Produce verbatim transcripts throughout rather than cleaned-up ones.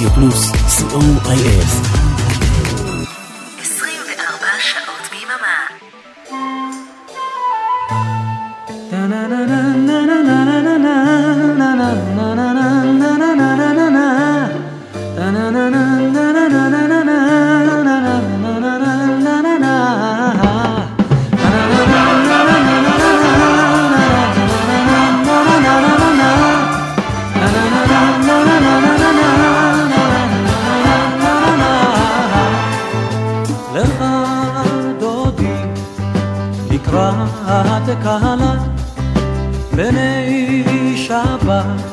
רדיו פלוס, סי או איי אס. עשרים וארבע שעות ביממה. קהלה בני שבת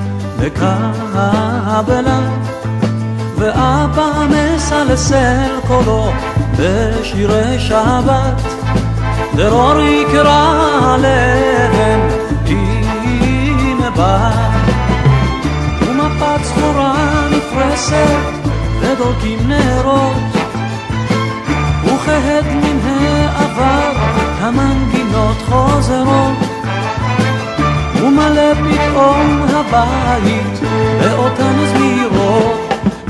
מקבלה ואבא מסלסל קולו בשירי שבת דרור יקרא לבן הנה בא ומפת סחורה נפרסת ודולקים נרות וכהד מן העבר המנגינות חוזרות ומלא פתאום הבית באותן זמירות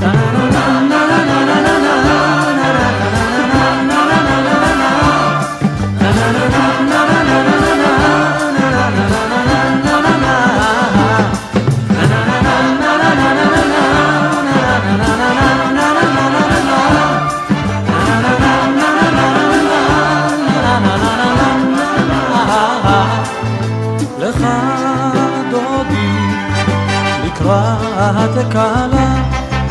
התקלה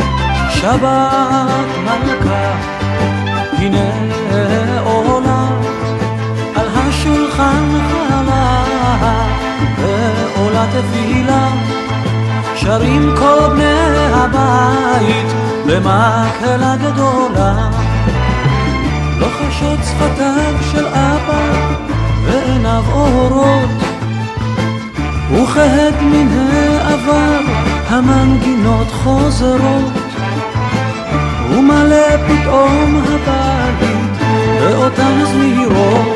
שבת מלכה הנה עולה על השולחן חלה ועולה תפילה שרים כל בני הבית במקהלה גדולה לוחשות שפתיו של אבא ועיניו אורות וכהד מן העבר המנגינות חוזרות ומלא פתאום הבית באותן זמירות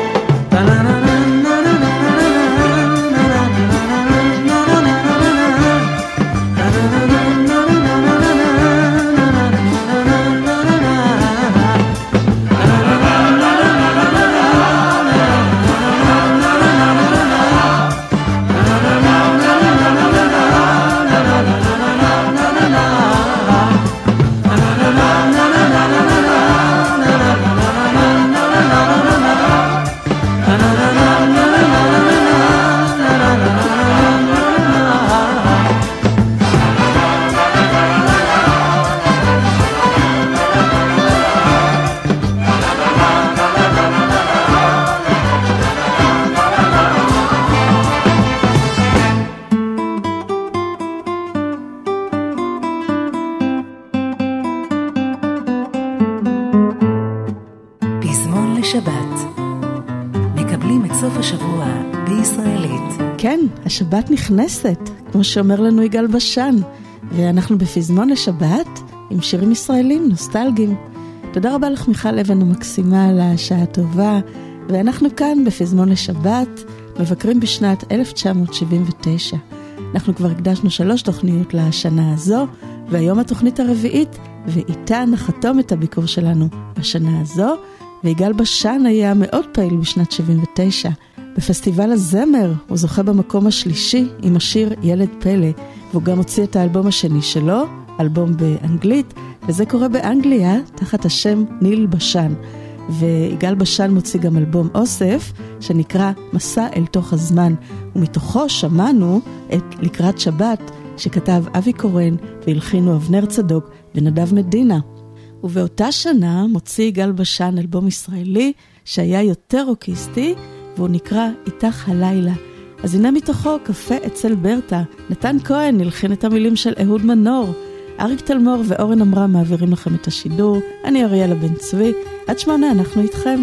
השבת נכנסת, כמו שאומר לנו יגאל בשן, ואנחנו בפזמון לשבת עם שירים ישראלים נוסטלגיים. תודה רבה לך מיכל אבן המקסימה על השעה הטובה, ואנחנו כאן בפזמון לשבת, מבקרים בשנת אלף תשע מאות שבעים ותשע. אנחנו כבר הקדשנו שלוש תוכניות לשנה הזו, והיום התוכנית הרביעית, ואיתה נחתום את הביקור שלנו בשנה הזו, ויגאל בשן היה מאוד פעיל בשנת שבעים ותשע. בפסטיבל הזמר הוא זוכה במקום השלישי עם השיר ילד פלא, והוא גם הוציא את האלבום השני שלו, אלבום באנגלית, וזה קורה באנגליה תחת השם ניל בשן. ויגאל בשן מוציא גם אלבום אוסף שנקרא מסע אל תוך הזמן, ומתוכו שמענו את לקראת שבת שכתב אבי קורן והלחינו אבנר צדוק ונדב מדינה. ובאותה שנה מוציא יגאל בשן אלבום ישראלי שהיה יותר רוקיסטי, והוא נקרא איתך הלילה. אז הנה מתוכו קפה אצל ברטה. נתן כהן נלחין את המילים של אהוד מנור. אריק תלמור ואורן אמרה מעבירים לכם את השידור. אני אריאלה בן צבי. עד שמונה אנחנו איתכם.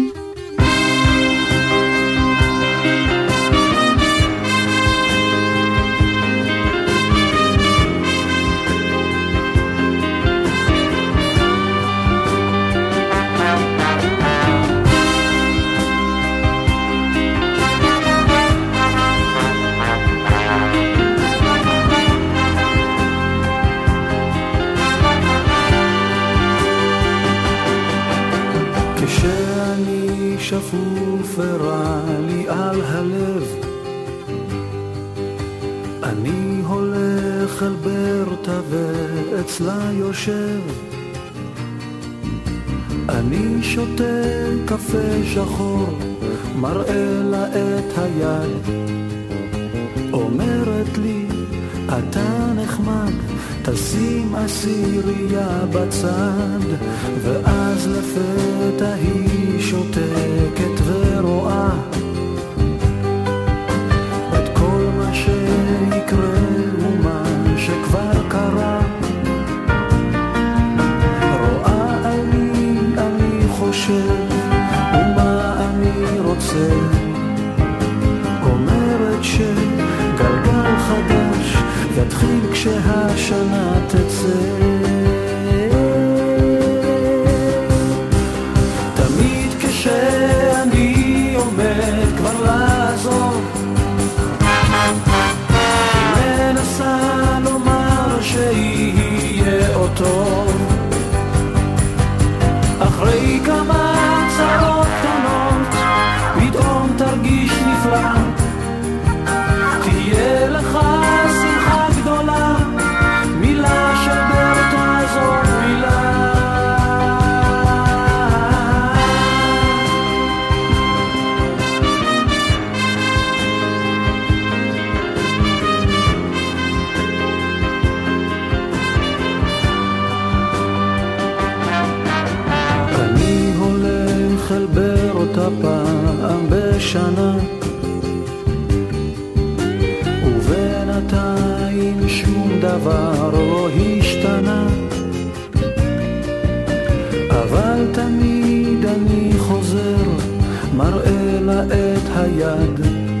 הופרה לי על הלב. אני הולך אל ברטה ואצלה יושב, אני שותה קפה שחור, מראה לה את היד, אומרת לי אתה נחמד, תשים עשירייה בצד, ואז לפתע היא שותקת ורואה את כל מה שיקרה ומה שכבר קרה. רואה על מי אני חושב ומה אני רוצה, אומרת שגלגל חדש יתחיל כשהשנה תצא. תמיד כשאני עומד כבר לעזור, היא מנסה לומר שיהיה אותו, אחרי כמה צרות קטנות פתאום תרגיש נפלא, תהיה לך שמחה גדולה, מילה של ברטה זאת מילה. אני הולך אל ברטה פעם בשנה, ובינתיים שום דבר לא השתנה, אבל תמיד אני חוזר, מראה לה את היד,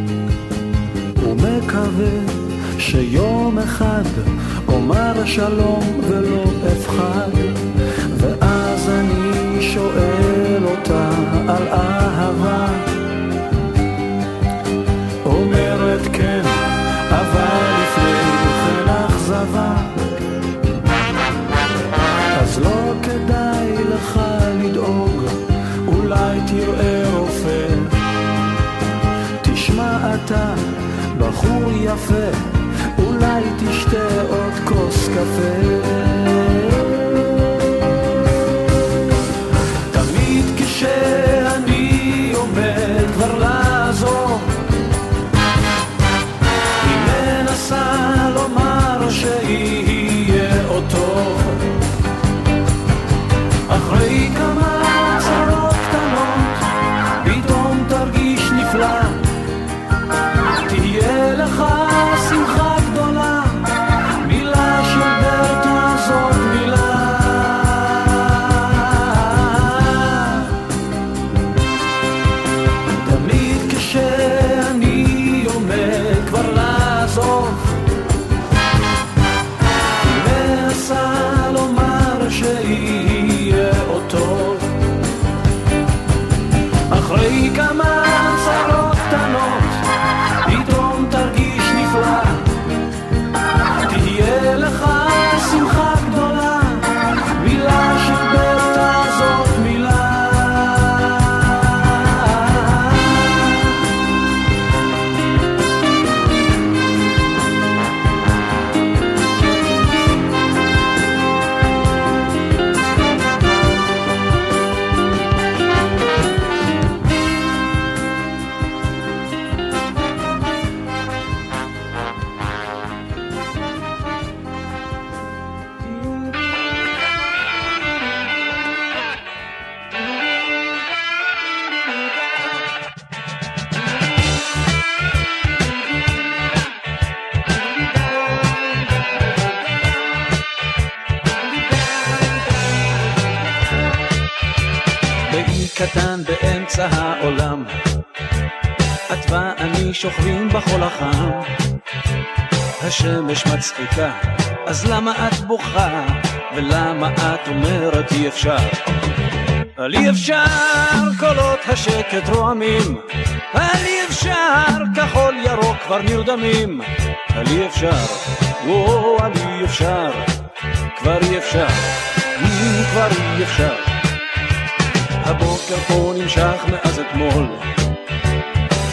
ומקווה שיום אחד אומר שלום ולא אפחד, ואז אני שואל אותה על אהבה, אומרת כן, אבל לפני כן אכזבה, אז לא כדאי לך לדאוג, אולי תראה רופא, תשמע אתה בחור יפה, אולי תשתה עוד כוס קפה. תמיד כשאני עומד כבר לעזור, היא מנסה לומר שיהיה אותו, אחרי כמה צרות קטנות פתאום תרגיש נפלא, תהיה לך שמחה גדולה, מילה של ברטה זאת מילה. תמיד כשאני עומד כבר לעזור, היא מנסה לומר שיהיה אותו, אחרי כמה צרות קטנות פתאום תרגיש נפלא, תהיה לך שמחה גדולה, מילה של ברטה זאת מילה. קטן באמצע העולם, את ואני שוכבים בחול החם, השמש מצחיקה, אז למה את בוכה, ולמה את אומרת אי אפשר? על אי אפשר קולות השקט רועמים, על אי אפשר כחול ירוק כבר נרדמים, על אי אפשר, וואו על אי אפשר, כבר אי אפשר, כבר אי אפשר. הבוקר פה נמשך מאז אתמול,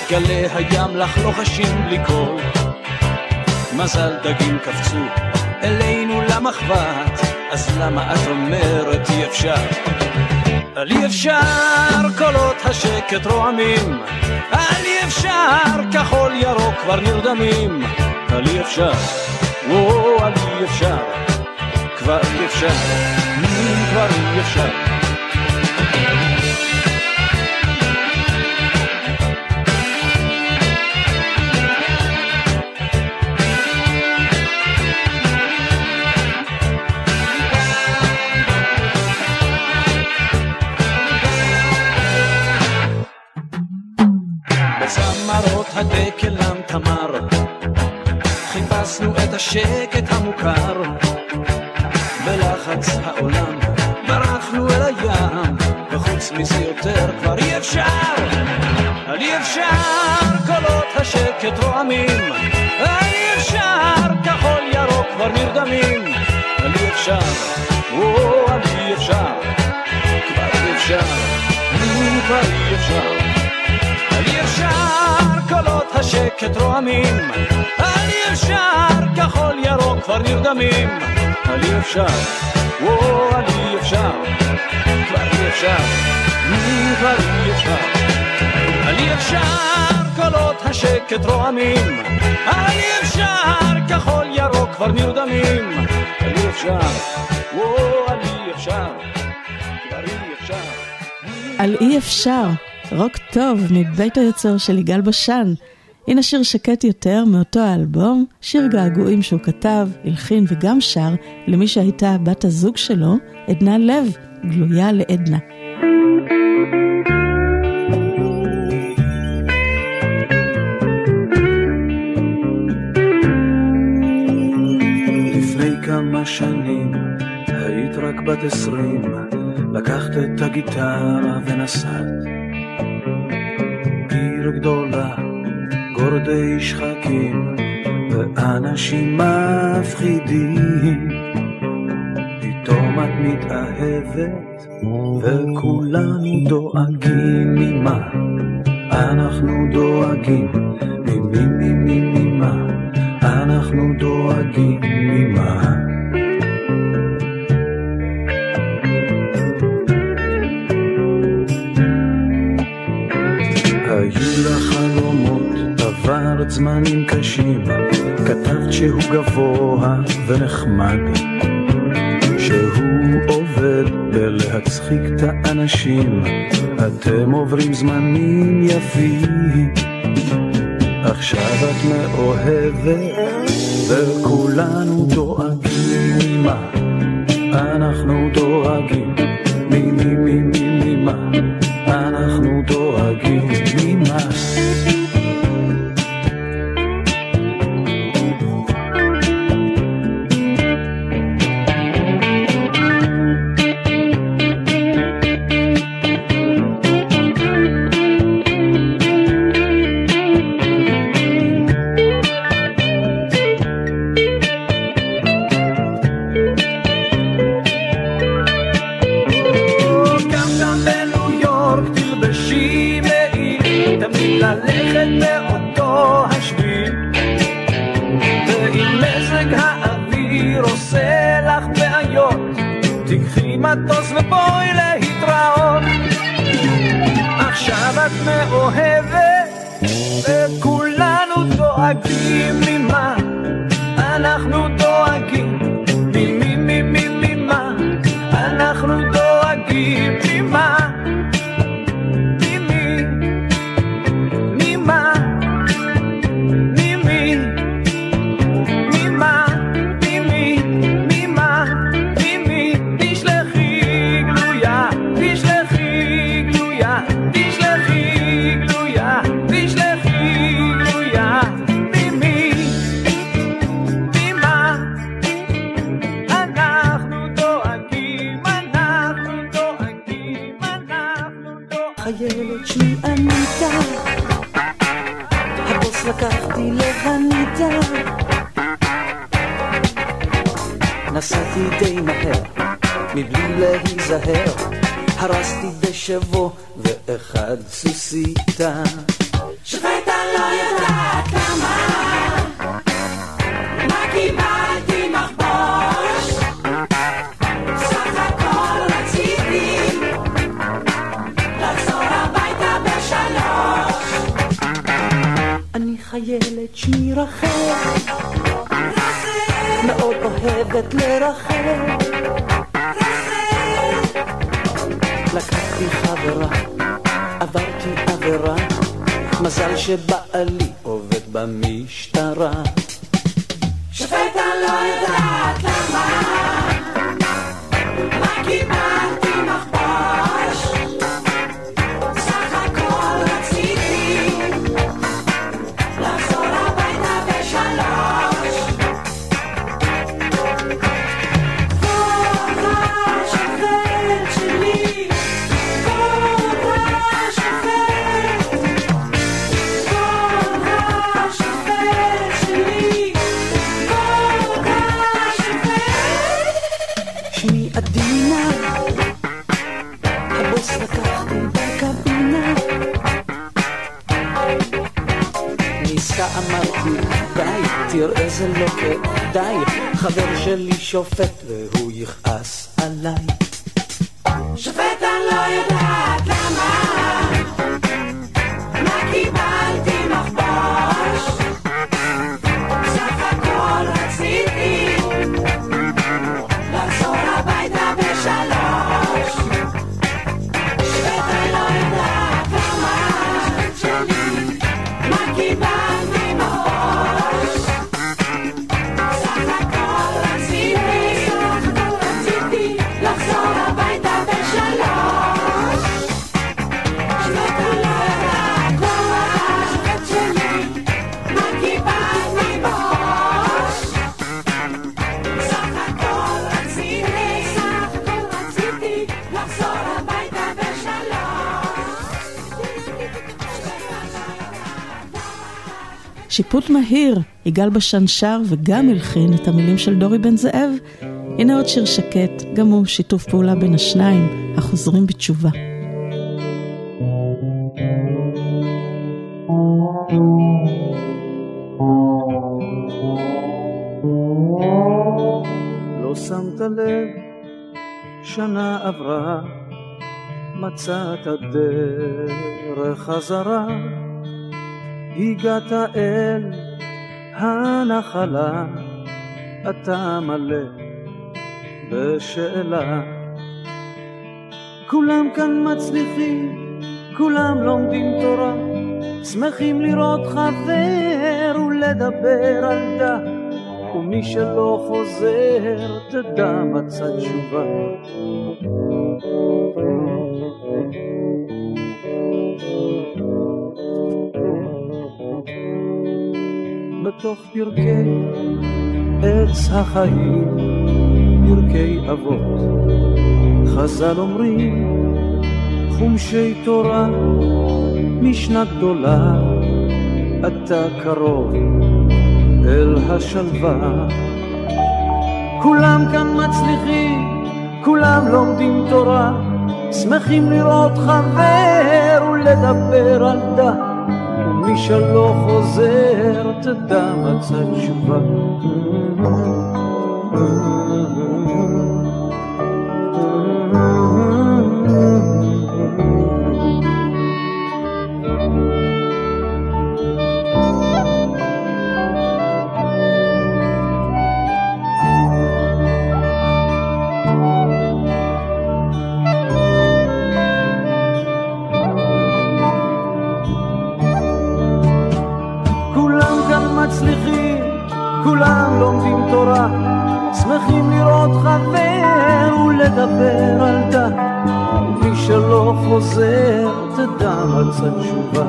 גלי הים לך לוחשים בלי קול. מזל דגים קפצו אלינו למחבת, אז למה את אומרת אי אפשר? על אי אפשר קולות השקט רועמים, על אי אפשר כחול ירוק כבר נרדמים, על אי אפשר, וואו על אי אפשר, כבר אי אפשר, כבר אי אפשר. בצמרות הדקלם תמר חיפשנו את השקט המוכר, בלחץ העולם ברחנו אל הים, וחוץ מזה יותר כבר אי אפשר. על אי אפשר קולות השקט רועמים, על אי אפשר כחול ירוק כבר נרדמים, על אי אפשר, וואו על אי אפשר, כבר אי אפשר, כבר אי אפשר. על אי אפשר קולות השקט רועמים, על אי אפשר כחול ירוק כבר נרדמים, על אי אפשר, וואו על אי אפשר, כבר אי אפשר, כבר אי אפשר. על אי אפשר קולות השקט רועמים, על אי אפשר כחול ירוק כבר נרדמים, על אי אפשר, וואו על אי אפשר, כבר אי אפשר. על אי אפשר, רוק טוב מבית היוצר של יגאל בשן. הנה שיר שקט יותר מאותו האלבום, שיר געגועים שהוא כתב, הלחין וגם שר למי שהייתה בת הזוג שלו, עדנה לב, גלויה לעדנה. לפני כמה שנים היית רק בת עשרים, לקחת את הגיטרה ונסעת עיר גדולה, גורדי שחקים ואנשים מפחידים. פתאום את מתאהבת וכולנו דואגים. ממה אנחנו דואגים? ממי מי מי ממה אנחנו דואגים? ממה? היו לך חלומות, עברת זמנים קשים, כתבת שהוא גבוה ונחמד, שהוא עובד בלהצחיק את האנשים, אתם עוברים זמנים יפים. עכשיו את מאוהבת וכולנו דואגים. ממה אנחנו דואגים? מי מי מי מי ממה אנחנו דואגים? ממה? מטוס ובואי להתראות. עכשיו את מאוהבת וכולנו דואגים. ממה אנחנו דואגים? ממי מי מי ממה אנחנו דואגים? ממה ממי ממה ממי ממה ממי ממה ממי תשלחי גלויה תשלחי גלויה תשלחי גלויה תשלחי גלויה ממי ממה אנחנו דואגים אנחנו דואגים אנחנו דואגים. חיילת שמי אניטה, הבוס לקחתי להניטה, נסעתי די מהר מבלי להיזהר, הרסתי בשבו ואחד סוסיתה. שחט חיילת שמי רחל, מאוד אוהבת לרחל. לקחתי חברה, עברתי עבירה, מזל שבעלי עובד במשטרה. שפט אני לא יודעת למה, מה קיבלתי מחבש, סך הכל רציתי לחזור הביתה בשלוש. כבוד השופט שלי, כבוד השופט, כבוד השופט שלי, כבוד השופט. שמי עדינה, הבוס לקחתי בקבינה, ניסה אמרתי די, תראה זה לא כדאי, חבר שלי שופט והוא יכעס עליי. שופט אני לא יודעת למה, מה קיבלתי מחבוש, סך הכל רציתי לחזור הביתה בשלוש. שופט אני לא יודעת למה, שלי, מה קיבלתי מחבוש, סך הכל רציתי, סך הכל רציתי לחזור הביתה בשלוש. שופט אני לא יודעת למה, שופט שלי, מה קיבלתי מחבוש, סך הכל רציתי, סך הכל רציתי לחזור הביתה בשלוש. שיפוט מהיר, יגאל בשן שר וגם הלחין את המילים של דורי בן זאב. הנה עוד שיר שקט, גם הוא שיתוף פעולה בין השניים, החוזרים בתשובה. לא שמת לב, שנה עברה, מצאת דרך חזרה, הגעת אל הנחלה, אתה מלא בשאלה. כולם כאן מצליחים, כולם לומדים תורה, שמחים לראות חבר ולדבר על דה, ומי שלא חוזר תדע מצא תשובה. בתוך פרקי עץ החיים, פרקי אבות, חז"ל אומרים, חומשי תורה, משנה גדולה, אתה קרוב אל השלווה. כולם כאן מצליחים, כולם לומדים תורה, שמחים לראות חבר ולדבר על דה, ומי שלא חוזר תדע מצא תשובה. כולם לומדים תורה, שמחים לראות חבר ולדבר על דה, ומי שלא חוזר תדע מצא תשובה.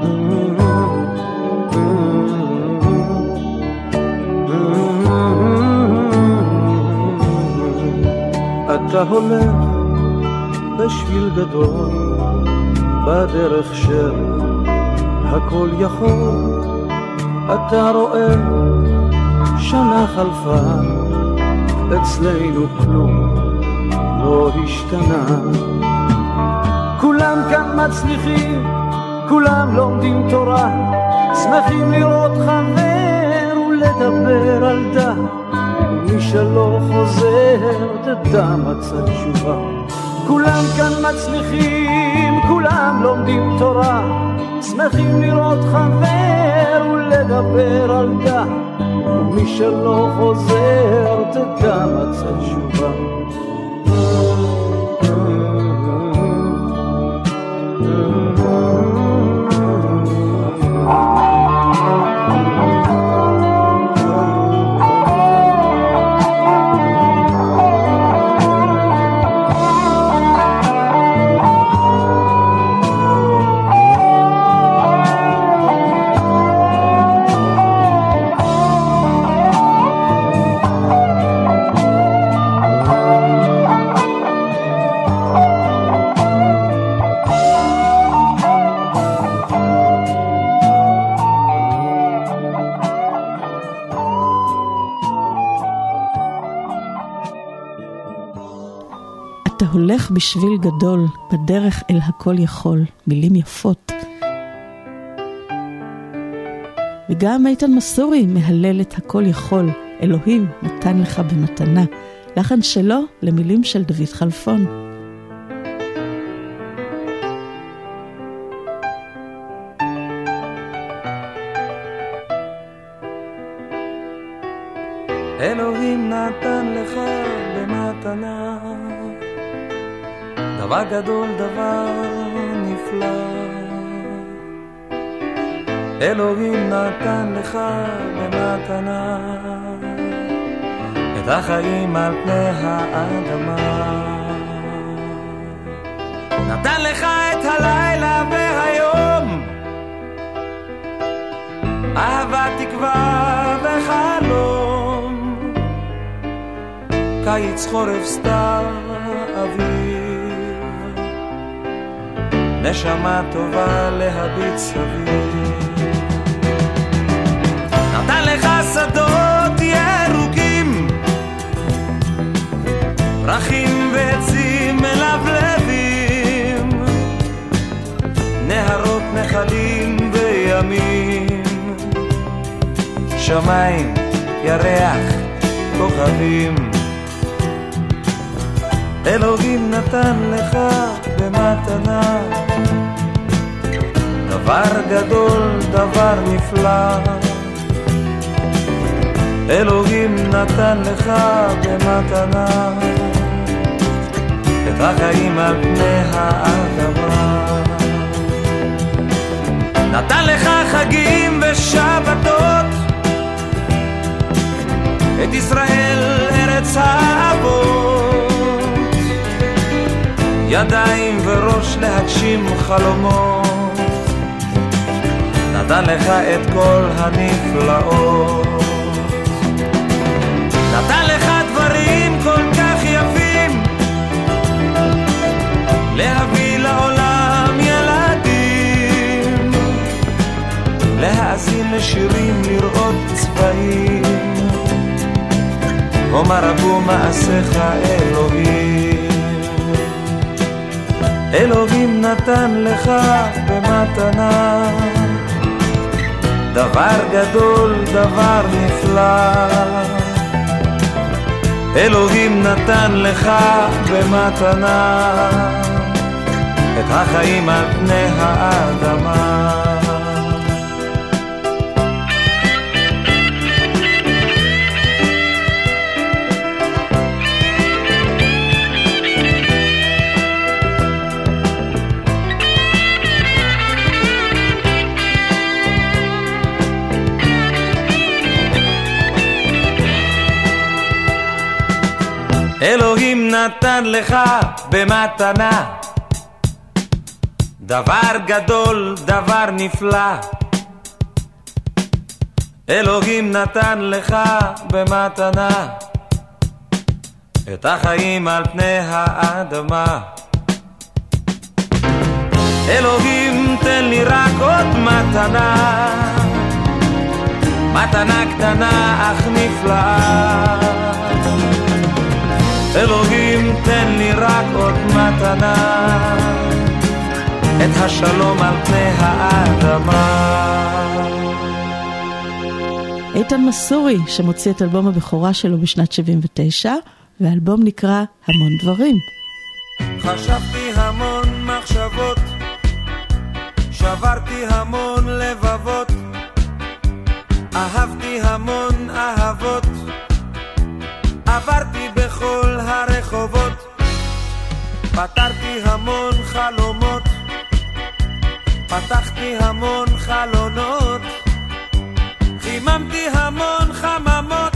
אתה הולך בשביל גדול, בדרך של הכל יכול, אתה רואה שנה חלפה, אצלנו כלום לא השתנה. כולם כאן מצליחים, כולם לומדים תורה, שמחים לראות חבר ולדבר על דה, מי שלא חוזר תדע מצא תשובה. כולם כאן מצליחים, כולם לומדים תורה, שמחים לראות חבר ולדבר על דה, ומי שלא חוזר תדע מצא תשובה. הולך בשביל גדול, בדרך אל הכל יכול, מילים יפות. וגם איתן מסורי מהלל את הכל יכול, אלוהים נתן לך במתנה, לחן שלו למילים של דוד חלפון. אלוהים נתן לך במתנה דבר גדול, דבר נפלא. אלוהים נתן לך במתנה את החיים על פני האדמה. נתן לך את הלילה והיום, אהבה, תקווה וחלום, קיץ, חורף, סתיו, אביב, נשמה טובה להביט סביב. נתן לך שדות ירוקים, פרחים ועצים מלבלבים, נהרות, נחלים וימים, שמיים, ירח, כוכבים. אלוהים נתן לך במתנה דבר גדול, דבר נפלא. אלוהים נתן לך במתנה את החיים על פני האדמה. נתן לך חגים ושבתות, את ישראל ארץ האבות, ידיים וראש להגשים חלומות. נתן לך את כל הנפלאות, נתן לך דברים כל כך יפים, להביא לעולם ילדים, להאזין לשירים, לראות צבעים. אומר רבו מעשיך אלוהים. אלוהים נתן לך במתנה דבר גדול, דבר נפלא. אלוהים נתן לך במתנה את החיים על פני האדמה. אלוהים נתן לך במתנה דבר גדול, דבר נפלא. אלוהים נתן לך במתנה את החיים על פני האדמה. אלוהים תן לי רק עוד מתנה, מתנה קטנה אך נפלאה. אלוהים תן לי רק עוד מתנה, את השלום על פני האדמה. איתן מסורי שמוציא את אלבום הבכורה שלו בשנת שבעים ותשע, והאלבום נקרא המון דברים. חשבתי המון מחשבות שברתי המון לבבות, אהבתי המון אהבות, עברתי בכל הרחובות, פתרתי המון חלומות, פתחתי המון חלונות, חיממתי המון חממות,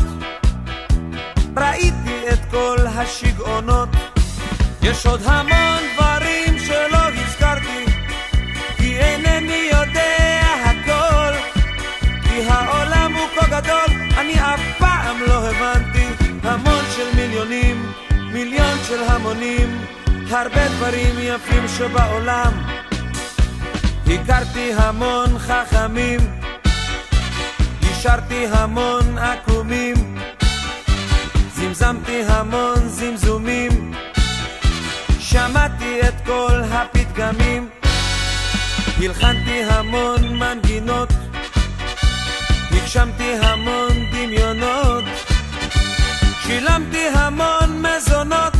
ראיתי את כל השגעונות. יש עוד המון דברים שלא הזכרתי, כי אינני יודע הכל, כי העולם הוא כה גדול, אני אף פעם לא הבנתי. המון של מיליונים, מיליון של המונים, הרבה דברים יפים שבעולם. הכרתי המון חכמים, השארתי המון עקומים, זמזמתי המון זמזומים, שמעתי את כל הפתגמים, הלחנתי המון מנגינות, הגשמתי המון דמיונות, שילמתי המון מזונות,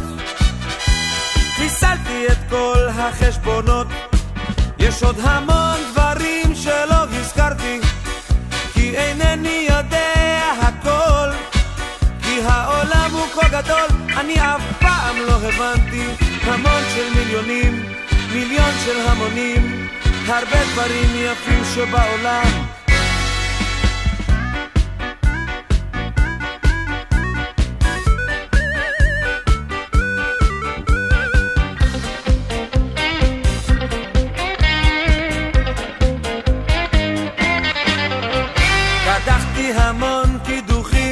חיסלתי את כל החשבונות. יש עוד המון דברים שלא הזכרתי, כי אינני יודע הכל, כי העולם הוא כה גדול, אני אף פעם לא הבנתי. המון של מיליונים, מיליון של המונים, הרבה דברים יפים שבעולם. קדחתי המון קידוחים,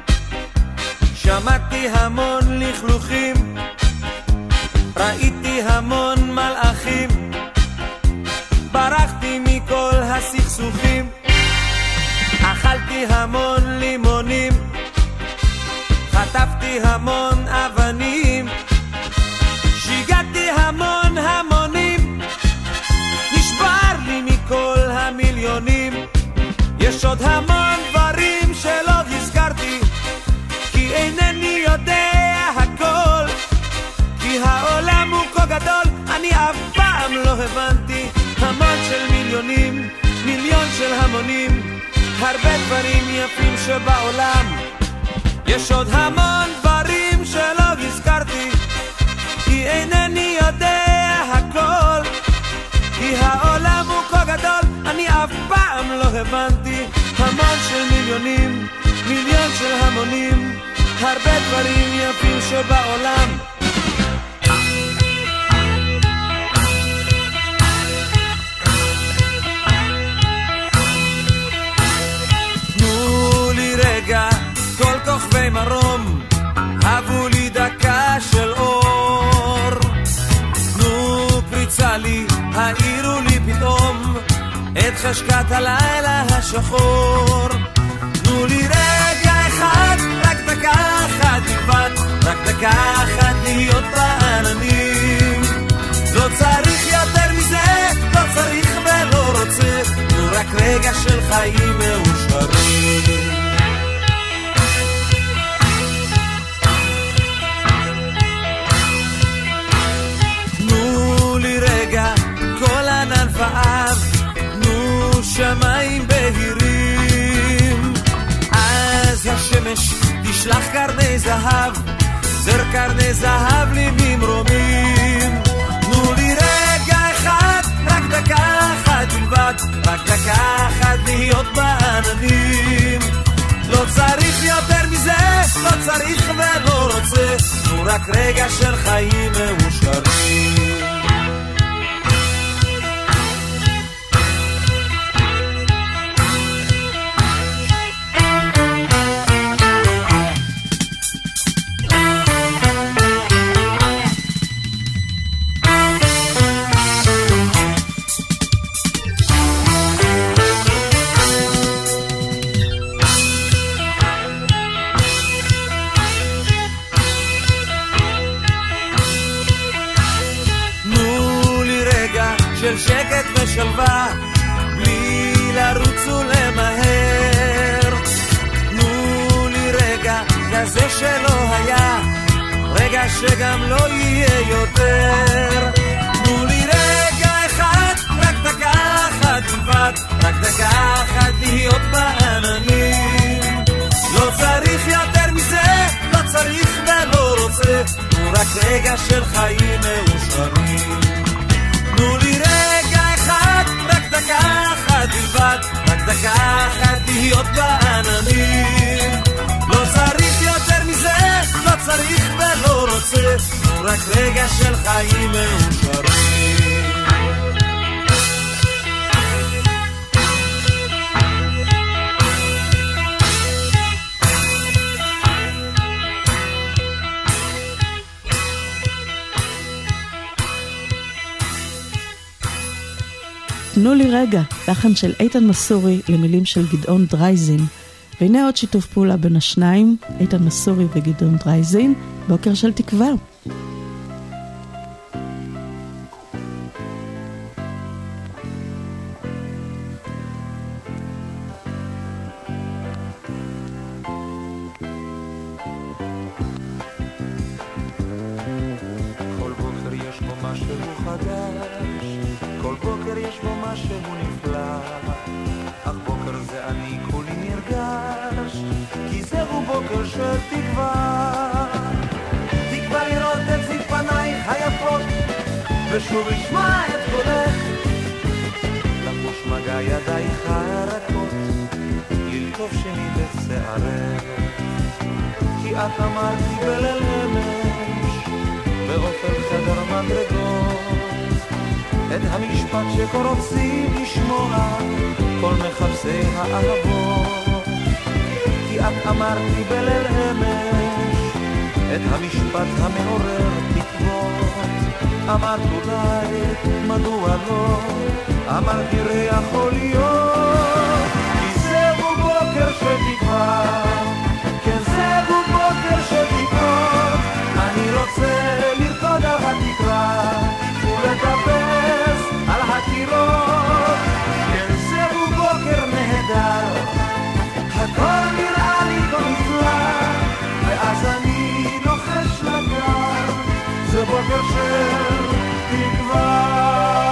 שמעתי המון לכלוכים, ראיתי המון מלאכים, ברחתי מכל הסכסוכים, אכלתי המון לימונים, חטפתי המון אבנים, שיגעתי המון המונים, נשבר לי מכל המיליונים. יש עוד המון דברים שלא הזכרתי, כי אינני יודע הכל, כי העולם הוא כה גדול, אני אף פעם לא הבנתי. המון של מיליונים, מיליון של המונים, הרבה דברים יפים שבעולם. יש עוד המון דברים שלא הזכרתי, כי אינני יודע הכל, כי העולם הוא כה גדול, אני אף פעם לא הבנתי. המון של מיליונים, מיליון של המונים, הרבה דברים יפים שבעולם. תנו לי רגע, כל כוכבי מרום, הבו לי דקה של אור, תנו פריצה לי, העירו לי פתאום את חשכת הלילה השחור. תנו לי רגע אחד, רק דקה אחת לבד, רק דקה אחת להיות בעננים. לא צריך יותר מזה, לא צריך ולא רוצה, תנו רק רגע של חיים מאושרים. תנו לי רגע, כל ענן ואב, תנו שמיים בהירים, אז השמש תשלח קרני זהב, זר קרני זהב לי ממרומים. תנו לי רגע אחד, רק דקה אחת בלבד, רק דקה אחת להיות בעננים. לא צריך יותר מזה, לא צריך ולא רוצה, תנו רק רגע של חיים מאושרים. של שקט ושלווה, בלי לרוץ ולמהר. תנו לי רגע כזה שלא היה, רגע שגם לא יהיה יותר. תנו לי רגע אחד, רק דקה להיות בעננים. לא צריך יותר מזה, לא צריך ולא רוצה, תנו רק רגע של חיים מאושרים. תנו לי רגע אחד, רק דקה אחת בלבד, רק דקה אחת להיות בעננים. לא צריך יותר מזה, לא צריך ולא רוצה, תנו רק רגע של חיים מאושרים. תנו לי רגע, לחן של איתן מסורי למילים של גדעון דרייזין. והנה עוד שיתוף פעולה בין השניים, איתן מסורי וגדעון דרייזין, בוקר של תקווה. כל בוקר יש בו משהו חדש, כל בוקר יש בו משהו נפלא, אך בוקר זה אני כולי נרגש, כי זהו בוקר של תקווה. תקווה לראות את זיו פנייך היפות, ושוב לשמוע את קולך, לחוש מגע ידייך הרכות, ללטוף שנית את שערך, כי את אמרת לי בליל אמש, באופן חדר מדרגות, את המשפט שכה רוצים לשמוע כל מחפשי האהבות. כי את אמרת לי בליל אמש את המשפט המעורר תקוות. אמרת אולי מדוע לא, אמרתי ראה יכול להיות, כי זהו בוקר של תקווה, כן זהו בוקר של תקוות. אני רוצה לרקוד על התקרה ולטפס על הקירות, כן זהו בוקר נהדר, הכל נראה לי כה נפלא, ואז אני לוחש לגר, זה בוקר של תקווה.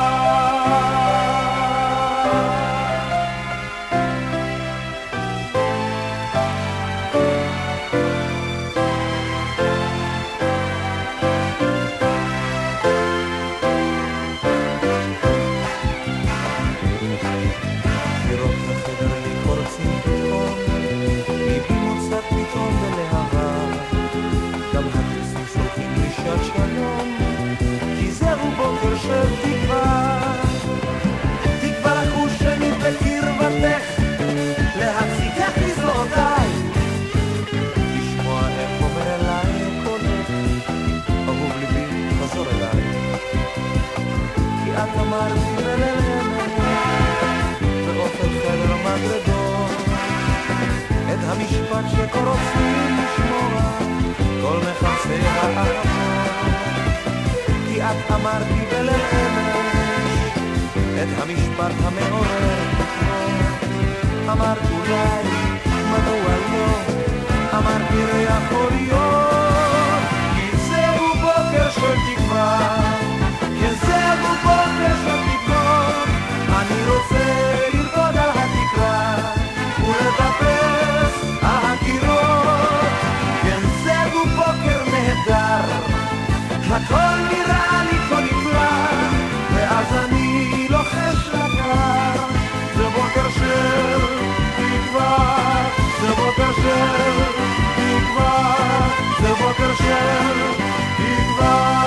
של תקווה, תקווה לחוש שנית בקרבתך, להחזיקך לזרועותיי, לשמוע איך אומר אליי קולך, אהוב ליבי חזור אליי, כי את אמרת לי בליל אמש, באופן חדר מדרגות, את המשפט שכה רוצים לשמוע כל מחפשי האהבות. כי את אמרת לי בליל אמש את המשפט המעורר תקוות. אמרת אולי מדוע לא, אמרתי ראה יכול להיות, כי זהו בוקר של תקווה, כי זהו בוקר של תקוות. אני רוצה לרקוד על התקרה ולטפס על הקירות, כן זהו בוקר נהדר, הכל נראה לי כה נפלא, ואז אני לוחש לגר, זה בוקר של תקווה, זה בוקר של תקווה, זה בוקר של תקווה.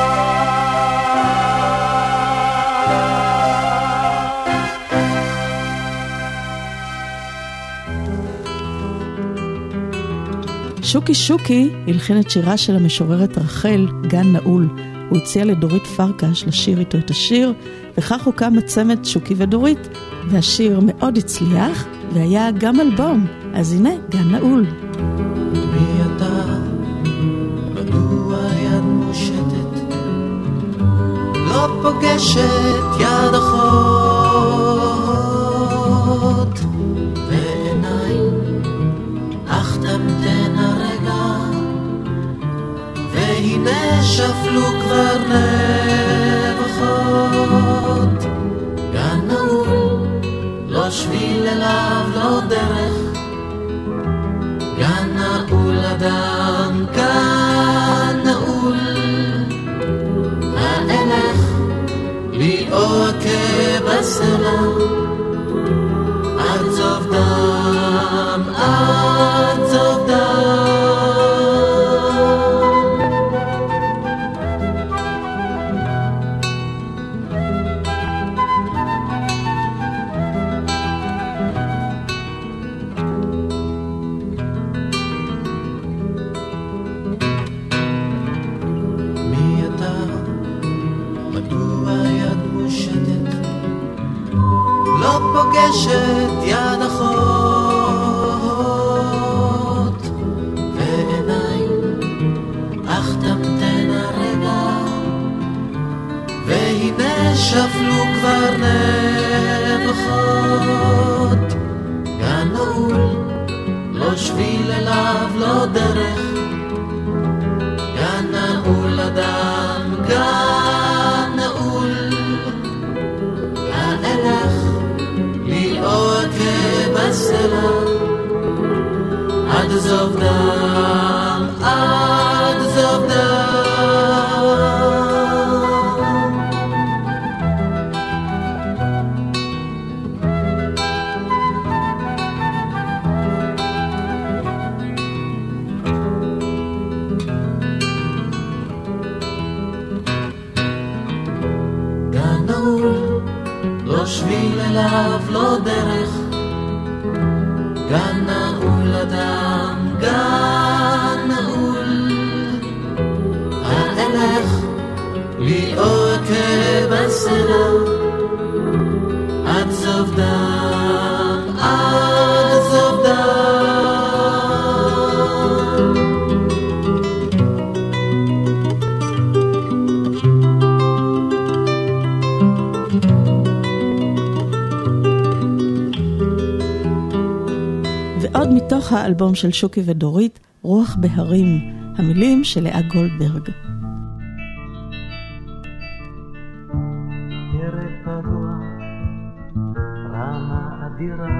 שוקי שוקי הלחין את שירה של המשוררת רחל, גן נעול. הוא הציע לדורית פרקש לשיר איתו את השיר, וכך הוקם הצמד שוקי ודורית, והשיר מאוד הצליח, והיה גם אלבום. אז הנה, גן נעול. מי אתה? מדוע יד מושטת? לא פוגשת יד אחות, בעיניים אך תמתן הרגע, והנה שפלו כבר נבחות. גן נעול, לא שביל אליו, לא דרך, גן נעול אדם, גן נעול. האלך לי אוהקה בסלע, עד סוף דם, עד סוף דם. פוגשת יד אחות ועיניים, אך תמתן הרגע, והנה שפלו כבר נבחות. גן נעול, לא שביל אליו, לא דרך, גן נעול אדם, גן נעול. האלך אוהקה בסלע, עד סוף דם, עד סוף דם. גן נעול, לא שביל אליו, לא דרך, גן נעול אדם, גן נעול. האלך לי אוהקה בסלע, עד סוף דם, עד סוף דם. עוד מתוך האלבום של שוקי ודורית, רוח בהרים, המילים של לאה גולדברג. ירד פרוע, רמה אדירה,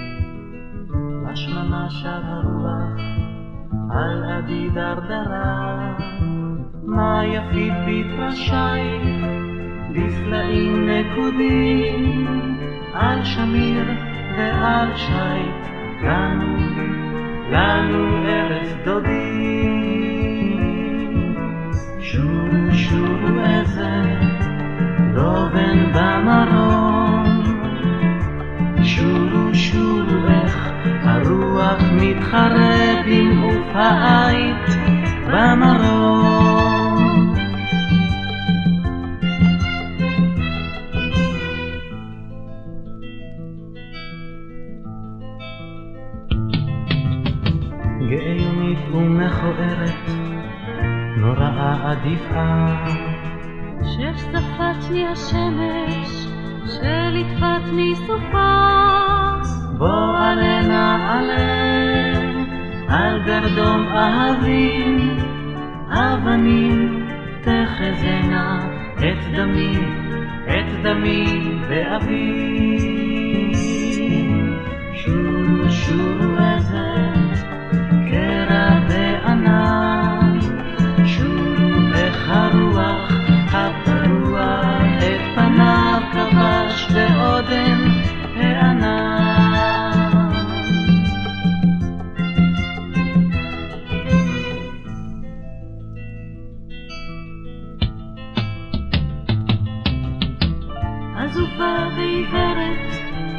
לשממה שב הרוח, על עדי דרדרה, מה יפית בתרשייך, בסלעים נקודים, על שמיר ועל שייט, לנו, לנו ארץ דודים. שורו שורו איזה לובן במרום, שורו שורו איך הרוח מתחרב עם עוף העית במרום. גאיונית ומכוערת, נוראה עדיפה, ששפתני השמש, שליטפתני סופה. בוא עלנה עלה, על גרדום אהבים, אבנים תחזנה את דמי, את דמי באביב. שורו שורו איזה קרע בענן, שורו איך הרוח הפרוע את פניו כבש בעודן הענן. עזובה ועיוורת,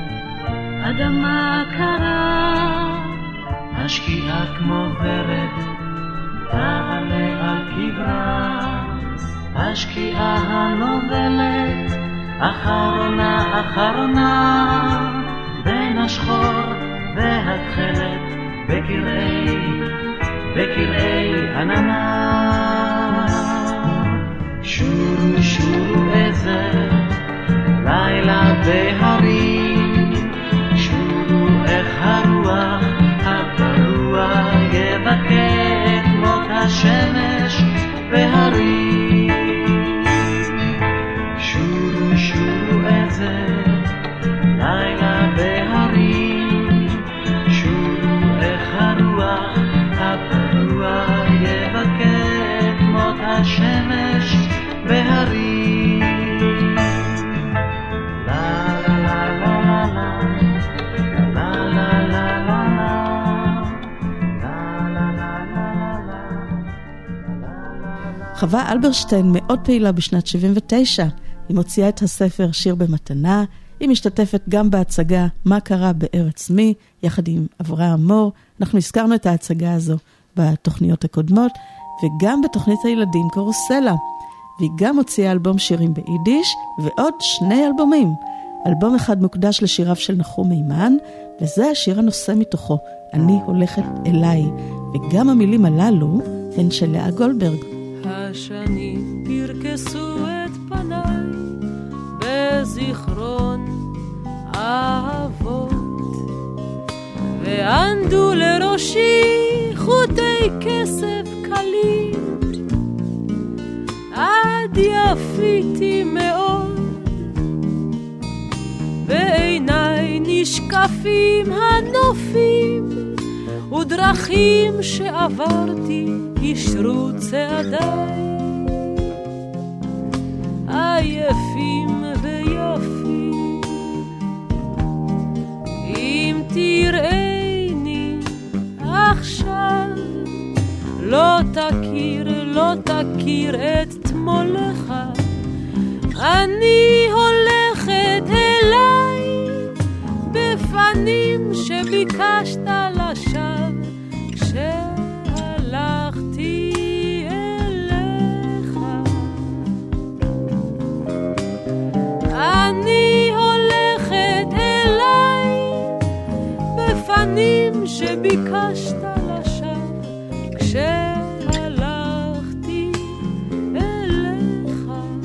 אדמה קרה, השקיעה כמו ורד, תעלה על קברה. השקיעה הנובלת, אחרונה אחרונה, בין השחור והתכלת, בקרעי, בקרעי עננה. שורו שורו איזה לילה בהרים, שורו איך הרוח הפרוע יבקע את מות השמש בהרים. שורו שורו איזה לילה בהרים, חווה אלברשטיין מאוד פעילה בשנת שבעים ותשע. היא מוציאה את הספר שיר במתנה, היא משתתפת גם בהצגה מה קרה בארץ מי, יחד עם אברהם מור. אנחנו הזכרנו את ההצגה הזו בתוכניות הקודמות, וגם בתוכנית הילדים קרוסלה. והיא גם הוציאה אלבום שירים ביידיש, ועוד שני אלבומים. אלבום אחד מוקדש לשיריו של נחום מימן, וזה השיר הנושא מתוכו, אני הולכת אליי. וגם המילים הללו הן של לאה גולדברג. השנים פרקסו את פניי בזיכרון אהבות, וענדו לראשי חוטי כסף קלים, עד יפיתי מאוד, בעיניי נשקפים הנופים, ודרכים שעברתי ישרו צעדיי, עייפים ויפים. אם תראיני עכשיו, לא תכיר, לא תכיר את תמולך, אני הולכת אליי בפנים שביקשת לשווא, כשהלכתי אליך. אני הולכת אליי בפנים שביקשת לשווא, כשהלכתי אליך.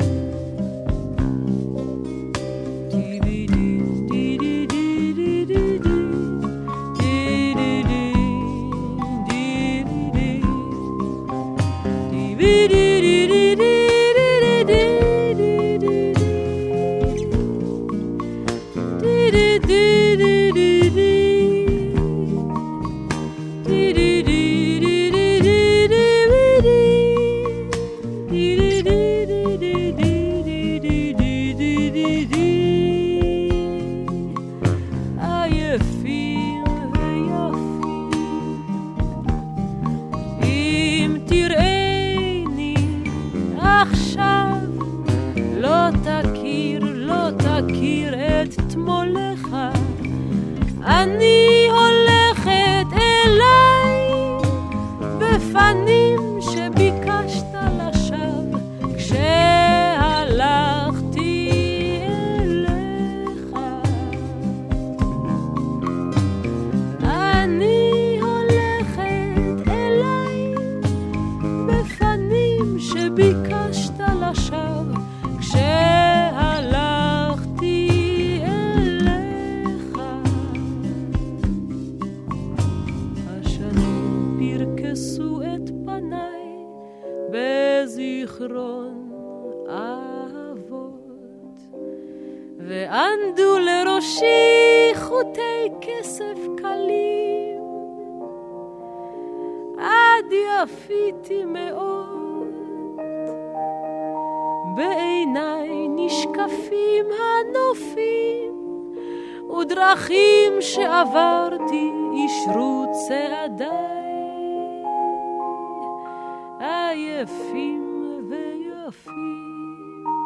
אני הולכת אליי בפנים שביקשת לשווא, כשהלכתי אליך. אני הולכת אליי בפנים שביקשת לשווא, כשהלכתי אליך. השנים פרקסו את פניי בזיכרון אהבות, וענדו לראשי חוטי כסף קלים, עד יפיתי מאוד, בעיניי נשקפים הנופים, ודרכים שעברתי ישרו צעדיי, עייפים ויפים.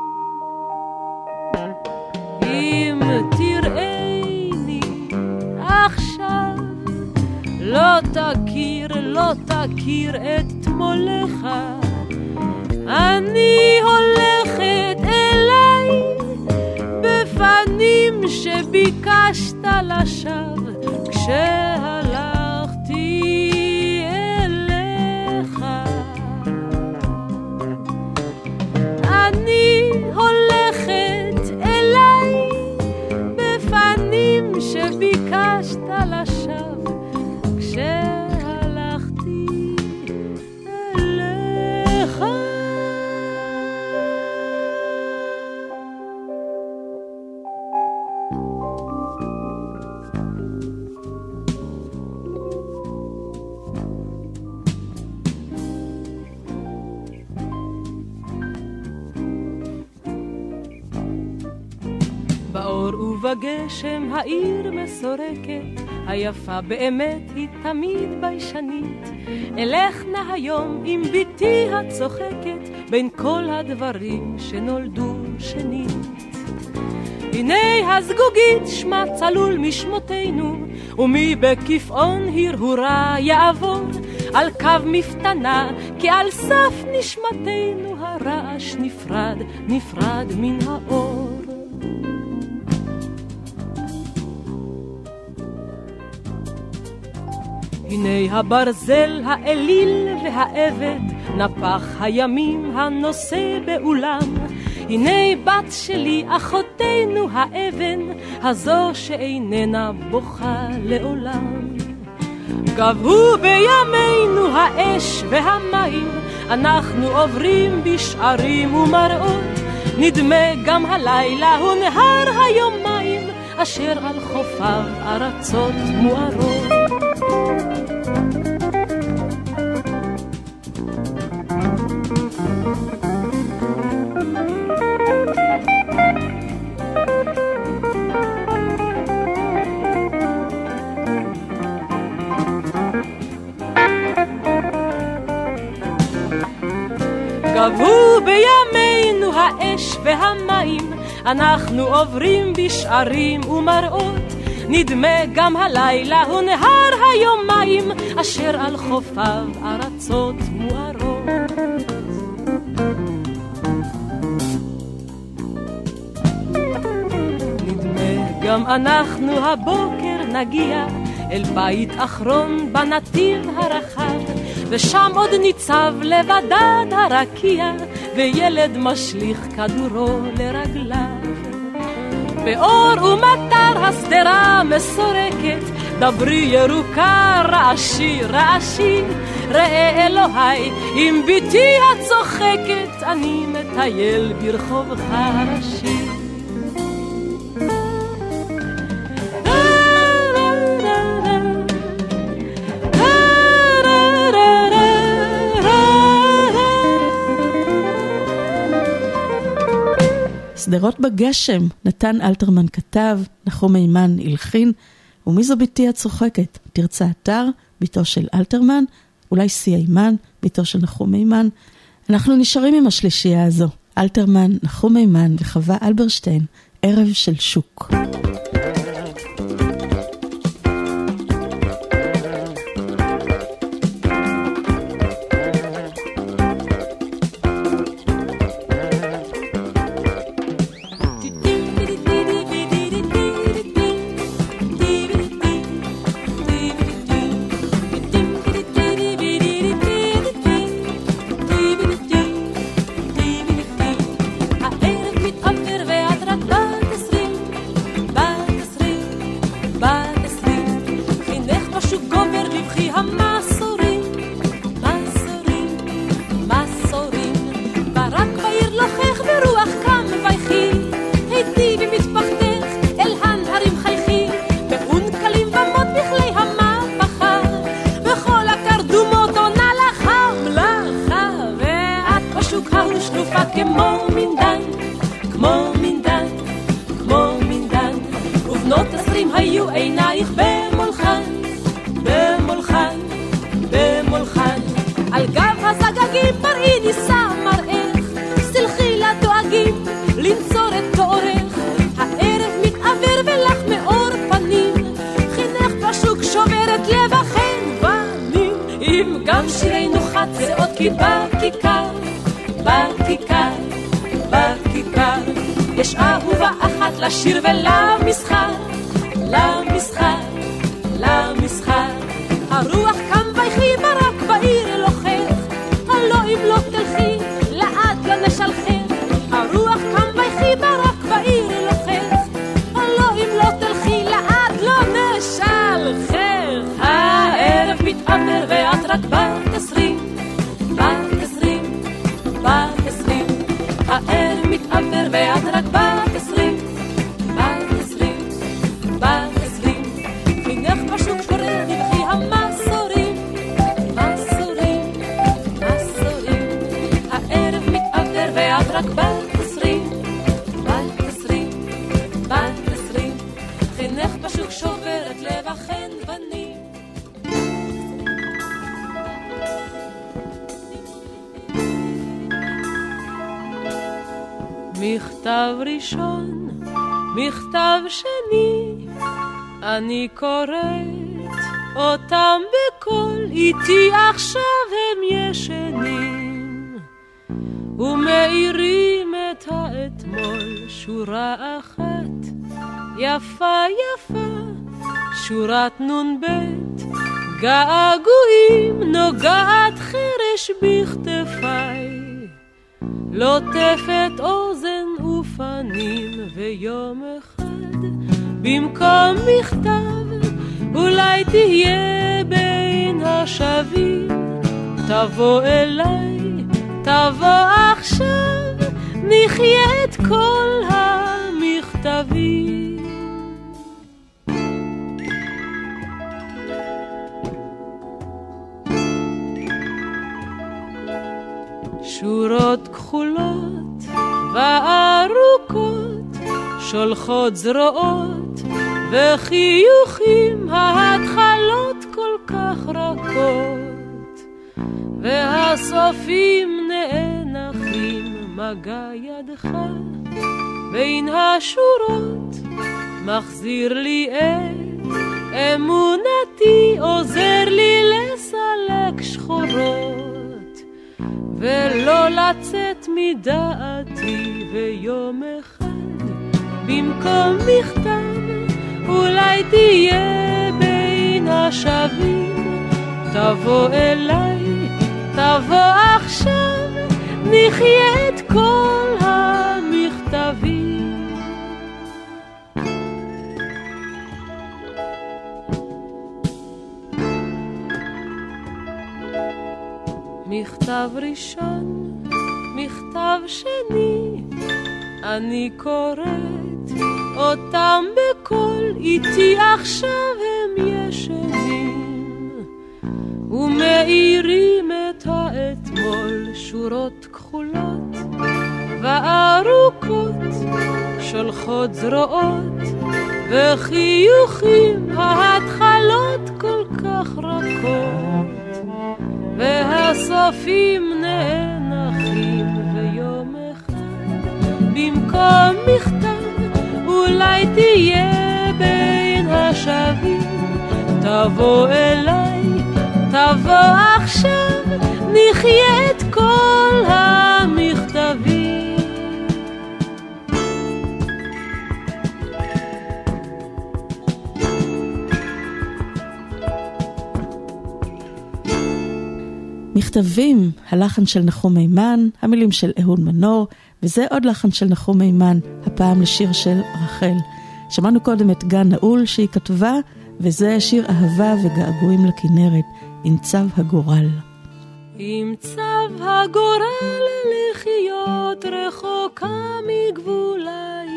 אם תראיני עכשיו, לא תכיר, לא תכיר את תמולך, אני הולכת אליי בפנים שביקשת לשווא, כשהלכתי אליך. אני הולכת אליי בפנים שביקשת לשווא, כשהלכתי אליך. באור ובגשם העיר מסורקת, היפה באמת היא תמיד ביישנית. אלך נא היום עם ביתי הצוחקת בין כל הדברים שנולדו שנית. הנה הזגוגית שמה צלול משמותינו, ומי בכפעון הרהורה יעבור על קו מפתנה, כי על סף נשמתנו הרעש נפרד, נפרד מן האור. הנה הברזל האליל והעבד, נפח הימים הנושא באולם. הנה בת שלי אחותנו האבן, הזו שאיננה בוכה לעולם. גבהו בימינו האש והמים, אנחנו עוברים בשערים ומראות. נדמה גם הלילה הוא נהר היומיים, אשר על חופיו ארצות מוארות. גבהו בימינו האש והמים, אנחנו עוברים בשערים ומראות. נדמה גם הלילה הוא נהר היומיים, אשר על חופיו ארצות מוארות. נדמה גם אנחנו הבוקר נגיע אל בית אחרון בנתיב הרחב, ושם עוד ניצב לבדד הרקיע, וילד משליך כדורו לרגליו. באור ומטר הסדרה מסורקת, דברי ירוקה רעשי רעשי. ראה אלוהי עם ביתי הצוחקת, אני מטייל ברחובך הראשי. סדרות בגשם, נתן אלתרמן כתב, נחום מימן הלחין, ומי זו ביתי הצוחקת? תרצה אתר, ביתו של אלתרמן, אולי סי אימן, ביתו של נחום מימן. אנחנו נשארים עם השלישייה הזו, אלתרמן, נחום מימן וחווה אלברשטיין, ערב של שוק. לשיר ולמשחק, למשחק, למשחק. הרוח קם ויחי ברק בעיר לוחך, הלא אם לא תלכי לעד לא נשלחך. הרוח קם ויחי ברק בעיר לוחך, הלא אם לא תלכי לעד לא נשלחך. הערב מתעבר ואת רק בת עשרים, בת עשרים, בת עשרים. הערב מתעבר ואת רק בת עשרים, בת עשרים, חינך בשוק שורר נבחי המסורים. מכתב ראשון, מכתב שני, אני קוראת אותם בקול, איתי עכשיו הם ישנים ומאירים את האתמול. שורה אחת יפה יפה, שורת נון בית, געגועים, נוגעת חרש בכתפיי, לוטפת אוזן ופנים. ויום אחד במקום מכתב אולי תהיה בין השבים, תבוא אליי, תבוא עכשיו, נחיה את כל המכתבים. שורות כחולות וארוכות, שולחות זרועות וחיוכים, ההתחלות כל כך רכות והסופים נאנחים. מגע ידך בין השורות מחזיר לי את אמונתי, עוזר לי לסלק שחורות ולא לצאת מדעתי. ויום אחד במקום מכתב אולי תהיה בין השבים, תבוא אליי, תבוא עכשיו, נחיה את כל המכתבים. מכתב ראשון, מכתב שני, אני קוראת אותם בקול, איתי עכשיו הם ישנים ומאירים את האתמול. שורות כחולות וארוכות, שולחות זרועות וחיוכים, ההתחלות כל כך רכות והסופים נאנחים. ויום אחד במקום מכתב אולי תהיה בין השבים, תבוא אליי, תבוא עכשיו, נחיה את כל המכתבים. מכתבים, הלחן של נחום מימן, המילים של אהוד מנור, וזה עוד לחן של נחום מימן, הפעם לשיר של רחל. שמענו קודם את גן נעול שהיא כתבה, וזה שיר אהבה וגעגועים לכנרת, עם צו הגורל. עם צו הגורל לחיות רחוקה מגבולייך,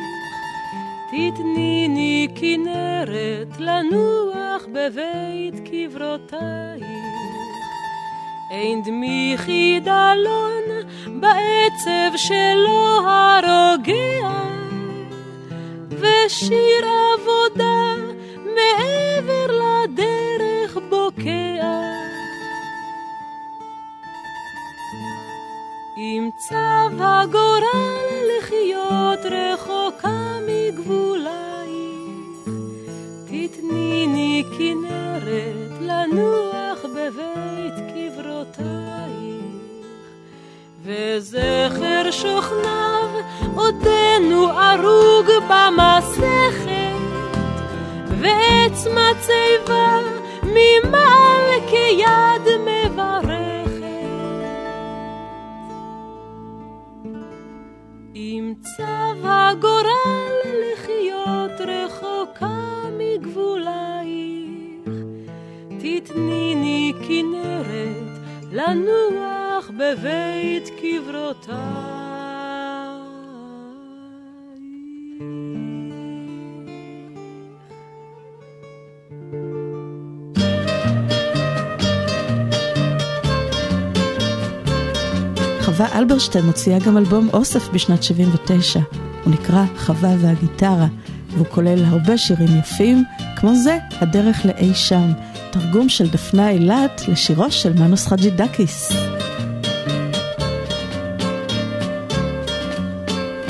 תתניני כנרת לנוח בבית קברותייך. אין דמי חידלון בעצב שלו הרוגע, ושיר עבודה מעבר לדרך בוקע. עם צו הגורל לחיות רחוקה מגבולייך, תתניני כנרת לנוח בבית קברותייך. וזכר שוכניו עודנו ארוג במסכת, ועץ מצבה ממעל כיד מברכת. עם צו הגורל לחיות רחוקה מגבולייך, תתניני כנרת לנוח בבית קברותייך. חווה אלברשטיין מוציאה גם אלבום אוסף בשנת שבעים ותשע. הוא נקרא חווה והגיטרה, והוא כולל הרבה שירים יפים, כמו זה, הדרך לאי שם, תרגום של דפנה אילת לשירו של מנוס חג'ידקיס.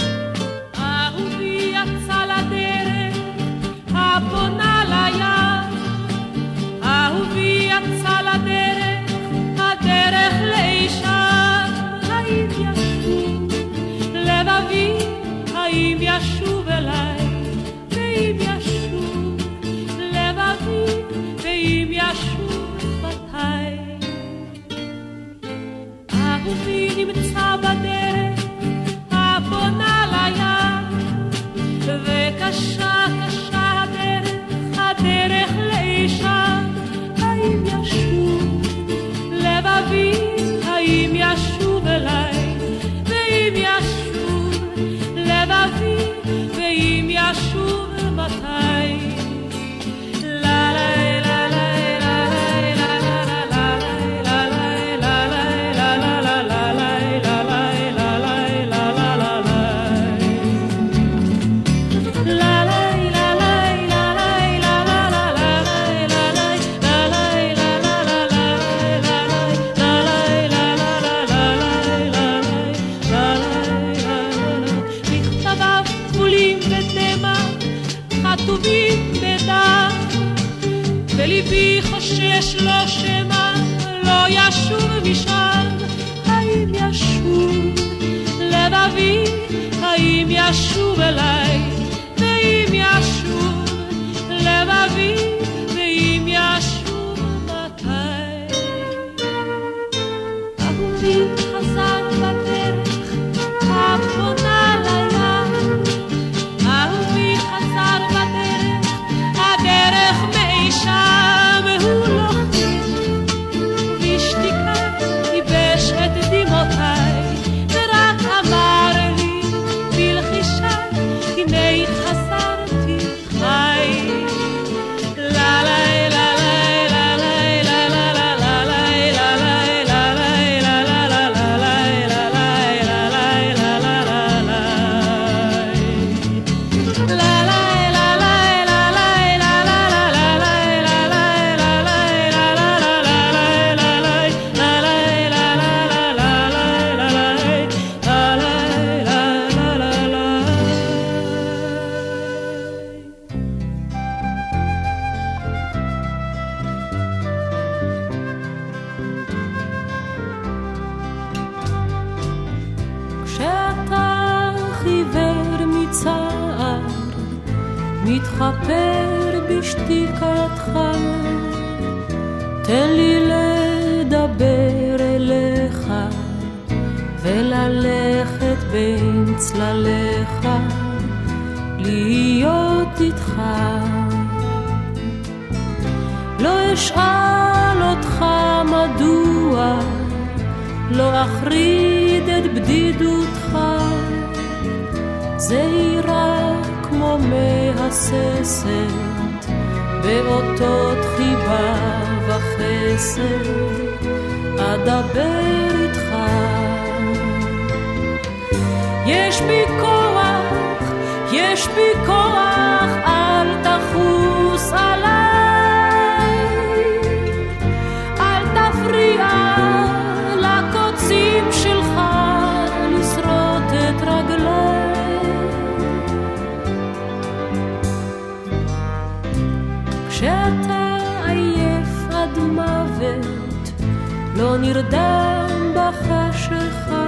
אהובי חזר בדרך הפונה לים, אהובי חזר בדרך, הדרך מי שם הוא לא חיר, ובשתיקה ייבש את דמעותיי, ורק אמר לי בלחישה, הנה חזרתי חי. לה לה מתחפר בשתיקתך, תן לי לדבר אליך וללכת בין צלליך, להיות איתך. לא אשאל אותך מדוע, לא אחריד את בדידותך, זה רק כמו מהססת באותות חיבה וחסד, אדבר איתך. יש בי כוח, יש בי כוח, אל תחוס עליי, אל תפריע לקוצים שלך לשרוט את רגליי. כשאתה עייף עד מוות, לא נרדם בחשכה,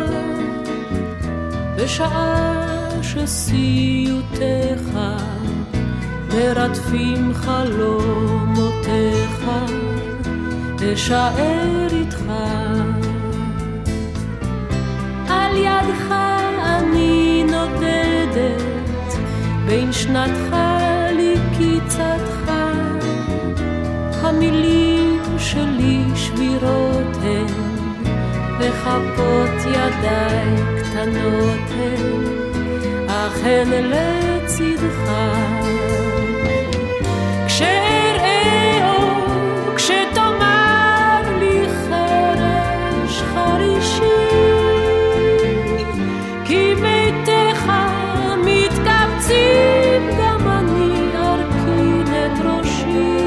בשעה שסיוטיך מרדפים חלומותיך, אשאר איתך. על ידך אני נודדת, בין שנתך לקיצתך, המילים שלי שבירות הן, וחפות ידיי קטנות הן, אך הן לצדך. כשאראו, כשתאמר לי חרש חרישי, כי ביתך מתקבצים, גם אני ארכין את ראשי.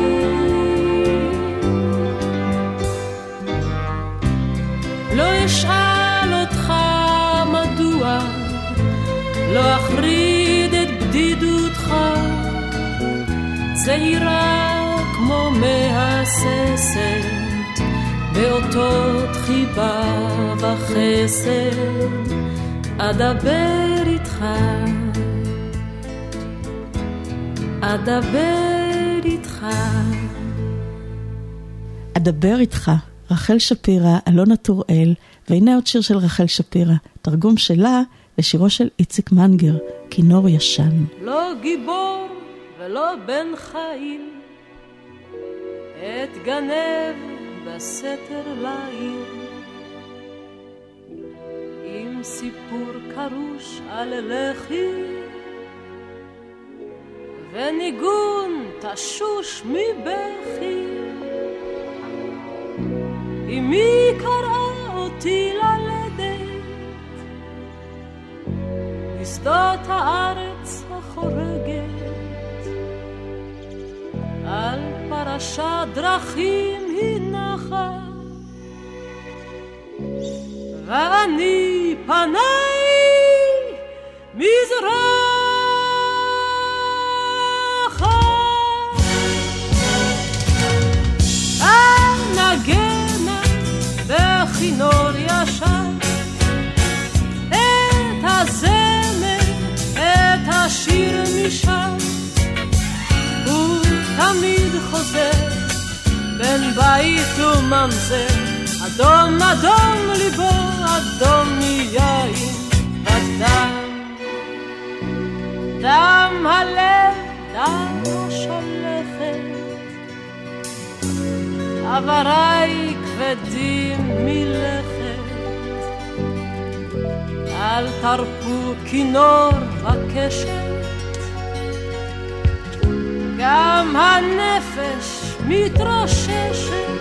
לא אשאל אותך מדוע, לא אחריד את בדידותך, זהירה כמו מהססת באותות חיבה וחסד, אדבר איתך, אדבר איתך. אדבר איתך, רחל שפירא, אלונה טוראל, והנה עוד שיר של רחל שפירא, תרגום שלה לשירו של איציק מנגר, כינור ישן. לא גיבור ולא בן חיים, את גנב בסתר לעיר, עם סיפור קרוש על לחי, וניגון תשוש מבכי. אמי קראה אותי ללדת בשדות הארץ החורגת, על פרשת דרכים היא נחה, ואני פניי מזרחה. אנגנה בכינור ישן את הזמר, את השיר משם, הוא תמיד חוזר בין בית וממזר, אדום אדום ליבו, אדום מיין ודם. דם הלב, דם השולפת, עבריי כבדים מלכת. אל תרפו כינור וקשת, גם הנפש מתרוששת.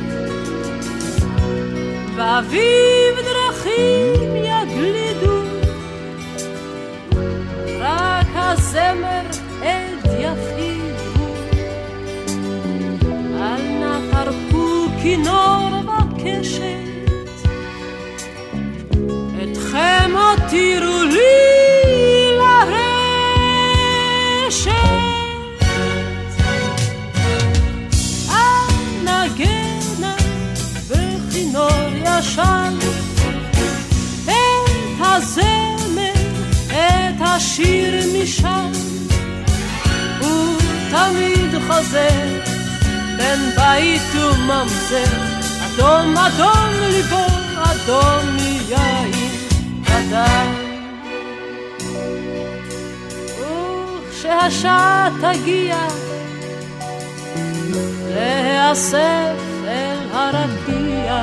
באביב דרכים יגלידו, רק הזמר עד יפהיבו. אל נא תרפו כינור וקשת, אתכם הותירו לי לרשת. אל נגנה בכינור ישן, את הזמר, את השיר משם. הוא תמיד חוזר בין בית וממזר, אדום אדום ליבו, אדום מיין ודם. וכשהשעה תגיע להיאסף אל הרקיע,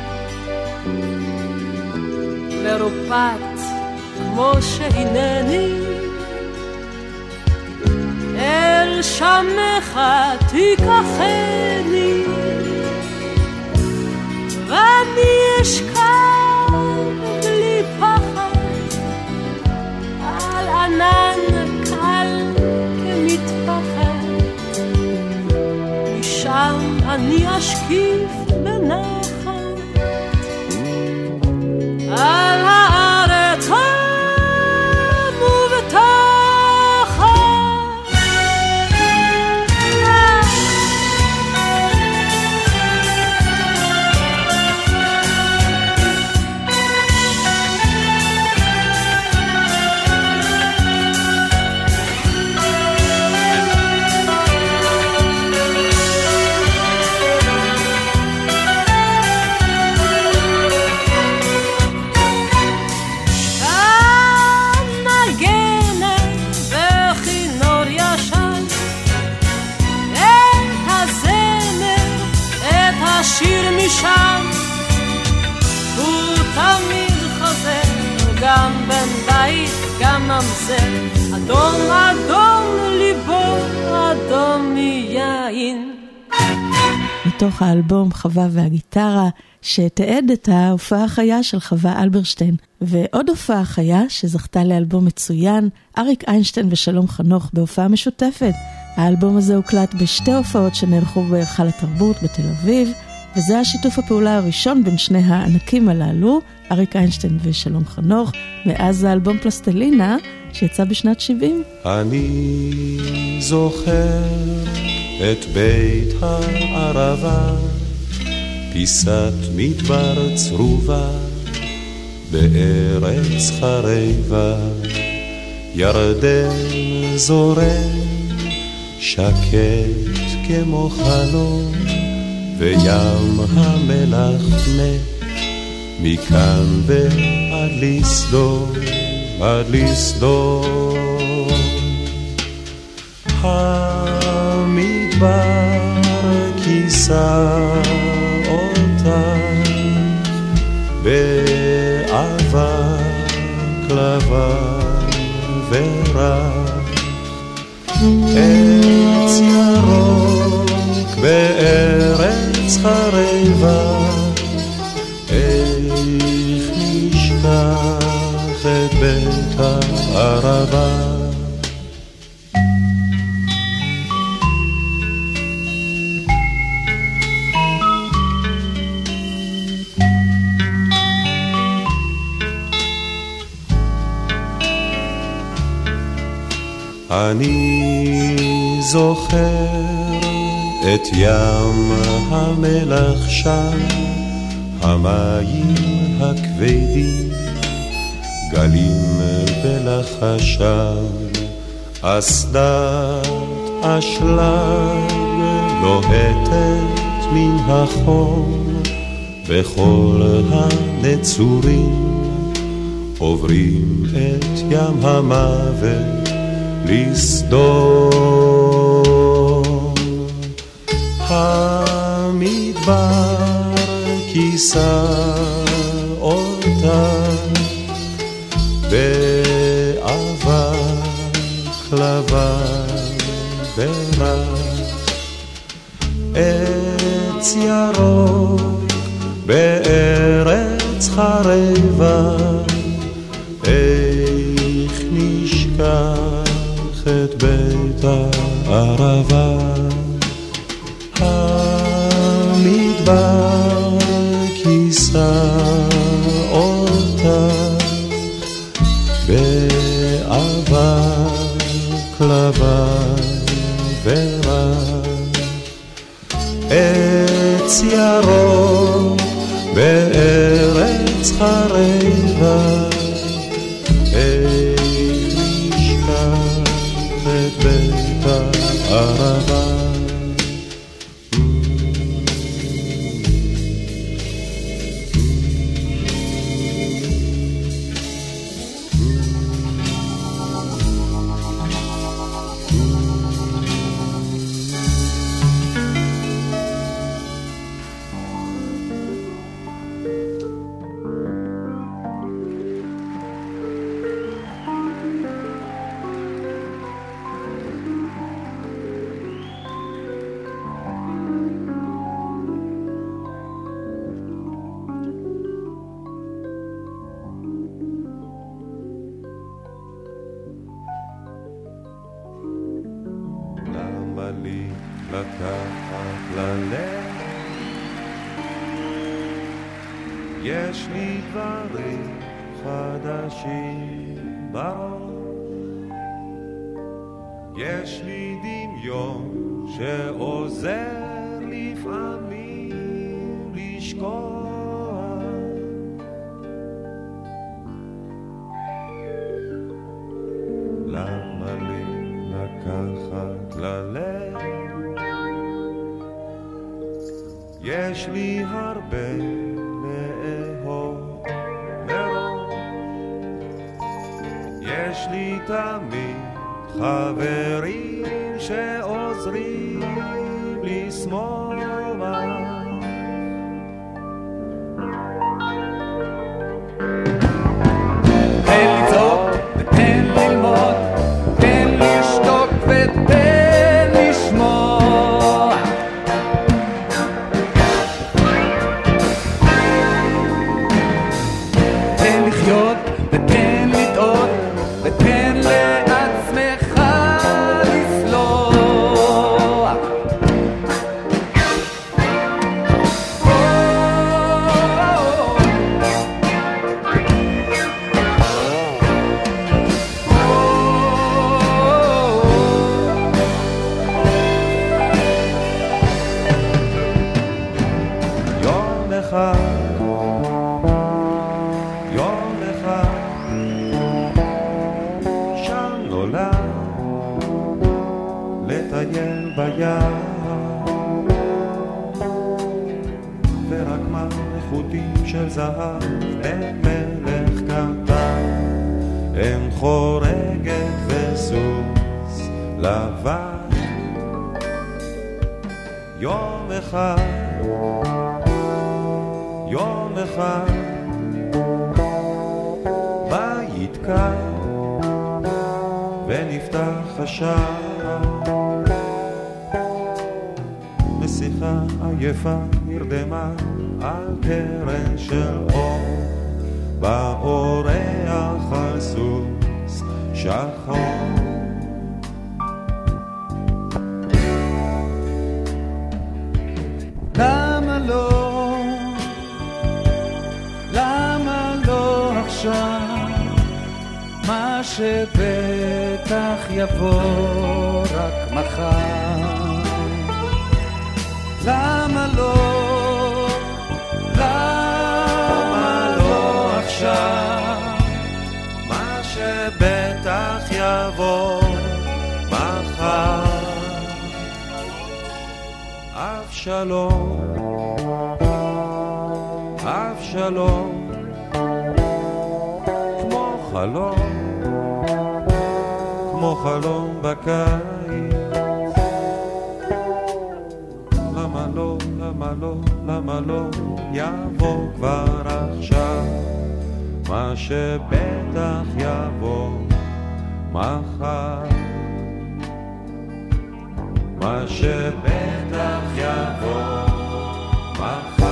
מרופט כמו שהנני, אל שמך תיקחני, ואני אשכב בלי פחד על ענן קל כמטפחת. משם אני אשקיף בנחת על הארץ שם. הוא תמיד חוזר, גם בן בית, גם ממזר. אדום אדום ליבו, אדום מיין. מתוך האלבום חווה והגיטרה, שתעד את ההופעה החיה של חווה אלברשטיין. ועוד הופעה חיה שזכתה לאלבום מצוין, אריק איינשטיין ושלום חנוך בהופעה משותפת. האלבום הזה הוקלט בשתי הופעות שנערכו בהיכל התרבות בתל אביב, וזה השיתוף הפעולה הראשון בין שני הענקים הללו, אריק איינשטיין ושלום חנוך, מאז האלבום פלסטלינה שיצא בשנת שבעים. אני זוכר את בית הערבה, פיסת מדבר צרובה בארץ חריבה, ירדן זורם שקט כמו חלום, וים המלח מת מכאן ועד לסדום, עד לסדום. המדבר כיסה אותך באבק לבן ורח, עץ ירוק בארץ חריבה, איך נשכח את בית הערבה. אני זוכר את ים המלח שם, המים הכבדים, גלים בלחשם, אסדת אשלג לוהטת מן החום, וכל הנצורים עוברים את ים המוות לסדום. המדבר כיסה אותה באבק לבן ורק, עץ ירוק בארץ חרבה, איך נשכח את בית הערבה. המדבר כיסה אותה באבק לבן ורק, עץ ירוק בארץ חרבה, איך נשכח את בית הערבה. יש לי דברים חדשים בראש, יש לי דמיון שעוזר לפעמים לשכוח. למה לי לקחת ללב? יש לי הרבה לאהוב מראש, יש לי תמיד חברים שעוזרים לשמוח. תן לצעוק ותן ללמוד, תן לשתוק ותן לשמוע. תן לחיות ותן לטעות, ותן לעצמך לסלוח. יום אחד, יום אחד, שם נולד לטייל בים, ורק מלכותים של זהב, אין מלך קטן, אין חורגת וסוס לבן. יום אחד, יום אחד, בית קר ונפתח השער, נסיכה עייפה נרדמה על קרן של אור, באורח על סוס שחור. למה לא, למה לא עכשיו, מה שבטח יבוא רק מחר. למה לא, למה לא עכשיו, מה שבטח יבוא מחר. אבשלום השלום כמו חלום, כמו חלום בקיץ. למה לא, למה לא, למה לא יבוא כבר עכשיו מה שבטח יבוא מחר, מה שבטח יבוא מחר.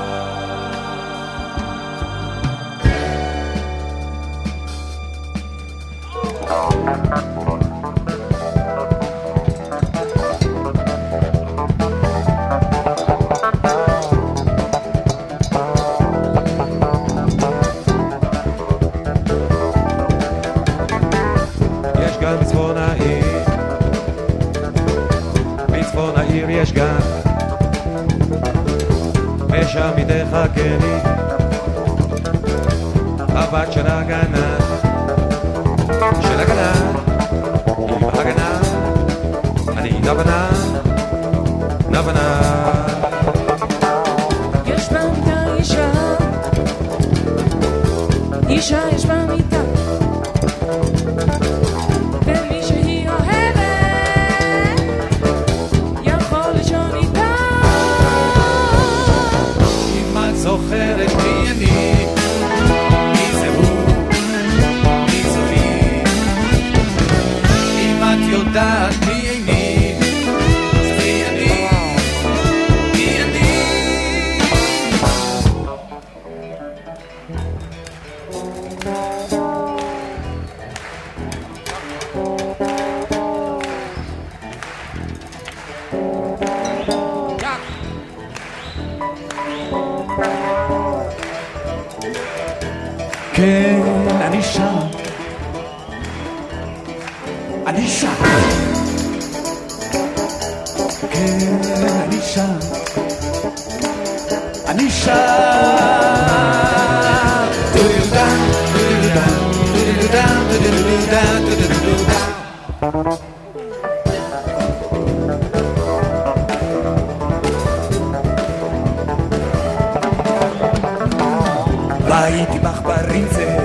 יש גן בצפון העיר, בצפון העיר יש גן, ושם היא תחכני הבת של הגנן, של הגנן, עם הגנן, אני נבנה, נבנה. יש במיטה אישה, אישה יש במיטה, ומי שהיא אוהבת יכול לישון איתה. אם את זוכרת מי אני, מי זה הוא, מי זו היא, אם את יודעת מי איני, אז מי אני, מי אני. כן, אני שם, אני שם, כן, אני שם, אני שם. דו-דו-דה, דו-דו-דה, דו-דו-דה, דו-דו-דה, דו-דו-דה. ראיתי מחברים זה,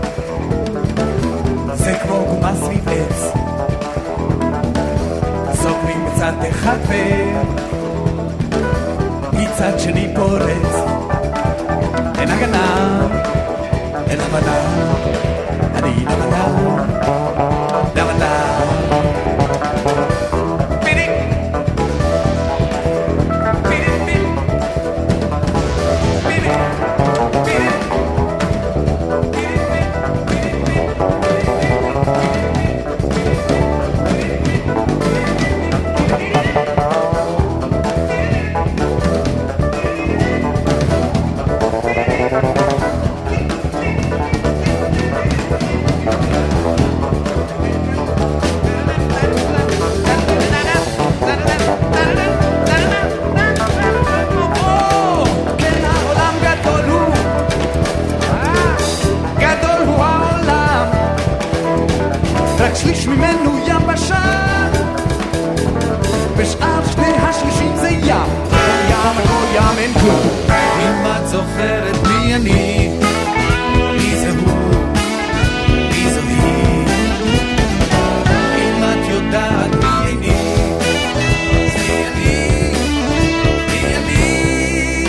זה כמו גומה סביב עץ, סוגרים מצד אחד ומצד שני פורץ, אין הגנה, אין הבנה, אני נבנה, נבנה. בידי בידי בידי בידי שליש ממנו יבשה, ושאר שני השלישים זה ים, ים הכל ים אין כלום. אם את זוכרת מי אני, מי זה הוא, מי זו היא, אם את יודעת מי אני, אז מי אני, מי אני.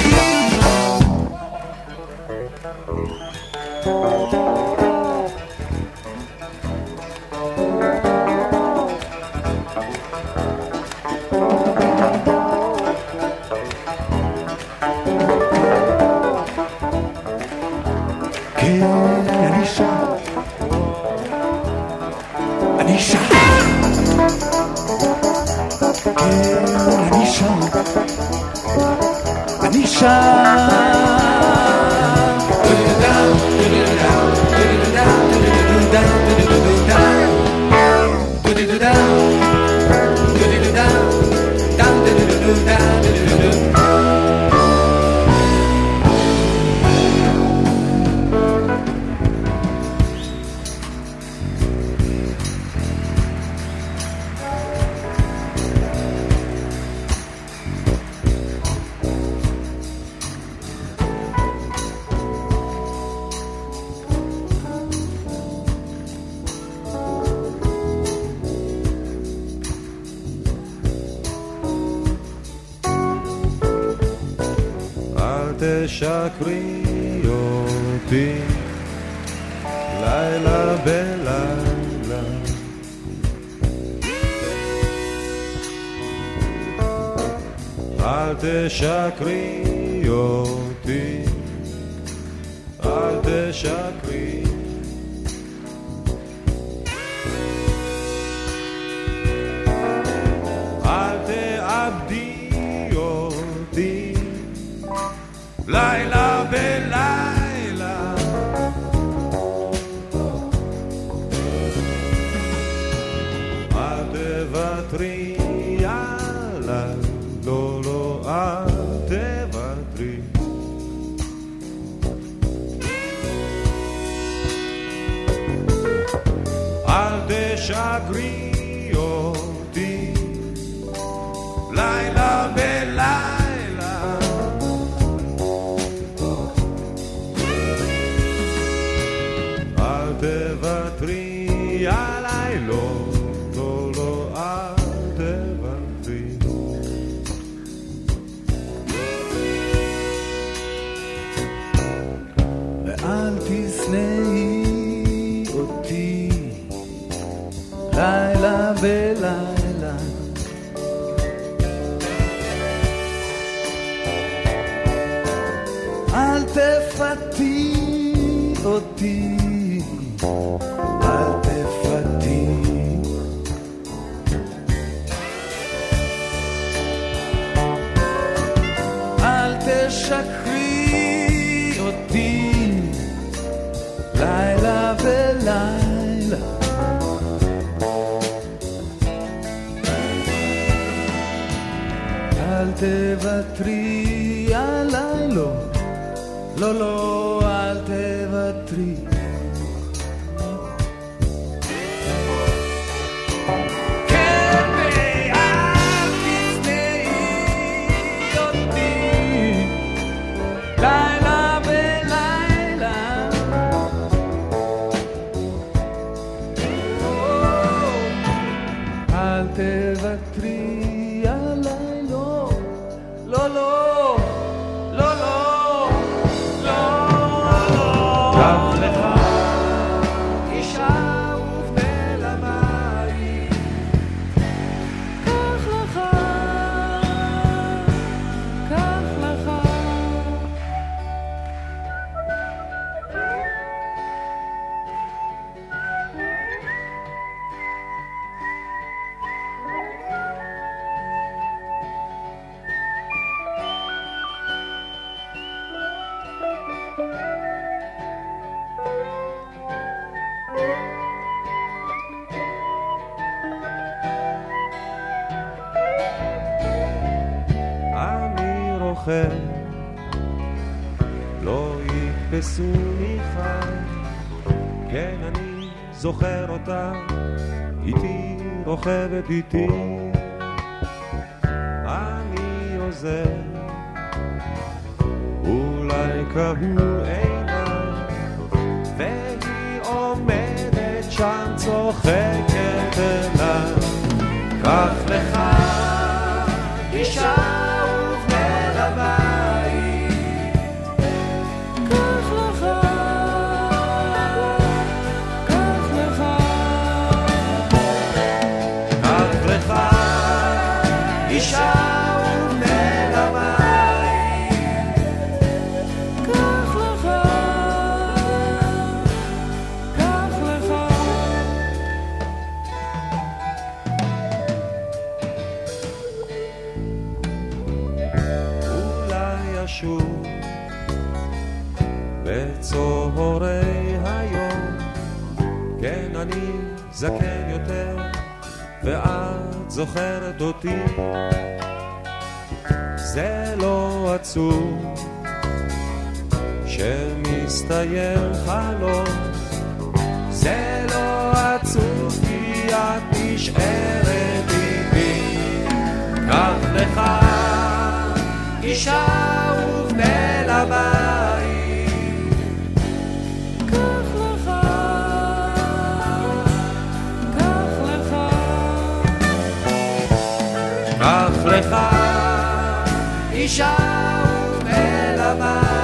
תשקרי אותי לילה בלילה אל תשקרי אותי אל תשקרי אל תאבדי אותי לילה בלילה אל תוותרי עליי לא לא אל תוותרי אל תשקרי אותי לילה בלילה אל תוותרי עליי לא לא לא אל תוותרי ואל תשנאי אותי לילה בלילה אל תפתי אותי אל תפתי אל תשקרי אותי לילה בלילה אל תוותרי עליי לא לא לא אל תוותרי כן ואל תשנאי אותי לילה בלילה אל תוותרי עליי לא לא לא לא לא קח לך אישה ובנה לבית קח לך קח לך לא יקפסוני חי כן אני זוכר אותה איתי רוכבת איתי אני עוזר אולי קהו עיניי והיא עומדת שם צוחקת אליי קח לך אישה בצהרי היום כן אני זקן יותר ואת זוכרת אותי זה לא עצוב שמסתיים חלום זה לא עצוב כי את נשארת איתי קח לך אישה ובנה לבית קח לך אישה ובנה לבית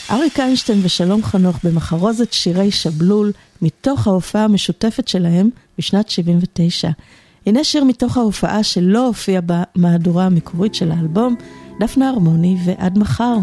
אריק איינשטיין ושלום חנוך במחרוזת שירי שבלול מתוך ההופעה המשותפת שלהם בשנת שבעים ותשע. הנה שיר מתוך ההופעה שלא הופיע במהדורה המקורית של האלבום, דפנה הרמוני ועד מחר.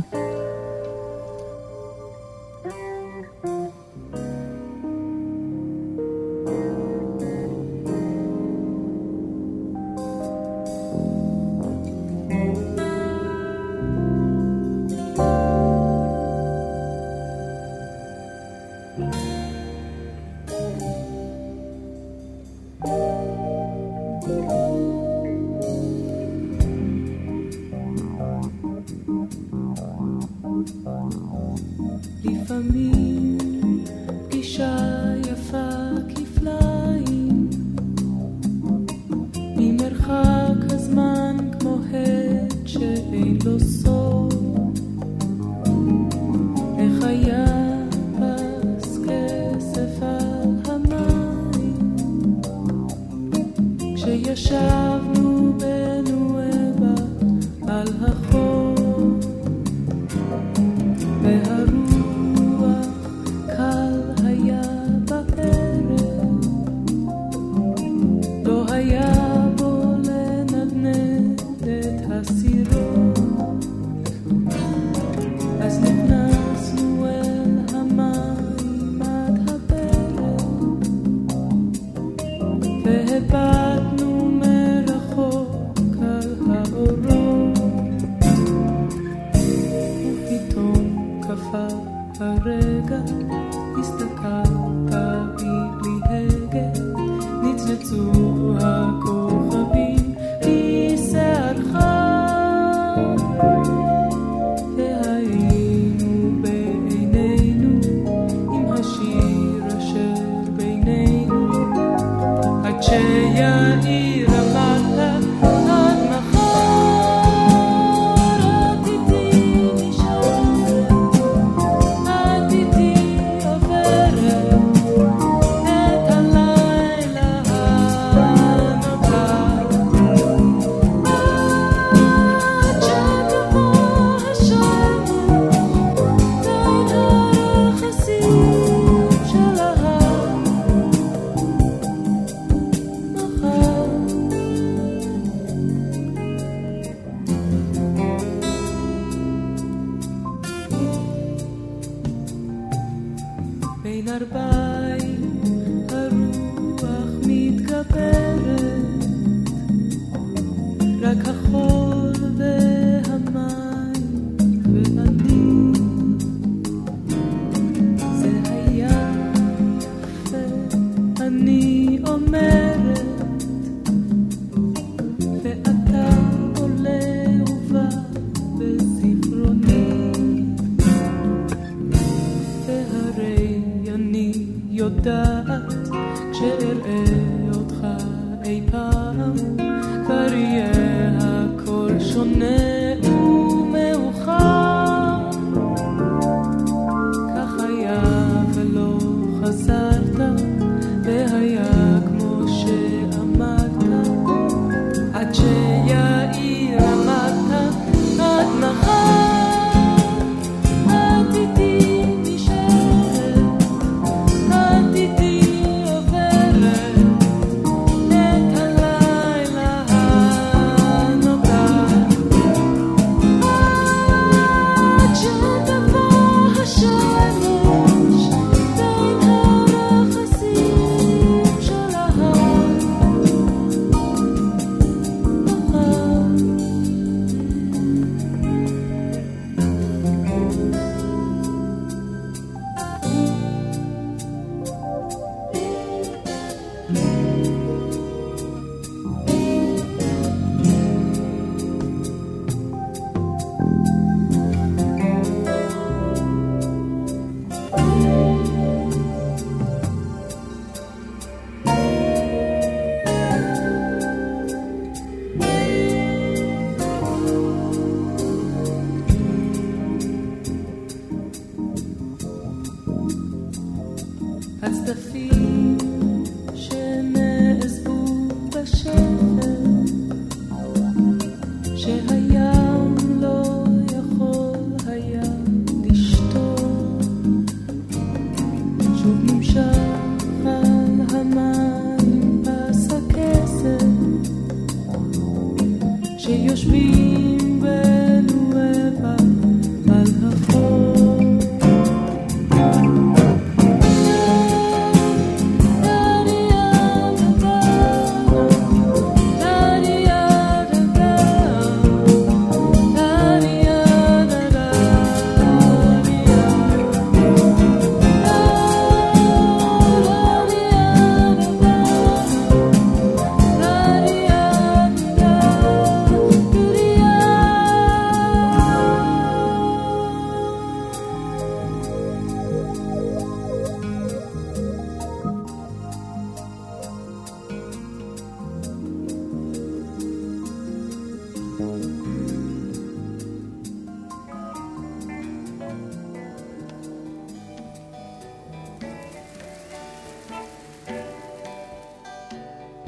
שהים לא יכול היה לשתות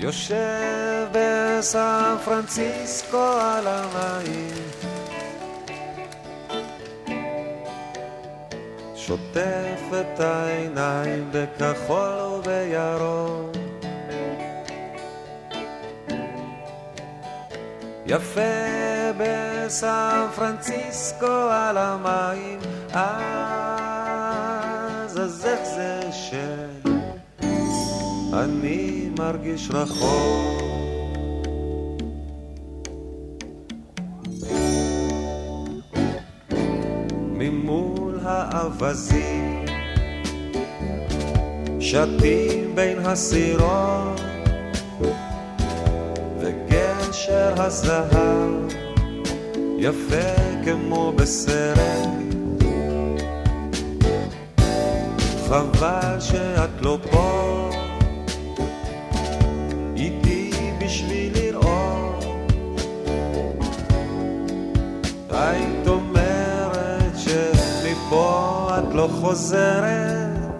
יושב בסן פרנסיסקו על המים, שוטף את העיניים בכחול ובירוק, יפה בסן פרנסיסקו על המים, אז אז איך זה שאני מרגיש רחוק, ממול האבזים שתים בין הסירות וגשר הזהב יפה כמו בסרט, חבל שאת לא פה איתי בשביל לראות, היית אומרת שמפה את לא חוזרת,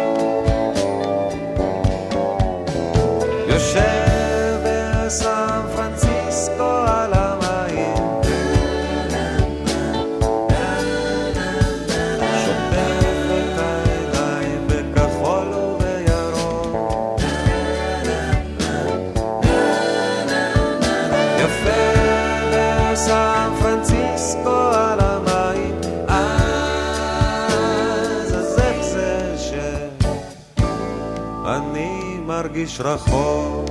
יושב בסן פרנסיסקו על המים, שוטף את העיניים בכחול ובירוק, יפה בסן פרנסיסקו על המים, אז אז איך זה שאני מרגיש רחוק,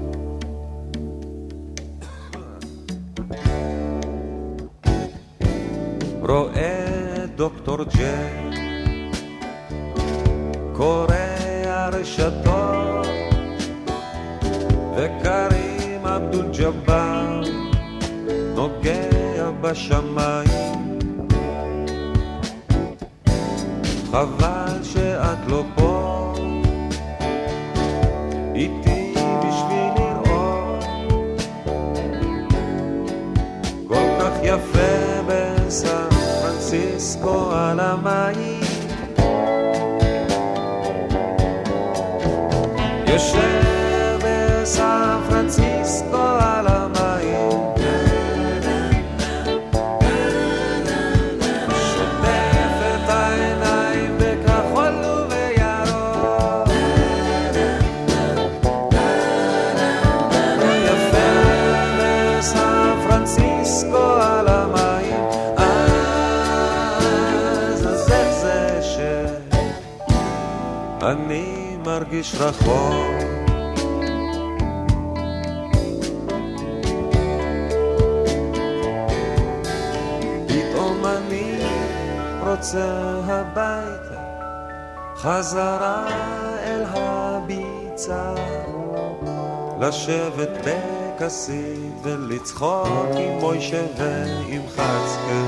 רואה דוקטור ג'ק קורא הרשתות וקרים אבדול ג'בר נוגע בשמיים, חבל שאת לא פה איתי בשביל לראות, כל כך יפה בסן פרנסיסקו על המים, יושב בסן פרנסיסקו על המים, שוטף את העיניים בכחול ובירוק, יפה בסן פרנסיסקו על המים, אז אז איך זה שאני מרגיש רחוק, פתאום אני רוצה הביתה, חזרה אל הביצה, לשבת בכסית ולצחוק עם מוישה ועם חצקה,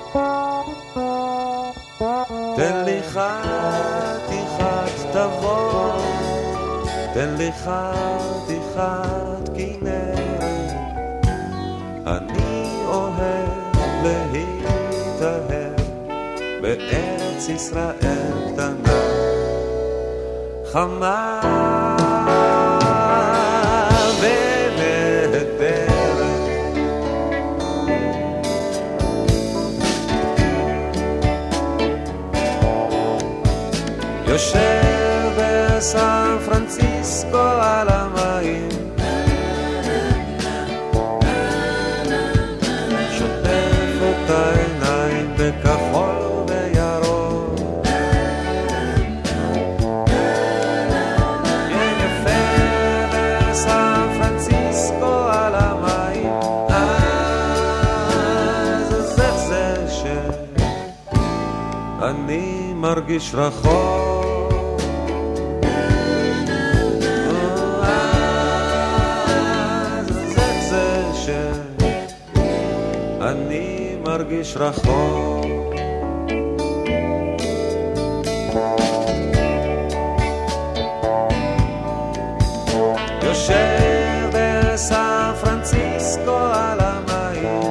תן לי חתיכת תבוא, תן לי חתיכת כנרת, אני אוהב להתאהב בארץ ישראל קטנה, חמה ונהדרת, יושב בסן פרנסיסקו על המים, שוטף את העיניים בכחול ובירוק, יפה בסן פרנסיסקו על המים, אז אז איך זה שאני מרגיש רחוק, אני מרגיש רחוק, יושב בסן פרנסיסקו על המים,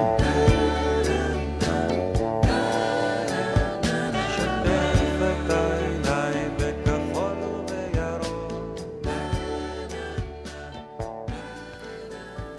שוטף את העיניים בכחול ובירוק,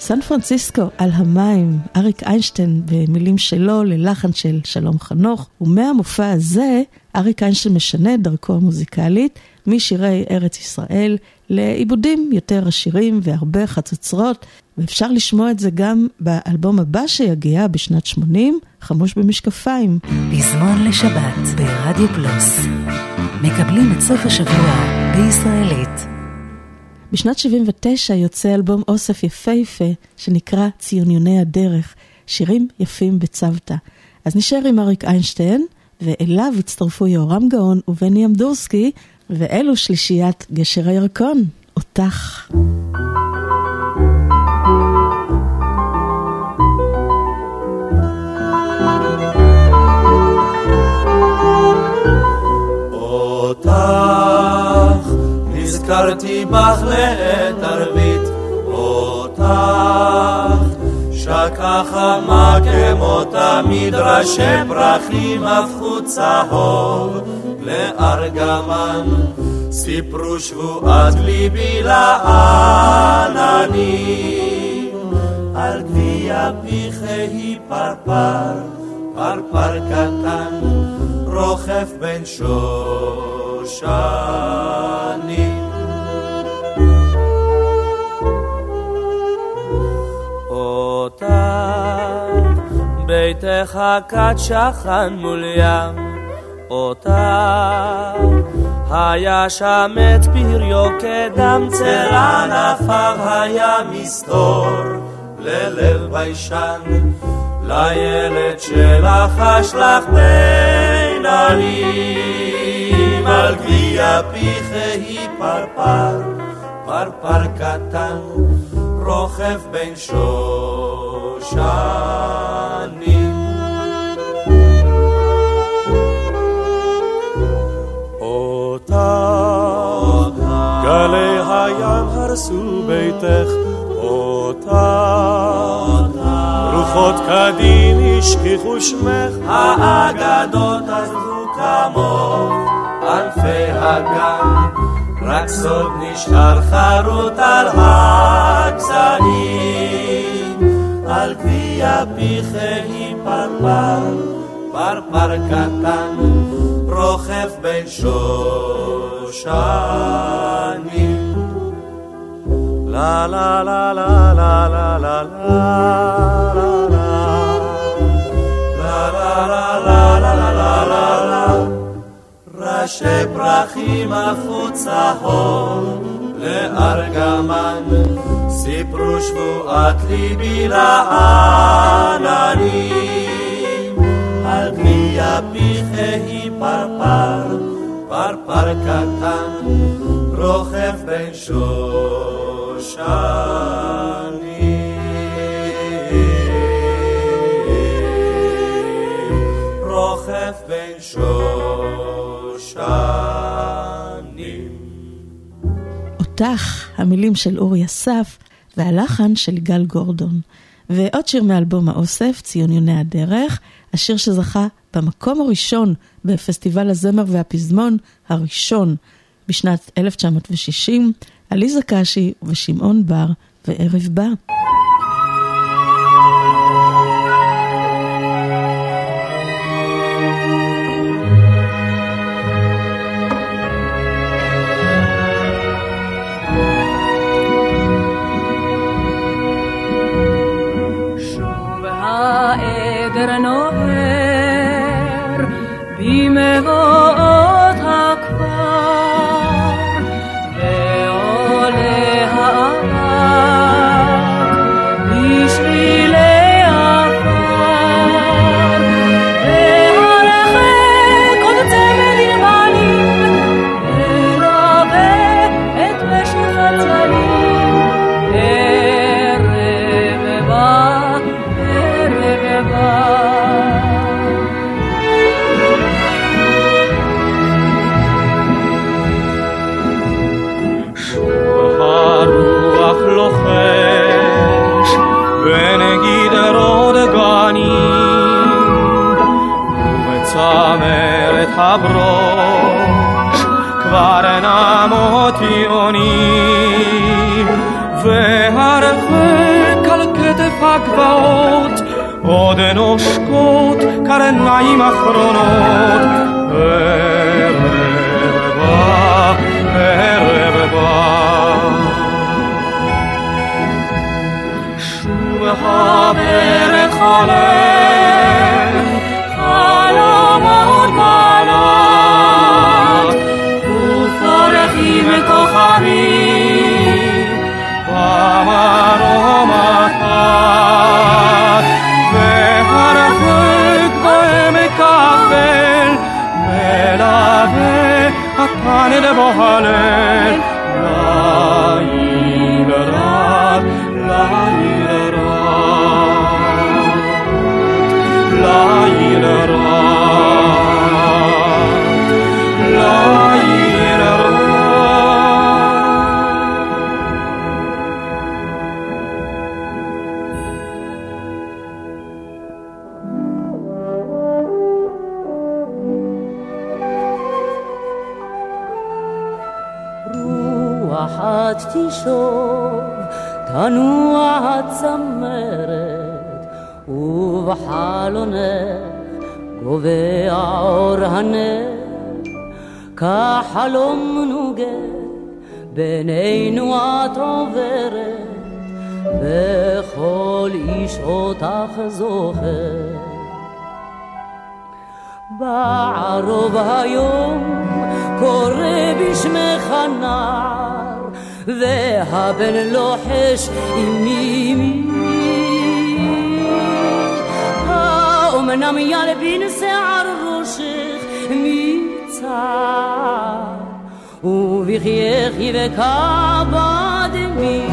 סן פרנסיסקו על המים, אריק איינשטיין במילים שלו ללחן של שלום חנוך, ומהמופע הזה אריק איינשטיין משנה את דרכו המוזיקלית משירי ארץ ישראל לעיבודים יותר עשירים והרבה חצוצרות, ואפשר לשמוע את זה גם באלבום הבא שיגיע בשנת שמונים, חמוש במשקפיים. פזמון לשבת ברדיו פלוס. מקבלים את סוף השבוע בישראלית. בשנת שבעים ותשע יוצא אלבום אוסף יפהפה שנקרא ציוניוני הדרך, שירים יפים בצוותא. אז נשאר עם אריק איינשטיין, ואליו הצטרפו יורם גאון ובני אמדורסקי, ואלו שלישיית גשר הירקון, אותך. אותך נזכרתי בך לעת ערבית, אותך שקה חמה כמו תמיד, ראשי פרחים הפכו צהוב לארגמן, סיפרו שבועת ליבי לעננים, על גביע פיחי פרפר, פרפר קטן רוחף בין שושנים. אותך ביתך כת שכן מול ים, אותך היה שם את פריו כדם, צלע נפב היה מסתור ללב ביישן, לילד שלך אשלח בין עלים, על גביע פיחי פרפר, פרפר קטן רוחף בין שושנים. אותך גלי הים הרסו ביתך, אותך רוחות קדים השכיחו שמך, האגדות עזבו כמוך ענפי הגן, רק סוד נשאר חרוט על הגזעים, על גביע פיחי פרפר, פרפר קטן רוחף בין שושנים. לה לה לה לה לה לה לה לה, ראשי פרחים הפכו צהוב לארגמן, סיפרו שבועת ליבי לעננים, על גביע פיחי פרפר, פרפר קטן רוחף בין שושנים, רוחף בין שושנים. אותך, המילים של אורי אסף והלחן של גל גורדון. ועוד שיר מאלבום האוסף, ציוניוני הדרך, השיר שזכה במקום הראשון בפסטיבל הזמר והפזמון הראשון בשנת אלף תשע מאות ושישים, עליזה קשי ושמעון בר וערב בא. שוב העדר נוהר במבואות הכפר, ועולה האבק בשבילי עפר, והרחק עוד צמד ימנים מלווה את משך הצלים. ערב בא, ערב בא, לוחש ונגיד רודגנים, ובצמרת הברוש כבר נמות יונים, והרחק על כתף הגבעות, עוד נושקות קרניים אחרונות. ערב בא, ערב בא, שוב הברך עולה, חלומות בלט, ופורחים כוכבים במרום התת, והרחק בעמק האפל מלווה התנד בו הלל. ליל רד, ליל רד, ליל רד, ליל רד. רוח תשוב, תנוע הצמרת, ובחלונך גובע אור הנר, כחלום נוגה בינינו את עוברת, וכל איש אותך זוכר. בערוב היום קורא בשמך נער, והבן לוחש אמי אמי. האומנם ילבין שיער ראשך מצער, ובחייך יבקע בדמי.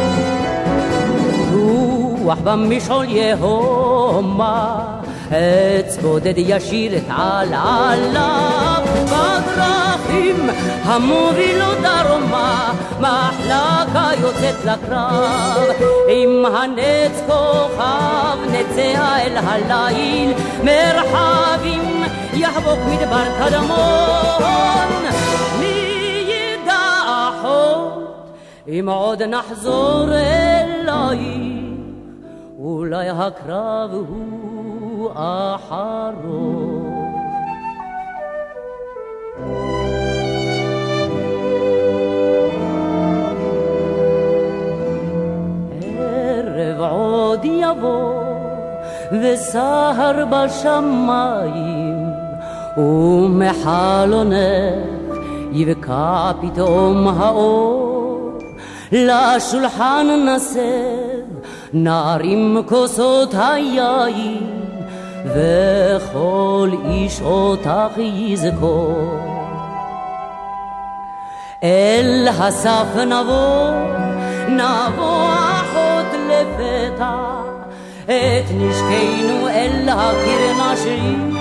רוח במשעול יהומה, עץ בודד ישיר את עלעליו, בדרכים המובילות דרומה, מחלקה יוצאת לקרב. עם הנץ כוכב נצא אל הליל, מרחבים יחבוק מדבר קדמון. מי ידע אחות אם עוד נחזור אלייך, אולי הקרב הוא אחרון. ערב עוד יבוא וסהר בשמיים, ומחלונך יבקע פתאום האור. לשולחן נסב נערים כוסות היין, וכל איש אותך יזכור. אל הסף נבוא, נבוא אחות לפתע, את נשקנו אל הקיר נשרין.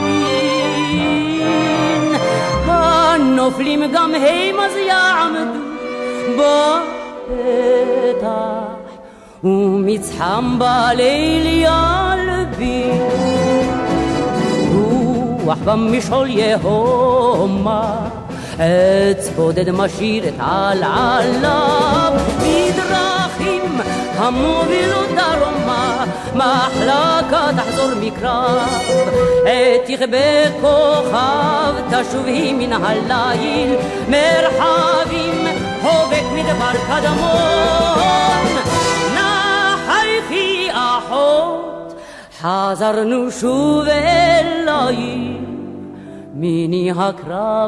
הנופלים גם הם אז יעמדו בפתח, ומצחם בליל ילבין. רוח במשעול יהומה, עץ בודד משאיר את עלעליו, בדרכים המובילות דרומה, מחלקה תחזור מקרב. עת יכבה כוכב תשוב היא מן הליל, מרחבים הובק מדבר קדמון. נחייכי אחות, חזרנו שוב אלייך, מיני הקרב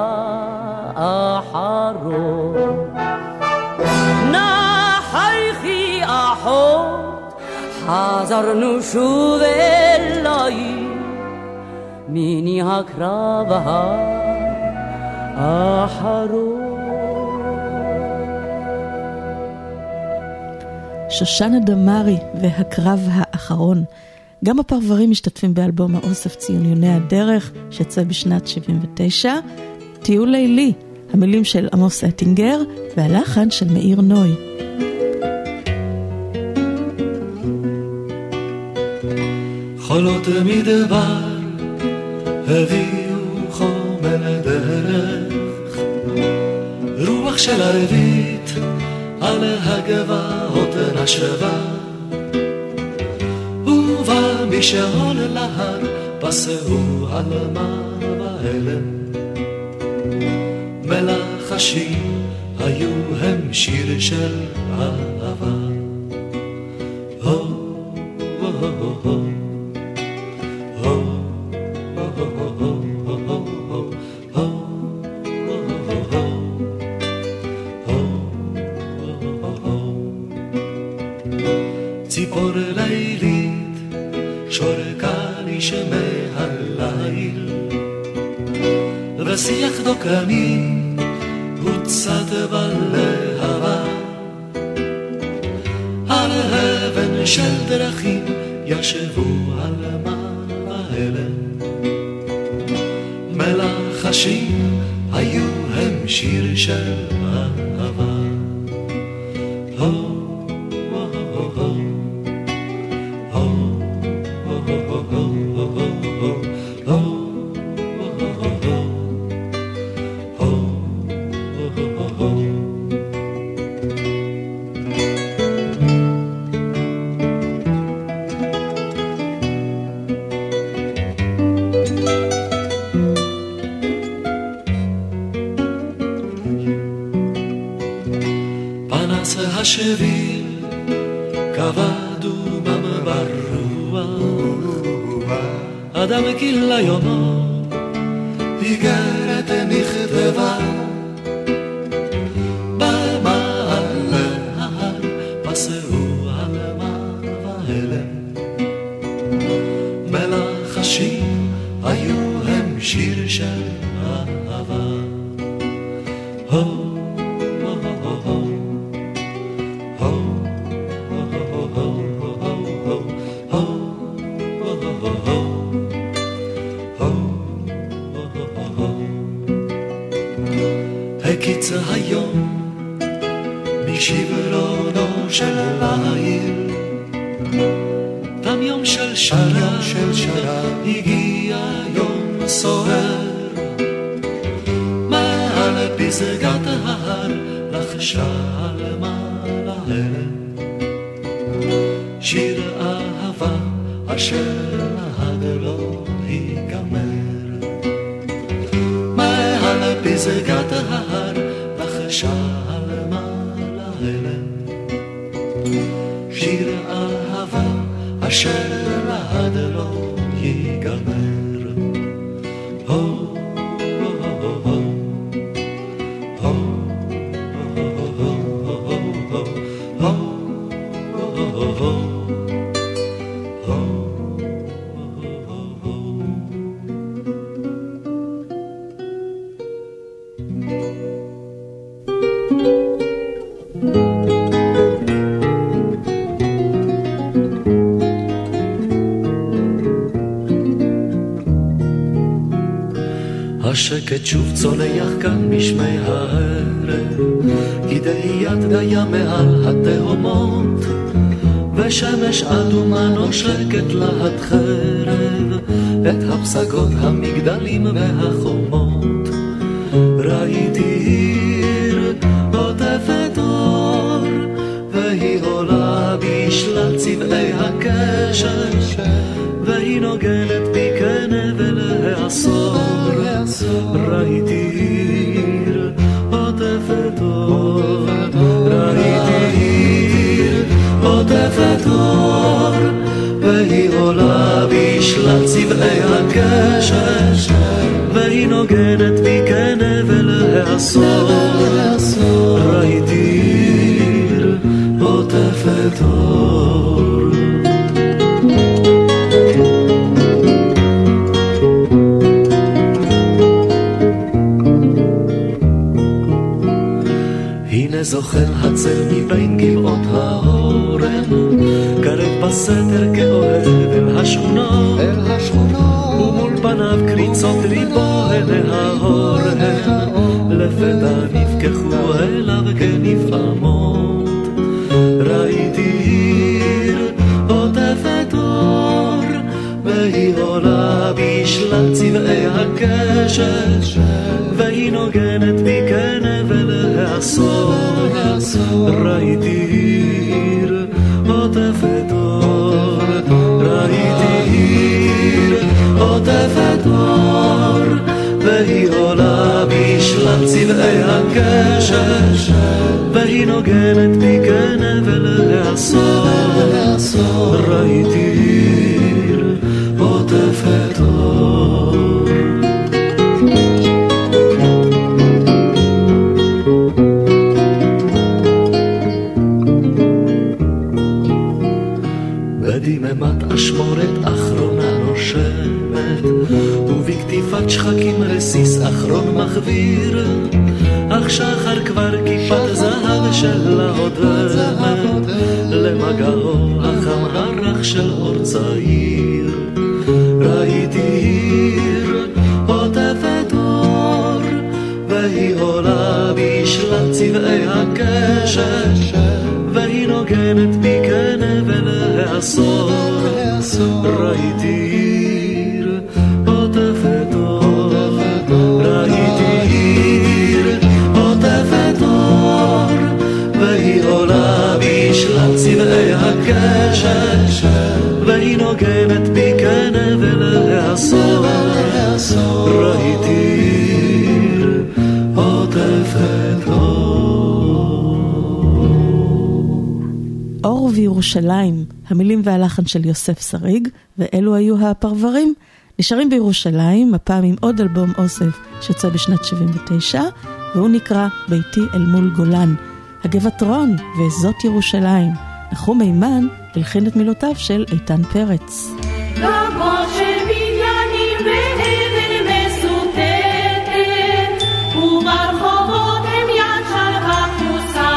האחרון. נחייכי אחות, חזרנו שוב אלייך, מיני הקרב האחרון. שושנה דמארי והקרב האחרון. גם הפרברים משתתפים באלבום האוסף ציוניוני הדרך שיצא בשנת שבעים ותשע. טיול לילי, המילים של עמוס אטינגר והלחן של מאיר נוי. חולות מדבר הביאו חומר דרך, רוח של ערבית על הגבעות נשבה, כשעול להר פסעו עלמה ואלם מלחשים היו הם שיר של אהבה הו הו הו הו ציפור לילית שורקה לי שמי הליל ושיח דוקרני הוצת בלהבה על אבן של דרכים ישבו על מה ואלם מלחשים היו הם שיר של אהבה הו השביל קבע דומם ברוח אדם גילה יומו איגרת נכתבה במעל ההר פסעו על מה ואלם מלחשים היו הם שיר של אהבה הו הקיץ היום משברונו של ליל תם יום של שרה הגיע יום סוער מעל פסגת ההר לחשה על מעלהלם שיר אהבה אשר לעד לא ייגמר מעל פסגת ההר לחשה על מעלהלם שיר אהבה אשר לעד לא ייגמר הו השקט שוב צונח כאן משמי הערב כדאיית דיה מעל התהומות ושמש אדומה נושקת להט חרב את הפסגות המגדלים והחומות ראיתי עיר עוטפת אור והיא עולה בשלל צבעי הקשת והיא נוגנת בי כנבל העשור ראיתי עיר עוטפת אור ראיתי עיר עוטפת אור והיא עולה בשלל צבעי הקשת והיא נוגנת בי כנבל העשור ראיתי עיר עוטפת אור זוכר הצל מבין גבעות האורן קרב בסתר כאוהב אל השכונות ומול פניו קריצות ליבו אל ההורן לפתע נפקחו אליו כנפעמות ראיתי עיר עוטפת אור והיא עולה בשלל צבעי הקשת והיא נוגנת בי כנבל העשור ראיתי עיר עוטפת אור ראיתי והיא עולה בשלב צבעי הקשת, והיא נוגנת בי כנבל העשור. ראיתי עיר עוטפת אור. בדממת אשמורת אחרונה נושמת, ובכתיפת שחקים רסיס אחרון מחביר, אך שחר כבר כיפת זהב שלה עודמת, למגעו החם הרך של אור צעיר. ראיתי עיר עוטפת אור, והיא עולה בשלב צבעי הקשת, והיא נוגנת בי כנבל העשור. ראיתי עיר עוטפת אור, ראיתי עיר עוטפת אור, והיא עולה בשלב צבעי הקשת, והיא נוגנת בי כנבל העשור. ראיתי עיר עוטפת אור וירושלים, המילים והלחן של יוסף שריג, ואלו היו הפרברים. נשארים בירושלים, הפעם עם עוד אלבום אוסף שיצא בשנת שבעים ותשע, והוא נקרא ביתי אל מול גולן. הגבעת רון וזאת ירושלים. נחום מימן הלחין את מילותיו של איתן פרץ. גגות של בניינים ואבן מסותתת, וברחובות הם יד שלווה כמוסה,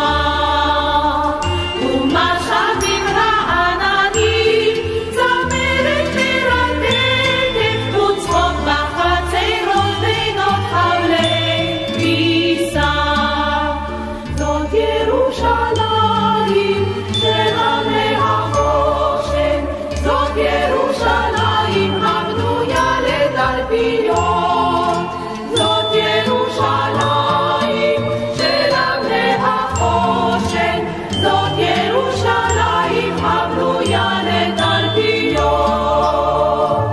ומשאבים רעננים, זמרת מרתקת, וצחוק בחצרות בינות חבלי כביסה. זאת ירושלים של עמי החושן, זאת ירושלים הבנויה לתלפיות, זאת ירושלים של עמי החושן, זאת ירושלים הבנויה לתלפיות.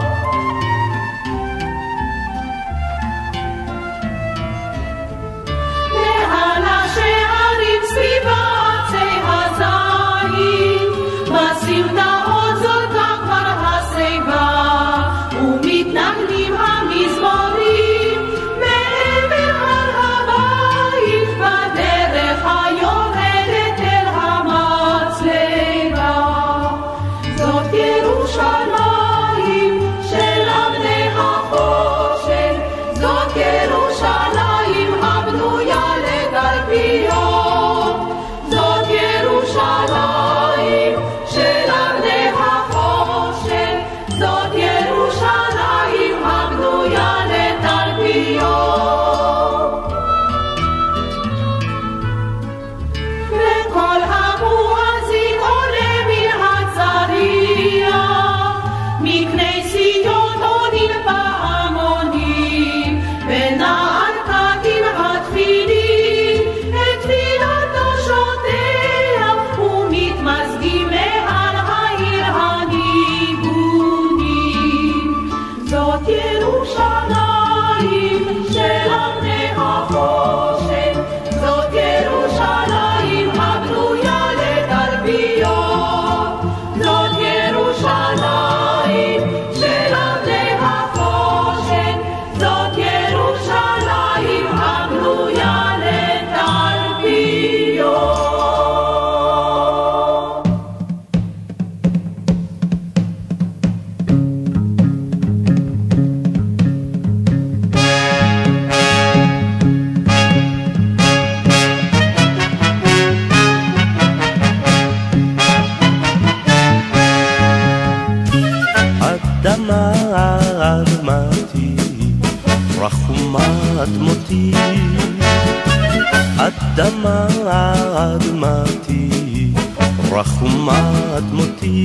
מעלה שערים סביבה עצי הזית, בסמטאות זורקה כבר השיבה, ומתנגנים המזמורים מעבר על הבית, בדרך היורדת אל המצלבה. זאת ירושלים של אבני החושן, זאת ירושלים הבנויה לתלפיות, זאת ירושלים של אבני החושן, זאת ירושלים הבנויה לתלפיות. וכל המואזין עולה מן הצריח, מכנסיות עונים פעמונים, ונען קדים התפילין, את תפילתו שוטח, ומתמזגים מעל העיר הניגונים. זאת ירושלים של אבני החושן, זאת ירושלים הבנויה לתלפיות, זאת ירושלים של אבני החושן, זאת ירושלים הבנויה לתלפיות. אדמה אדמתי, רחומת מותי, אדמה אדמתי, רחומת מותי.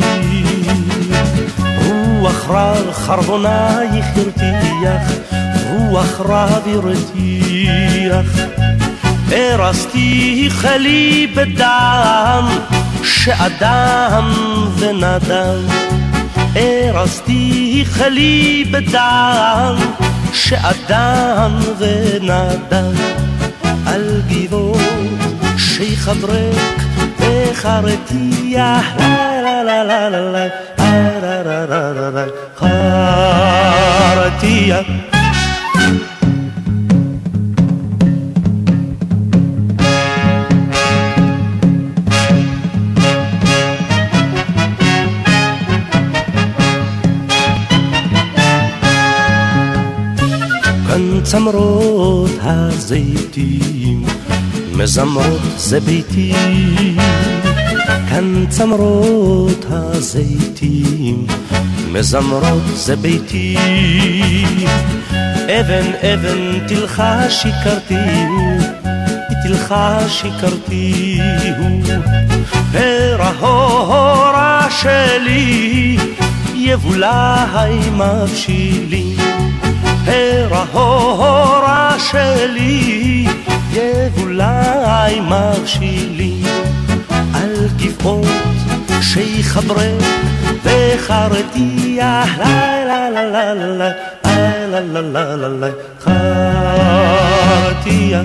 רוח רב חרבונייך הרתיח, רוח רב הרתיח. הרסתי חלי בדם, שאדם ונדם. הרסתי חלי בדם, שאדם ונדל על גבעות שיחברק וחרתיה לה לה לה לה לה לה לה לה לה לה חרתיה צמרות הזיתים מזמרות זה ביתי כאן צמרות הזיתים מזמרות זה ביתי אבן אבן תלכה שיקרתי תלכה שיקרתי הרהורה שלי יבולה מבשילים הרהורה שלי יבולי מבשילים על גבעות שיחברק וחרתיה לה לה לה לה לה לה לה לה לה לה חרתיה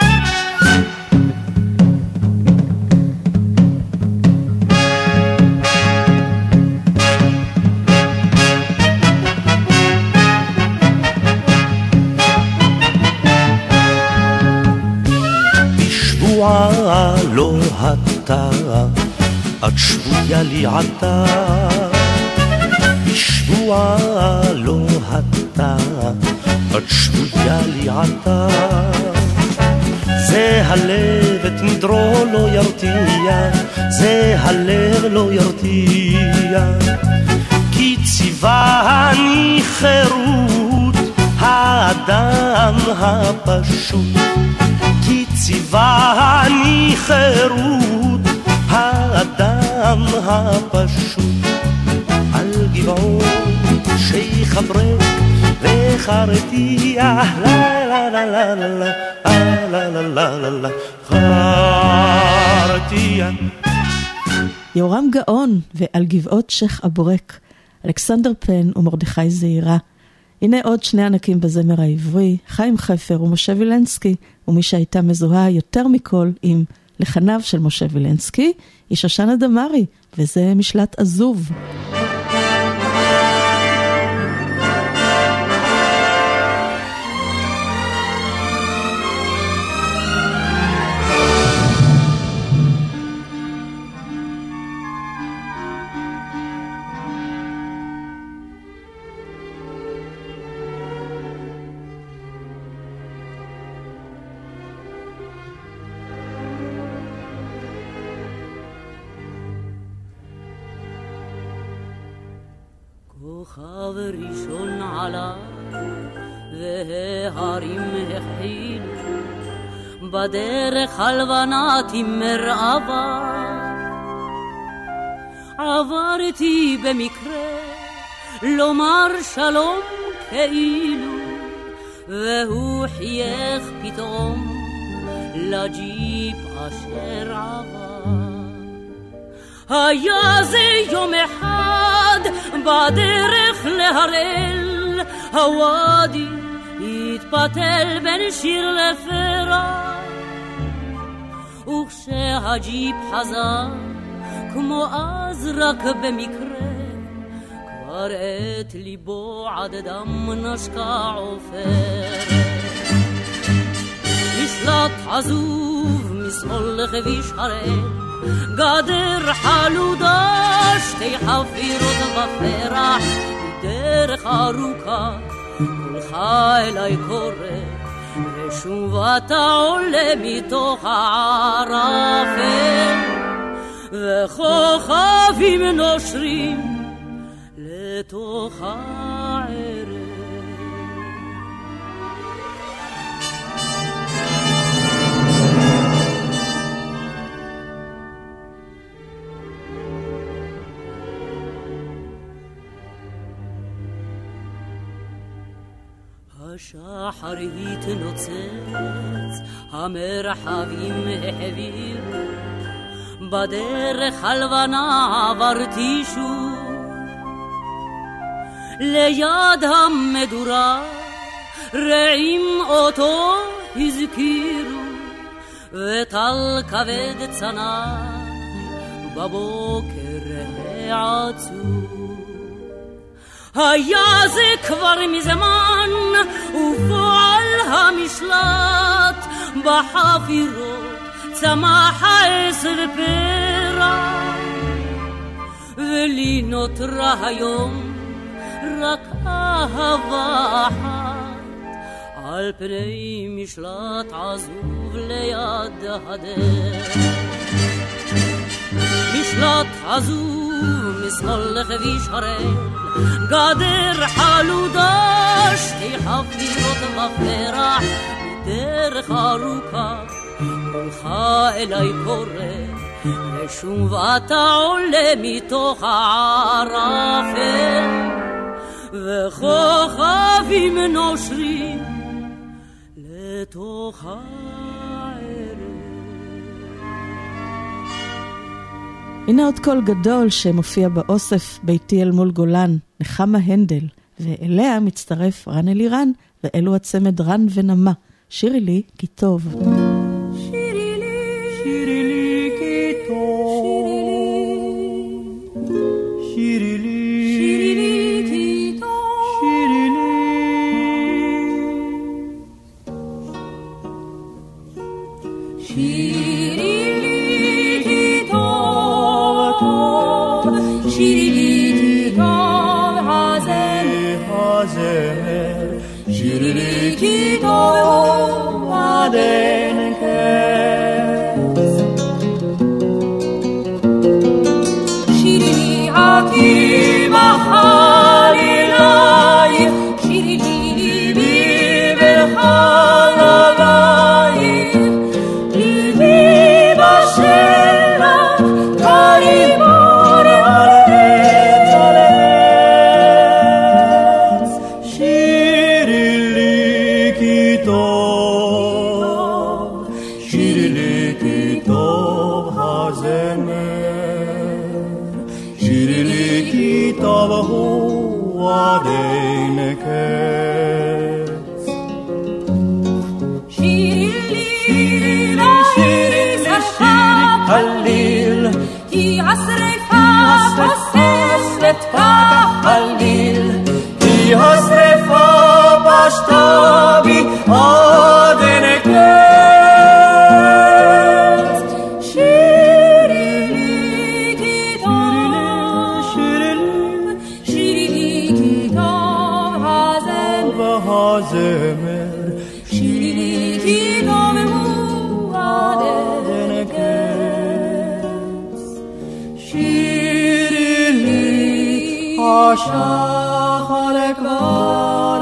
לא אתה, את שבויה לי עתה בשבועה לא אתה, את שבויה לי עתה זה הלב את נדרו לא ירתיע זה הלב לא ירתיע כי ציווני חירות האדם הפשוט ציווני חירות האדם הפשוט על גבעות שיחברק וחרתיה לה לה לה לה לה לה לה לה לה לה חרתיה יורם גאון ועל גבעות שייח אבורק אלכסנדר פן ומרדכי זעירה. הנה עוד שני ענקים בזמר העברי, חיים חפר ומשה וילנסקי, ומי שהייתה מזוהה יותר מכל עם לחניו של משה וילנסקי, היא שושנה דמארי, וזה משלט עזוב. כוכב ראשון עלה וההרים החילו בדרך הלבנה תימר עבר עברתי במקרה לומר שלום כאילו והוא חייך פתאום לג'יפ אשר עבר היה זה יום אחד בדרך להראל הוואדי התפתל בין שיר לפרח וכשהג'יפ חזר כמו אז רק במקרה כבר את ליבו עד דם נשקע עופר משלט עזוב משמאל לכביש הראל גדר חלודה שתי חפירות בפרח דרך ארוכה כולך אליי קורא ושוב אתה עולה מתוך הערפל וכוכבים נושרים לתוך הערב השחר התנוצץ, המרחבים העבירו, בדרך הלבנה עברתי שוב, ליד המדורה רעים אותו הזכירו וטל כבד צנע בבוקר העצו. היה זה כבר מזמן ופועל המשלט בחפירות צמח העץ ופרח ולי נותרה היום רק אהבה אחת על פני משלט עזוב ליד הדרך. משלט עזוב משמאל לכביש הראל גדר חלודה שתי חפירות בפרח מדרך ארוכה קולך אליי קורא ושוב אתה עולה מתוך הערפל וכוכבים נושרים לתוך הערב. הנה עוד קול גדול שמופיע באוסף ביתי אל מול גולן, נחמה הנדל, ואליה מצטרף רן אלירן, ואלו הצמד רן ונמה. שירי לי כי טוב. שירי לי, שירי לי כי טוב. שירי לי, שירי לי כי טוב. שירי לי. שירי לי כי טוב. שירי לי כי טוב הזמר. הזמר. שירי לי כי טוב עדן כס. שירי לי עקי בחלילייך. שירי לי ליבי בחללייך. ליבי בשלח קרימון על עץ על עץ. שירי לי כי טוב. שירי לי כי טוב הזמר. שירי לי כי טוב הוא עדן קץ. שירי לי שירי חליל כי השרפה פוססת כחליל כי השרפה פשטה בי עדן קץ. שירי לי כי טוב. שירי לי כי טוב הזמר. שירי לי כי טוב הוא עדן קץ. שירי לי השחר כבר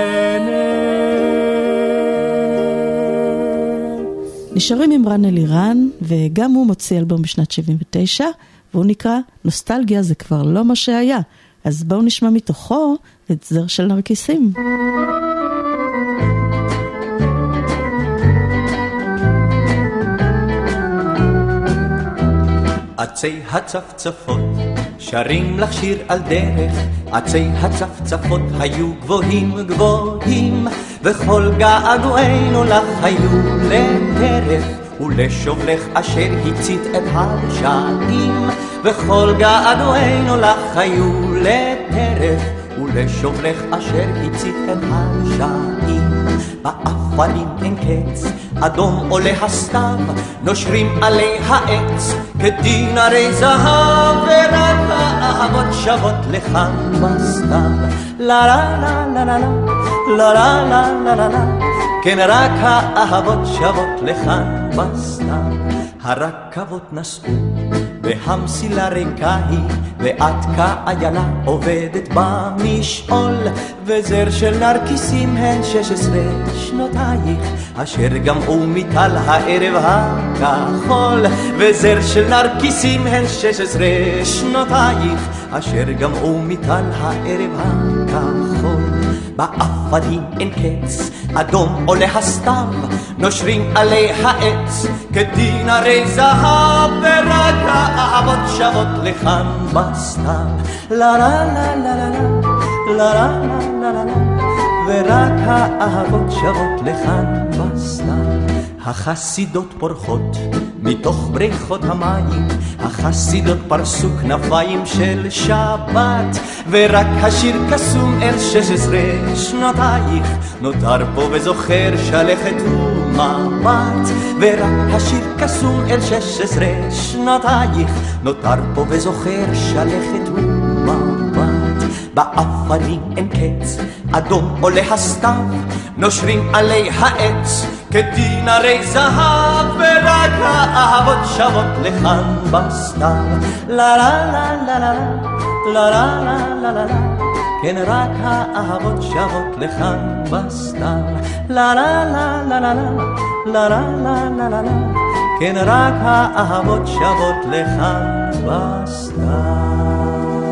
הנץ. נשארים עם רן אלירן, וגם הוא מוציא אלבום בשנת שבעים ותשע, והוא נקרא נוסטלגיה זה כבר לא מה שהיה. אז בואו נשמע מתוכו את זר של נרקיסים. עצי הצפצפות שרים לך שיר על דרך. עצי הצפצפות היו גבוהים גבוהים וכל געגועינו לך היו לטרף ולשובלך אשר הצית את השעים. וכל געגועינו לך היו לטרף ולשובלך אשר הצית את השעים. באפלים אין קץ, אדום עולה הסתיו, נושרים עלי העץ כדין הרי זהב, ורק האהבות שוות לכאן בסתיו. לה לה לה לה לה לה לה לה לה לה לה, כן רק האהבות שוות לכאן בסתיו. הרכבות נסעו והמסילה ריקה היא, ואת כאיילה עובדת במשעול, וזר של נרקיסים הן שש עשרה שנותייך, אשר גמעו מטל הערב הכחול. וזר של נרקיסים הן שש עשרה שנותייך, אשר גמעו מטל הערב הכחול. באפלים אין קץ, אדום עולה הסתיו, נושרים עלי העץ כדין הרי זהב, ורק האהבות שוות לכאן בסתיו. לה לה לה לה לה לה לה לה לה לה, ורק האהבות שבות לכאן בסתיו. החסידות פורחות מתוך בריכות המים, החסידות פרסו כנפיים של שבת, ורק השיר קסום אל שש עשרה שנותייך נותר פה וזוכר שלכת ומבט, ורק השיר קסום אל שש עשרה שנותייך נותר פה וזוכר שלכת ומבט. באפנים אין קץ, אדום עולה הסתיו, נושרים עלי העץ כדינרי זהב, ורק האהבות שבות לכאן בסתיו. לה לה לה לה לה לה לה לה לה לה, כן רק האהבות שבות לכאן בסתיו. לה לה לה לה לה לה לה לה לה לה לה, כן רק האהבות שבות לכאן בסתיו.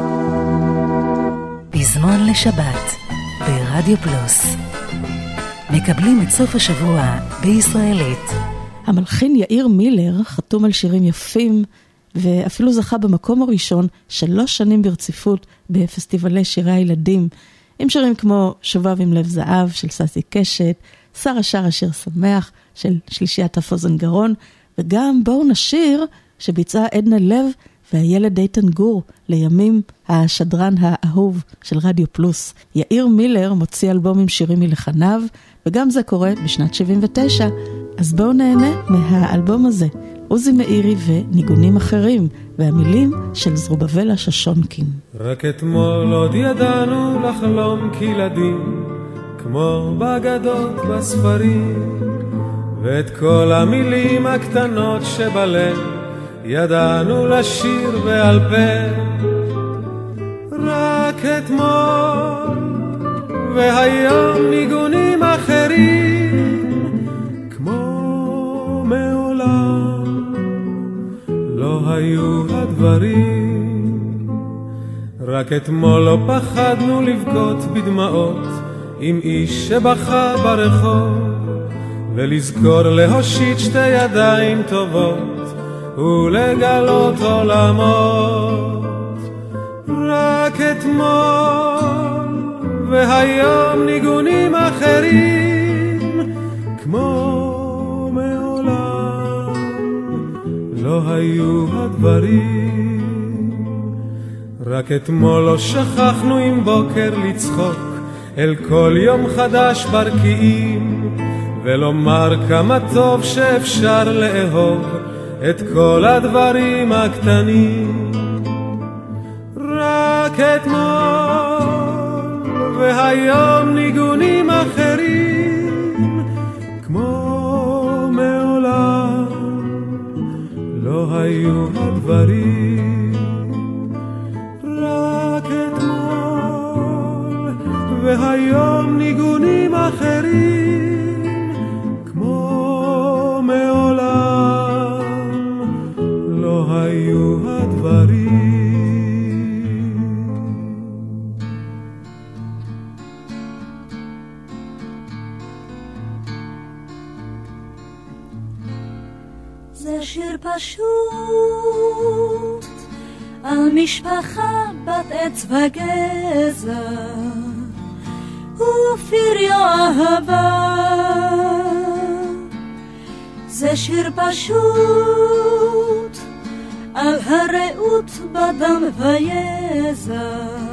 פזמון לשבת ברדיו פלוס. מקבלים את סוף השבוע בישראלית. המלחין יאיר מילר חתום על שירים יפים, ואפילו זכה במקום הראשון שלוש שנים ברציפות בפסטיבלי שירי הילדים, עם שירים כמו שובב עם לב זהב של ססי קשת, שרה שרה שיר שמח של שלישיית הפוזן גרון, וגם בואו נשיר שביצעה עדנה לב והילד איתן גור, לימים השדרן האהוב של רדיו פלוס. יאיר מילר מוציא אלבום עם שירים מלחניו, וגם זה קורה בשנת שבעים ותשע. אז בואו נהנה מהאלבום הזה, עוזי מאירי וניגונים אחרים, והמילים של זרובבל ששונקין. רק אתמול עוד ידענו לחלום כילדים, כמו בגדות בספרים, ואת כל המילים הקטנות שבלב ידענו לשיר בעל פה. רק אתמול והיום ניגונים אחרים, כמו מעולם לא היו הדברים. רק אתמול לא פחדנו לבכות בדמעות עם איש שבכה ברחוב, ולזכור להושיט שתי ידיים טובות ולגלות עולמות. רק אתמול והיום ניגונים אחרים, כמו מעולם לא היו הדברים. רק אתמול לא שכחנו עם בוקר לצחוק אל כל יום חדש ברקיעים, ולומר כמה טוב שאפשר לאהוב את כל הדברים הקטנים. רק אתמול והיום ניגונים אחרים, כמו מעולם לא היו הדברים. רק אתמול והיום ניגונים אחרים, כמו מעולם לא היו הדברים. זה שיר פשוט על משפחה בת עץ וגזע ופריו אהבה. זה שיר פשוט על הרעות בדם ויזע,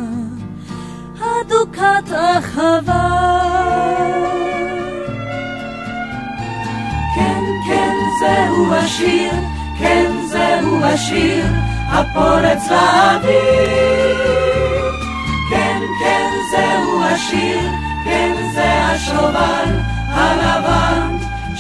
הדוקת אחווה. כן, כן, זהו השיר, כן, זהו השיר, הפורץ לאוויר. כן, כן, זהו השיר, כן, זה השובל הלבן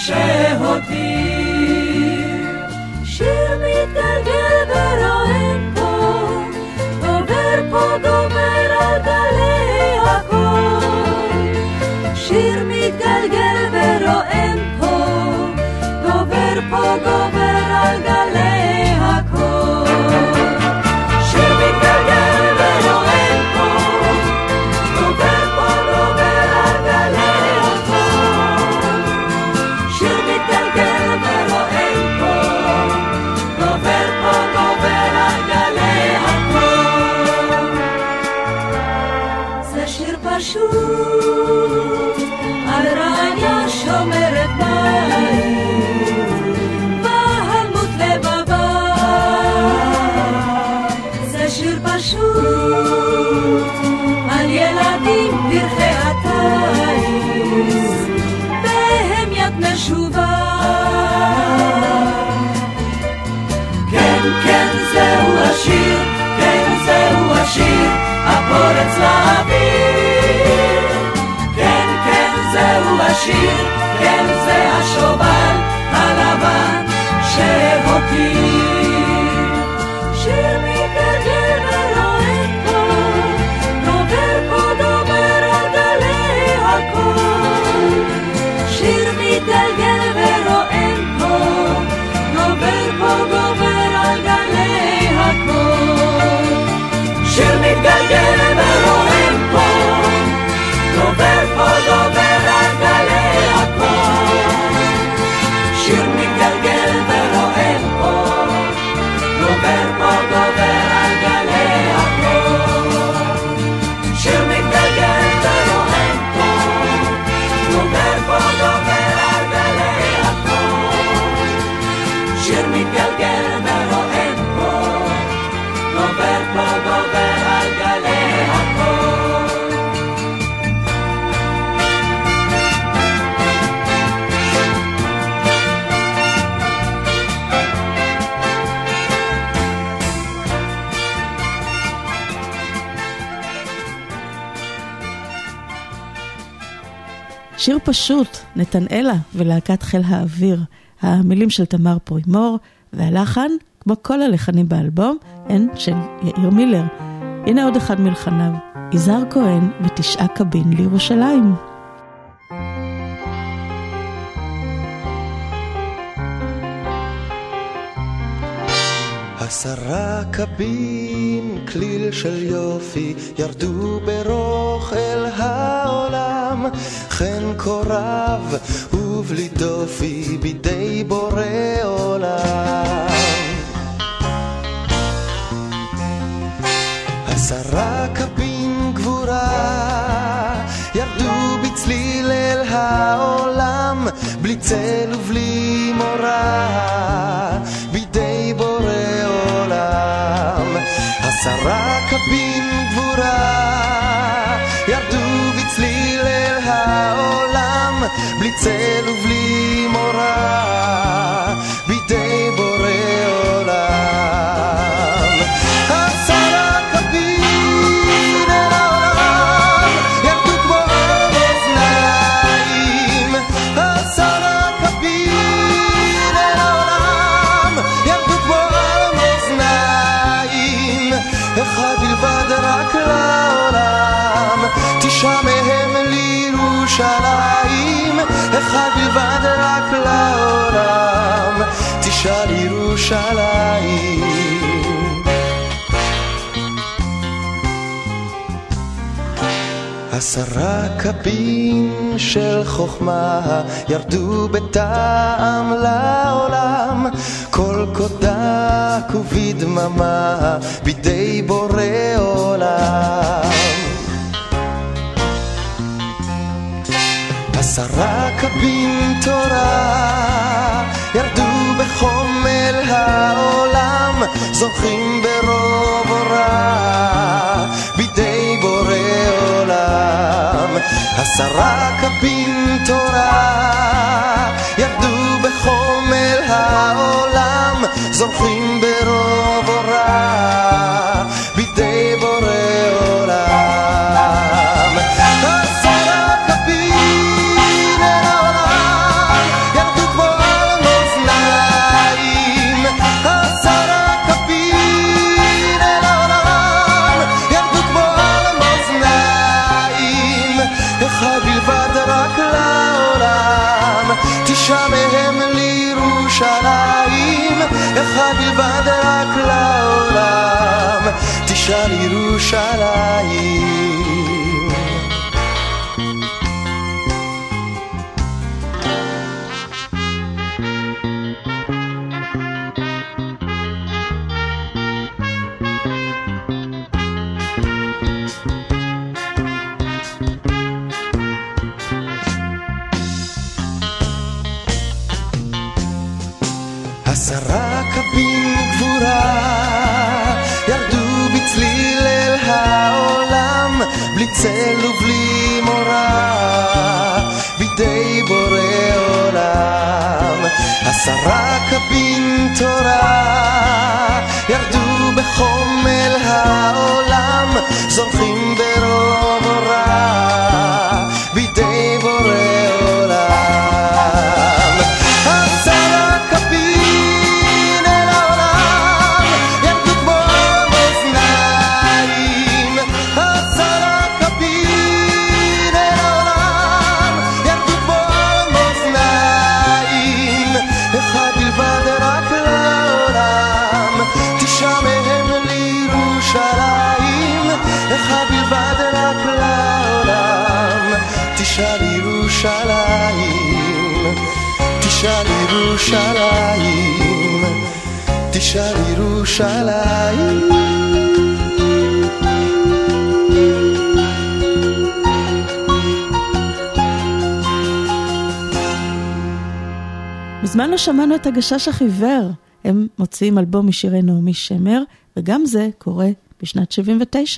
שהותיר. שיר מתגלגל ורועם פה, גובר פה, גובר על גלי הכל. שיר מתגלגל ורועם פה, גובר פה, גובר על גלי הכל. שיר מתגלגל ורועם פה, גובר פה, גובר על גלי הכל. שיר מתגלגל ורועם נשובה. כן, כן, זהו השיר, כן, זהו השיר, הפורץ לאוויר. כן, כן, זהו השיר, כן, זה השובל הלבן שהותיר. שיר מתגלגל ורועד פה, דובר פה דובר על גלי הקול. שיר מתגלגל ורועד פה, דובר פה דובר על גלי הקול. שיר מתגלגל ורועד פה, דובר פה דובר על גלי הקול. שיר מתגלגל ורועד פה, דובר פה דובר על גלי הקול. שיר מתגלגל ורועד פה, דובר פה דובר על גלי הקול. שיר מתגלגל ורועד פה, דובר פה דובר על גלי הקול. שיר פשוט, נתנאלה ולהקת חיל האוויר, המילים של תמר פרימור, והלחן, כמו כל הלחנים באלבום, הן של יאיר מילר. הנה עוד אחד מלחניו, יזהר כהן ותשעה קבין לירושלים. עשרה קבין כליל של יופי ירדו ברוך אל העולם, חן קורב ובלי דופי בידי בורא עולם. עשרה קבין גבורה ירדו בצליל אל העולם, בלי צל ובלי מורה בידי בורא עולם. עשרה קבין גבורה ירדו בצליל אל העולם, בלי צל ובלי מורה בידי בורא עולם. עשרה קבין אל העולם ירדו כמו מאזניים. עשרה קבין אל העולם ירדו כמו מאזניים. אחד בלבד רק לעולם, תשעה מהם לירושלים. אחד בלבד רק לעולם, תשעה לירושלים. עשרה קבין של חוכמה ירדו בטעם לעולם, כל קודק ובדממה בידי בורא עולם. עשרה קבין תורה ירדו בחום אל העולם, זוכים ברוב אורה בידי בורא עולם. עשרה קבין תורה ירדו בחום אל העולם, זוכים ברוב אורה בידי בורא עולם. עשרה קבין אל העולם ירדו כמו על מאזניים. עשרה קבין אל העולם ירדו כמו על מאזניים. אחד בלבד רק לעולם, תשעה מהם לירושלים. אחד בלבד רק לעולם, תשעה לירושלים. עשרה קבין גבורה ירדו בצליל אל העולם, בלי צל ובלי מורה בידי בורא עולם. עשרה קבין תורה ירדו בחום אל העולם, זורחים ברוב רע בידי בורא עולם. עשרה קבין אל העולם ירדו כמו מאזניים, עשרה קבין אל העולם ירדו כמו מאזניים, אחד בלבד רק לעולם, תשעה מהם לירושלים, אחד בלבד רק לעולם, תשעה לירושלים, תשעה לירושלים, תשעה לירושלים. מזמן לא שמענו את הגשש החיוור. הם מוציאים אלבום משירי נעמי שמר, וגם זה קורה בשנת שבעים ותשע.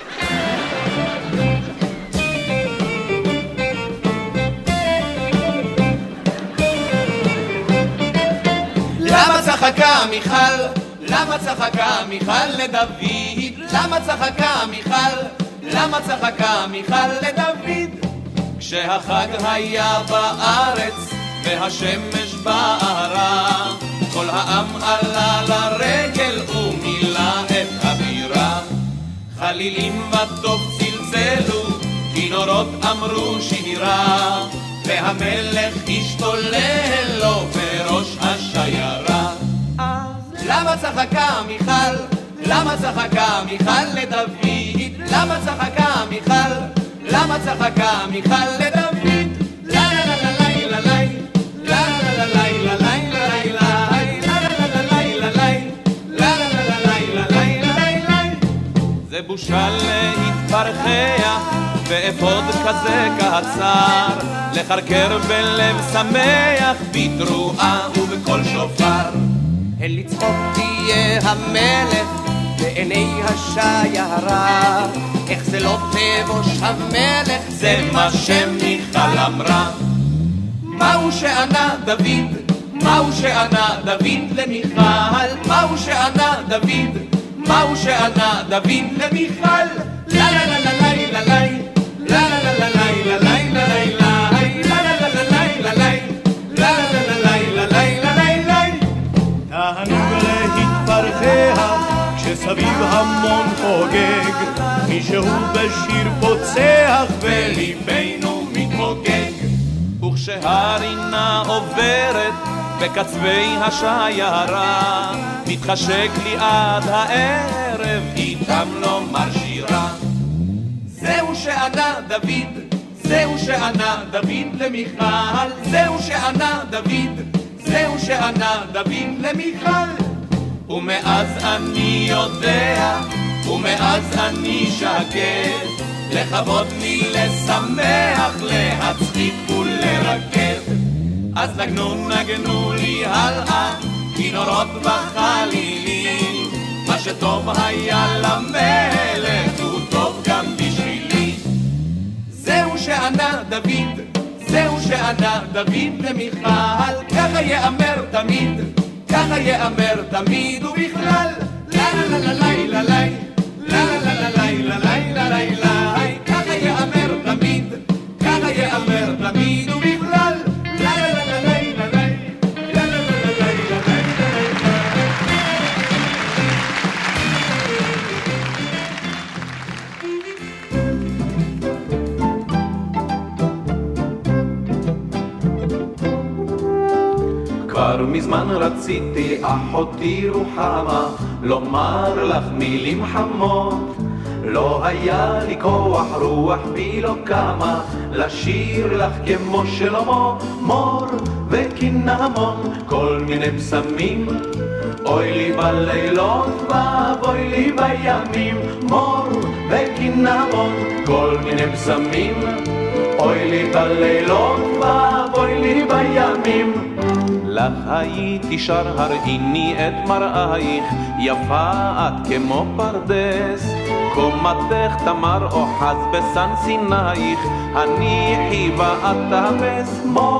למה צחקה מיכל? למה צחקה מיכל לדוד? למה צחקה מיכל? למה צחקה מיכל לדוד? כשהחג היה בארץ והשמש בערה, כל העם עלה לרגל ומילא את הבירה. חלילים וטוב צלצלו, כינורות אמרו שירה, והמלך השתולל לו בראש השיירה. למה צחקה מיכל? למה צחקה מיכל לדוד? למה צחקה מיכל? למה צחקה מיכל לדוד? לה לה לה לה לה לה לה לה לה לה לה זה בושה להתפרחח ואפוד כזה קצר, לחרקר בלב שמח בתרועה ובכל שופר. אל לצחוק תהיה המלך בעיני השיירה, איך זה לא תבוש המלך, זה מה שמיכל אמרה. מהו שענה דוד? מהו שענה דוד למיכל? מהו שענה דוד? מהו שענה דוד למיכל? לה לה לה לה לה לה לה לה לה לה לה לה תענוג להתפרחח כשסביב המון חוגג, מישהו בשיר פוצח וליבנו מתמוגג. וכשהרינה עוברת בקצווי השיירה, מתחשק לי עד הערב איתם לומר שירה. זהו שענה דוד, זהו שענה דוד למיכל, זהו שענה דוד, זהו שענה דוד למיכל. ומאז אני יודע, ומאז אני שקט, לכבוד לי, לשמח, להצחיק ולרקד. אז נגנו נגנו לי הלאה, כינורות וחלילים, מה שטוב היה למלך הוא טוב גם בשבילי. זהו שענה דוד, זהו שענה דוד למיכל, ככה יאמר תמיד, ככה יאמר תמיד ובכלל. לה לה לה לה לה לה לה לה לה לה לה לה לה, ככה יאמר תמיד, ככה יאמר תמיד ובכלל. לה לה לה לה לה לה לה לה כבר מזמן רציתי אחותי רוחמה לומר לך מילים חמות, לא היה לי כוח רוח בי לא קמה לשיר לך כמו שלמה, מור וקינמון כל מיני פסמים, אוי לי בלילות ואוי לי בימים, מור וקינמון כל מיני פסמים, אוי לי בלילות ואוי לי בימים. לך הייתי שר הראיני את מראייך, יפה את כמו פרדס, קומתך תמר אוחז בסן סינייך, הניחי ואת תאפס, מור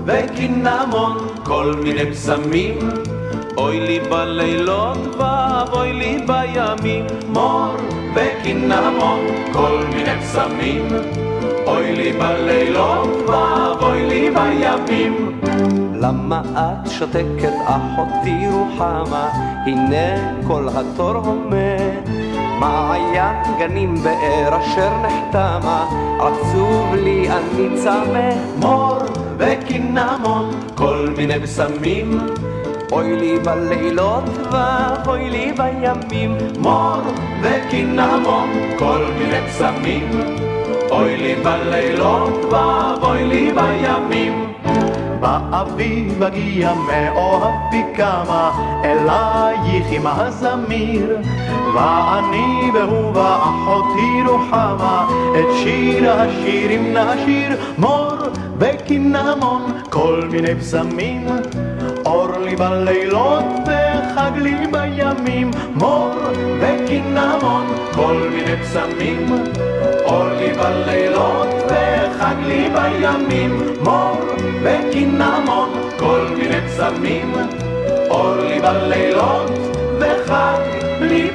וקינמון, כל מיני פסמים. אוי לי בלילות ואוי לי בימים, מור וקינמון, כל מיני פסמים. אוי לי בלילות ואוי לי בימים. למה את שותקת אחותי רוחמה, הנה כל התור הומה. מעיין גנים באר אשר נחתמה, עצוב לי אני צמא. מור וקינמון, כל מיני בשמים. אוי לי בלילות ואוי לי בימים, מור וקינמון, כל מיני בשמים. אוי לי בלילות ואוי לי בימים. באביב אגיע מאוהבי כמה, אלייך עם הזמיר, ואני והוא ואחותי רוחמה, את שיר השירים נשיר. מור וקינמון, כל מיני פסמים. אור לי בלילות וחג לי בימים. מור וקינמון, כל מיני פסמים. אור לי בלילות וחג לי בימים. מור וקינמון, כל מיני פסמים. אור לי בלילות וחג לי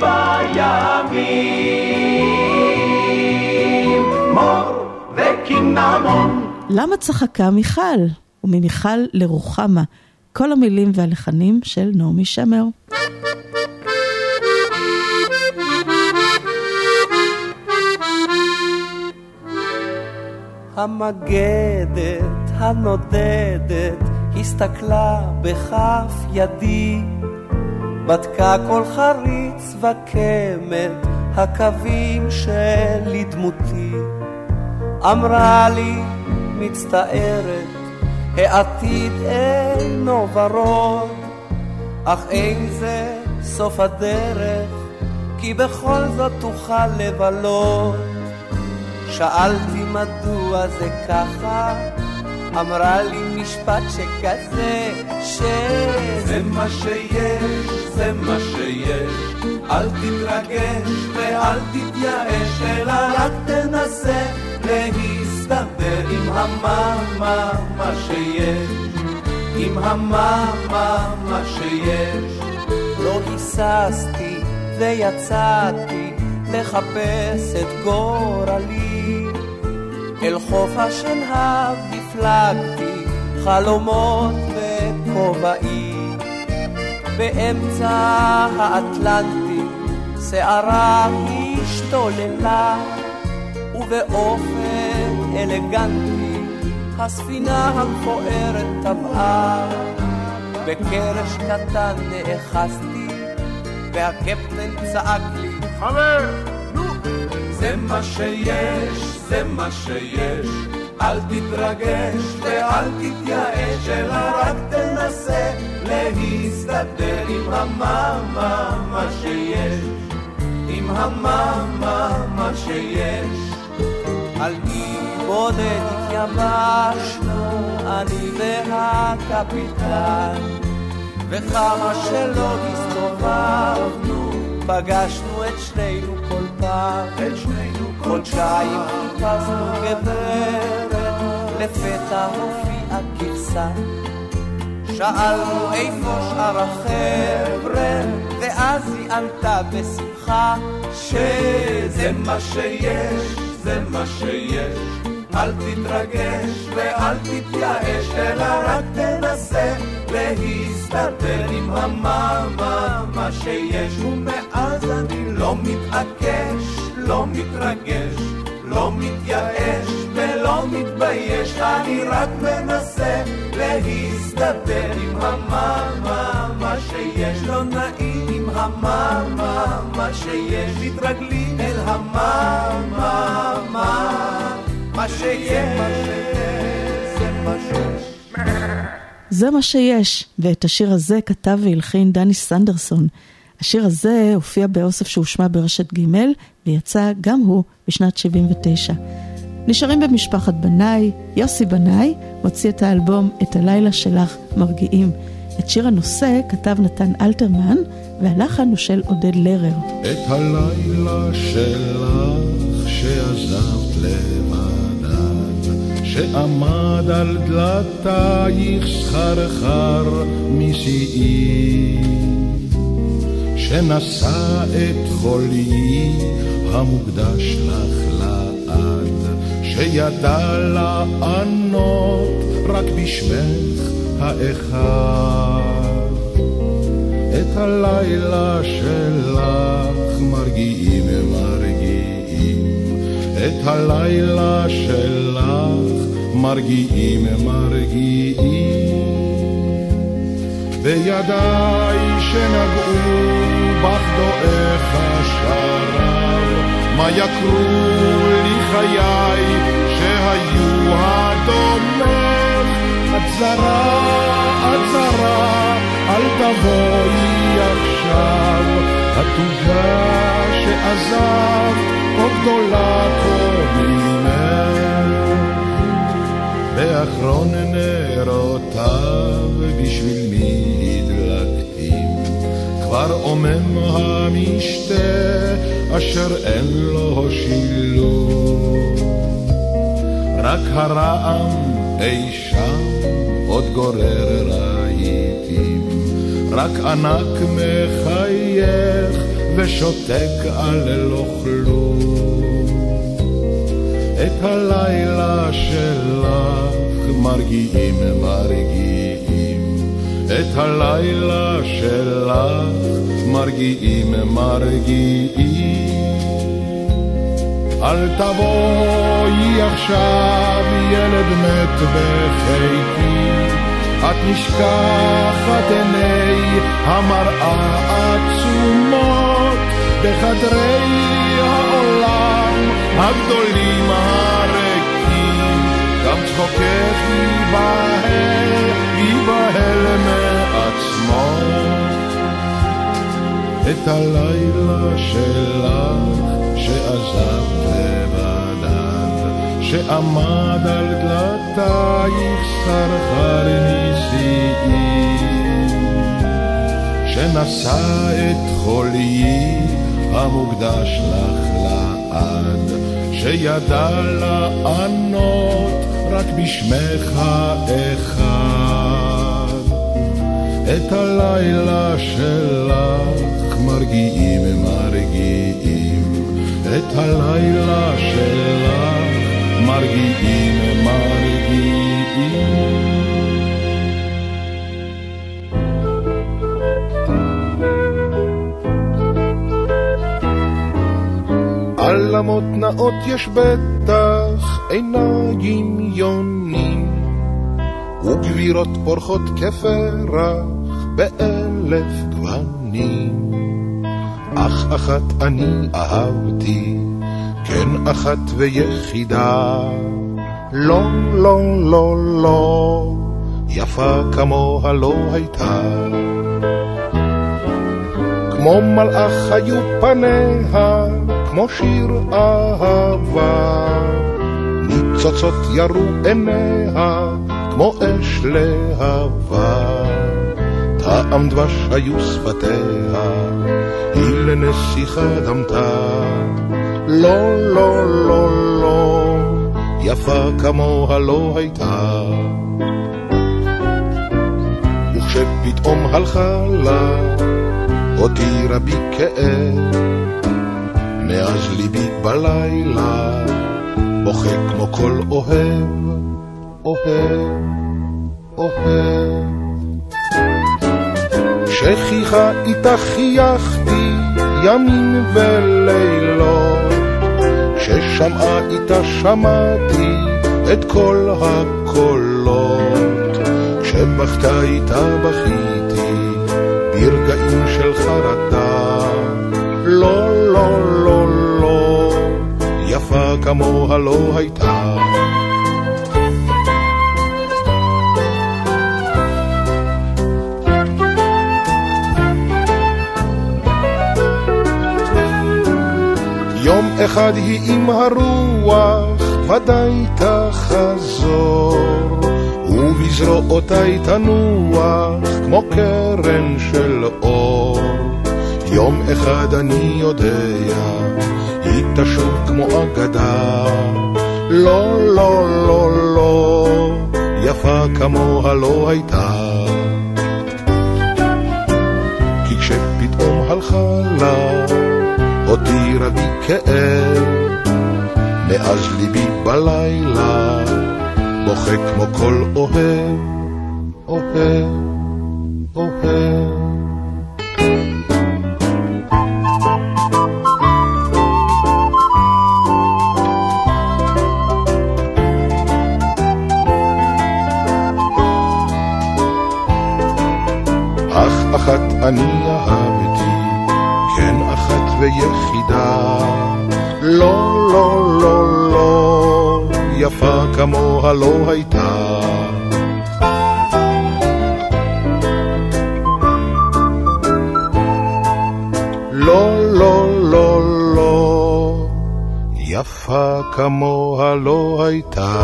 בימים. מור וקינמון. למה צחקה מיכל? וממיכל לרוחמה. כל המילים והלחנים של נעמי שמר. המגדת הנודדת הסתכלה בכף ידי, בדקה כל חריץ וקמת הקווים שלי דמותי. אמרה לי מצטערת, העתיד אינו ורוד, אך אין זה סוף הדרך, כי בכל זאת תוכל לבלות. שאלתי מדוע זה ככה, אמרה לי משפט שכזה, שזה מה שיש, זה מה שיש. אל תתרגש ואל תתייאש, אלא רק תנסה להסתדר עם הממה מה שיש, עם הממה מה שיש. לא היססתי ויצאתי לחפש את גורלי, אל חוף השנהב הפלגתי חלומות וכובעי. באמצע האטלנטי שערה השתוללה, ובאופן אלגנטי הספינה המפוארת טבעה. בקרש קטן נאחזתי והקפטן צעק לי, חבר, נו! זה מה שיש, זה מה שיש. אל תתרגש ואל תתייאש, אלא רק תנסה להסתדר עם הממה מה שיש, עם הממה מה שיש. על אי בודד התייבשנו אני והקפיטן, וכמה שלא הסתובבנו פגשנו את שנינו כל פעם. את שנינו כל חודשיים חיפשנו גברת, לפתע הופיעה כבשה. שאלנו איפה שאר החבר'ה, ואז היא ענתה בשמחה שזה מה שיש, זה מה שיש. אל תתרגש ואל תתייאש, אלא רק תנסה להסתדר עם הממה מה שיש. ומאז אני לא מתעקש, לא מתרגש, לא מתייאש ולא מתבייש. אני רק מנסה להסתדר עם הממה מה שיש. לא נעים עם הממה מה שיש, תתרגלי אל הממה מה שיש, זה מה שיש. זה מה שיש, ואת השיר הזה כתב והלחין דני סנדרסון. השיר הזה הופיע באוסף שהושמע ברשת ג' ויצא גם הוא בשנת שבעים ותשע. נשארים במשפחת בנאי. יוסי בנאי מוציא את האלבום את הלילה שלך מרגיעים. את שיר הנושא כתב נתן אלתרמן, והלחן הוא של עודד לרר. את הלילה שלך שעזבת לבדד, שעמד על דלתייך סחרחר משיאי, שנשא את חולי המוקדש לך לעד, שידע לענות רק בשמך האחד. את הלילה שלך מרגיעים מרגיעים, את הלילה שלך מרגיעים מרגיעים. בידיי שנגעו בך דועך השרב, מה יקרו לי חיי שהיו הדומך. את זרה, את זרה, אל תבואי עכשיו, התוגה שעזב עוד גדולה כל ממך. באחרון נרותיו בשביל מי הדלקתים, כבר עומם המשתה אשר אין לו שילוב. רק הרעם אי שם עוד גורר רהיטים, רק ענק מחייך ושותק על לא כלום. את הלילה שלך מרגיעים מרגיעים, את הלילה שלך מרגיעים מרגיעים. אל תבואי עכשיו ילד מת בחיקי, את נשכחת עיני המראה עצומות בחדרי העולם הגדולים הריקים. גם צחוקך ייבהל, ייבהל מעצמו. את הלילה שלך שעזבת לבדד, שעמד על דלתייך סחרחר משיאי, שנשא את חולי המוקדש לך לעד, שידע לענות רק בשמך אחד. את הלילה שלך מרגיעים מרגיעים, את הלילה שלך מרגיעים מרגיעים. על המותנאות יש בטח עיניים יונים, וגבירות פורחות כפרח באלף גוונים. אך אחת אני אהבתי, כן אחת ויחידה, לא, לא, לא, לא, יפה כמוה לא הייתה. כמו מלאך היו פניה, כמו שיר אהבה, ניצוצות ירו עיניה, כמו אש להבה. טעם דבש היו שפתיה, היא לנסיכה דמתה, לא, לא, לא, לא, יפה כמוה לא הייתה. וכשפתאום הלכה לה, הותירה בי כאב, מאז ליבי בלילה בוכה כמו כל אוהב, אוהב, אוהב. שכיחה איתה חייכתי ימים ולילות, ששמעה איתה שמעתי את כל הקולות, כשבכתה איתה בכיתי ברגעים של חרטה, לא, לא, לא, לא, יפה כמוה לא הייתה. יום אחד היא עם הרוח ודאי תחזור, ובזרועותיי תנוח כמו קרן של אור. יום אחד אני יודע, היא תשוב כמו אגדה, לא, לא, לא, לא, יפה כמוה לא הייתה. כי כשפתאום הלכה לה, הותירה בי כאב, מאז ליבי בלילה, בוכה כמו כל אוהב, אוהב, אוהב. אך אחת אני אהבתי, כן אחת ויחידה, לא, לא, לא, לא, יפה כמוה לא הייתה. לא, לא, לא, לא, יפה כמוה לא הייתה.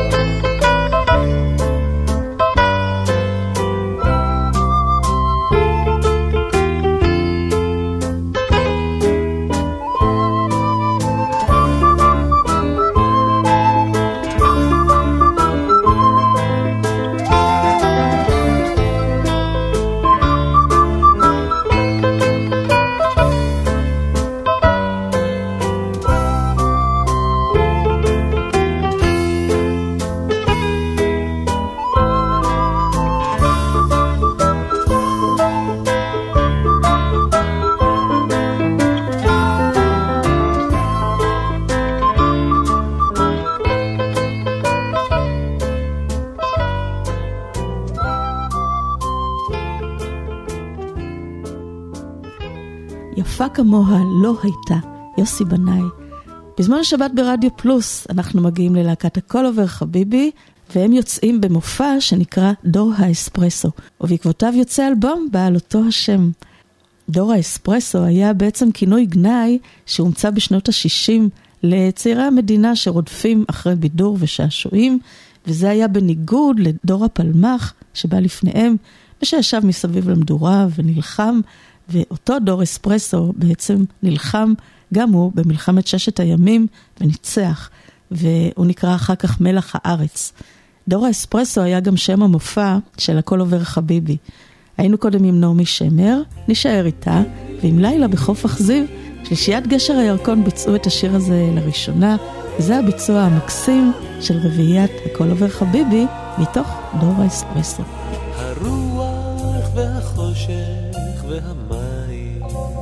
יפה כמוה לא הייתה, יוסי בנאי. בזמן השבת ברדיו פלוס אנחנו מגיעים ללהקת הכל עובר חביבי, והם יוצאים במופע שנקרא דור האספרסו, ובעקבותיו יוצא אלבום בעל אותו השם. דור האספרסו היה בעצם כינוי גנאי שהומצא בשנות ה-שישים לצעירי המדינה שרודפים אחרי בידור ושעשועים, וזה היה בניגוד לדור הפלמח שבא לפניהם, ושישב מסביב למדורה ונלחם, ואותו דור אספרסו בעצם נלחם גם הוא במלחמת ששת הימים וניצח, והוא נקרא אחר כך מלח הארץ. דור האספרסו היה גם שם המופע של הכל עובר חביבי. היינו קודם עם נעמי שמר, נשאר איתה, ועם לילה בחוף אכזיב, שלישיית גשר הירקון ביצעו את השיר הזה לראשונה, וזה הביצוע המקסים של רביעיית הכל עובר חביבי מתוך דור האספרסו. הרוח והחושך והמים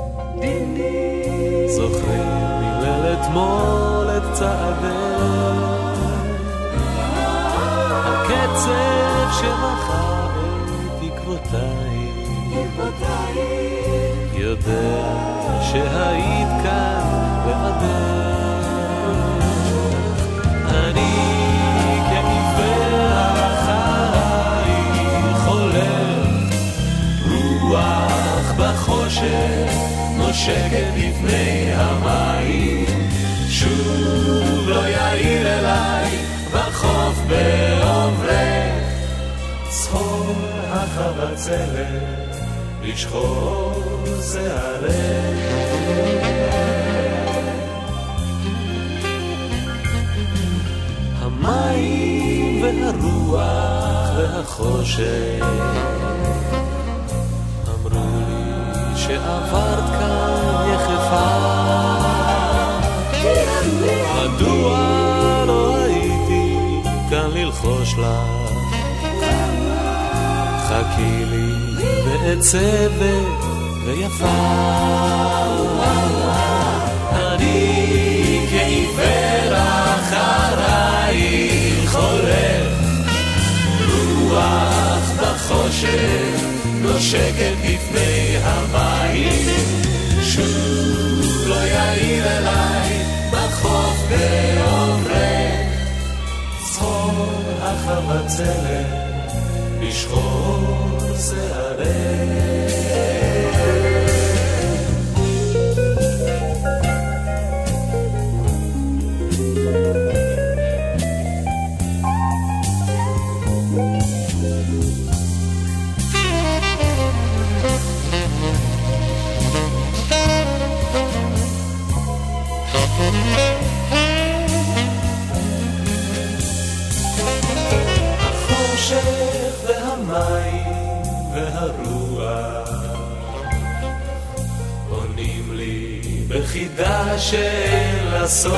זוכרים מליל אתמול את צעדיך, הקצב שמחה את עקבותיי, יודע שהיית כאן בעדך. אני כעיוור אחרייך הולך, רוח בחושך נושקת לפני המים, שוב לא יעיר אליי בחוף בעוברך, צחור החבצלת לשחור שערך. המים והרוח והחושך אמרו לי שעברת כאן יחפה, מדוע לא הייתי כאן ללחוש לך, חכי לי בעצבת ויפה. אני כעיוור אחרייך הולך, רוח בחושך נושקת לפני המים, שוב לא יעיר אליי בחוף בעוברך, צחור החבצלת לשחור שערך. והמים והרוח עונים לי בחידה של הסוף.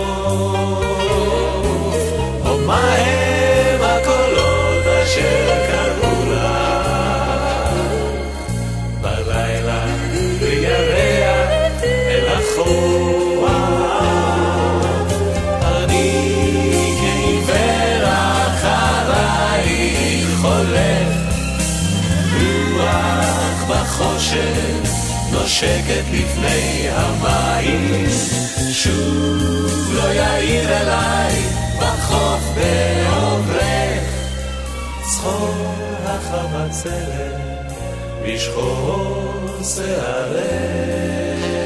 או מה הם הקולות אשר קראו לך בלילה בירח אל החוף. אני כעיוור אחרייך הולך, רוח בחושך נושקת לפני המים, שוב לא יעיר אליי בחוף בעוברך, צחור החמצרת בשחור שערך.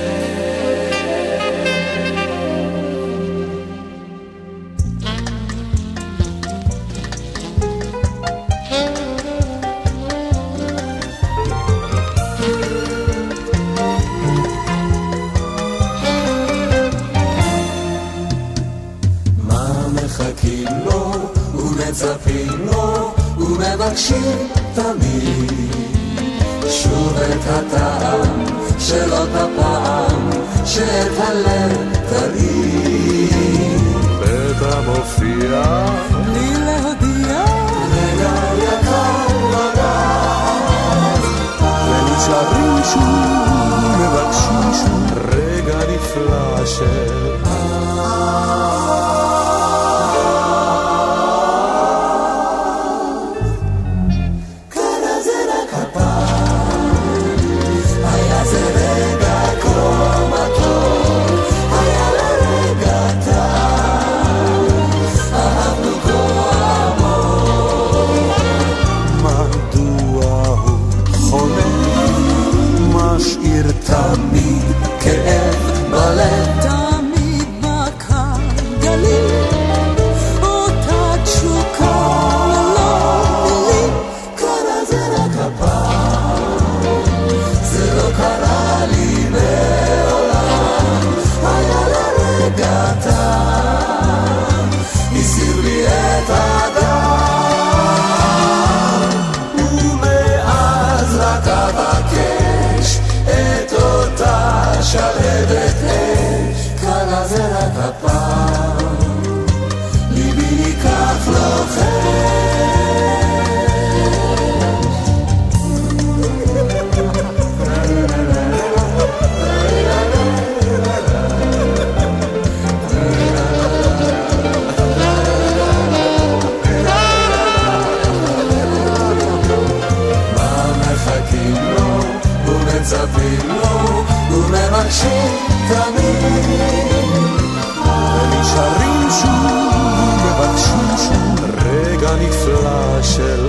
מצפים לו ומבקשים תמיד שוב את הטעם של אותה פעם שאת הלב תריד. בטח מופיע לי להודיע רגע יקר לדעת ונשארים שוב מבקשים שוב רגע נפלא של תמיד כאב בלב, תמיד בקר גלים, אותה תשוקה ללא מילים. קרה זה רק הפעם, זה לא קרה לי מעולם. היה לרגע טעם, הסיר לי את הדם, ומאז רק אבקש את אותה שלהבת אש. קרה זה רק הפעם, ליבי ייקח לוחש. מה מחכים לו ומצפים לו ומבקשים תמיד ונשארים שוב מבקשים שוב רגע נפלא של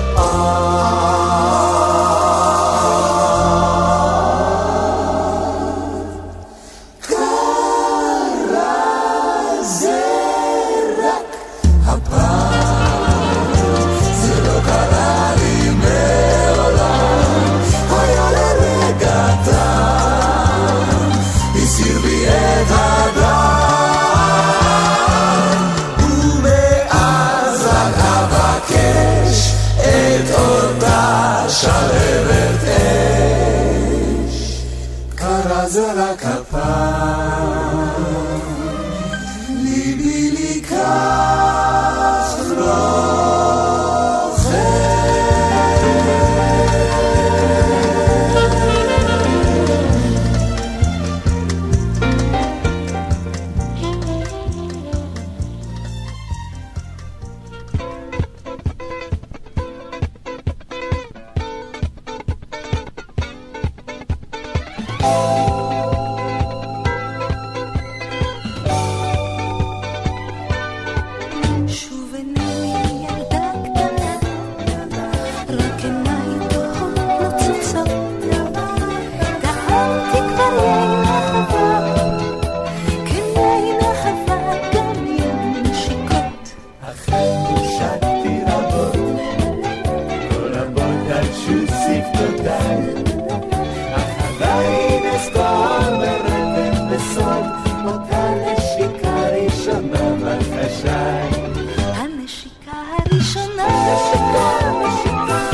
שלהבת אש. קרה זה רק הפעם, ליבי לקח לוחש. הנשיקה הראשונה, הנשיקה, הנשיקה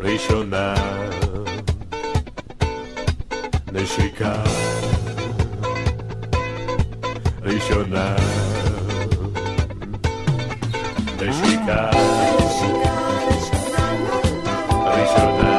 ראשונה, נשיקה ראשונה, נשיקה ראשונה,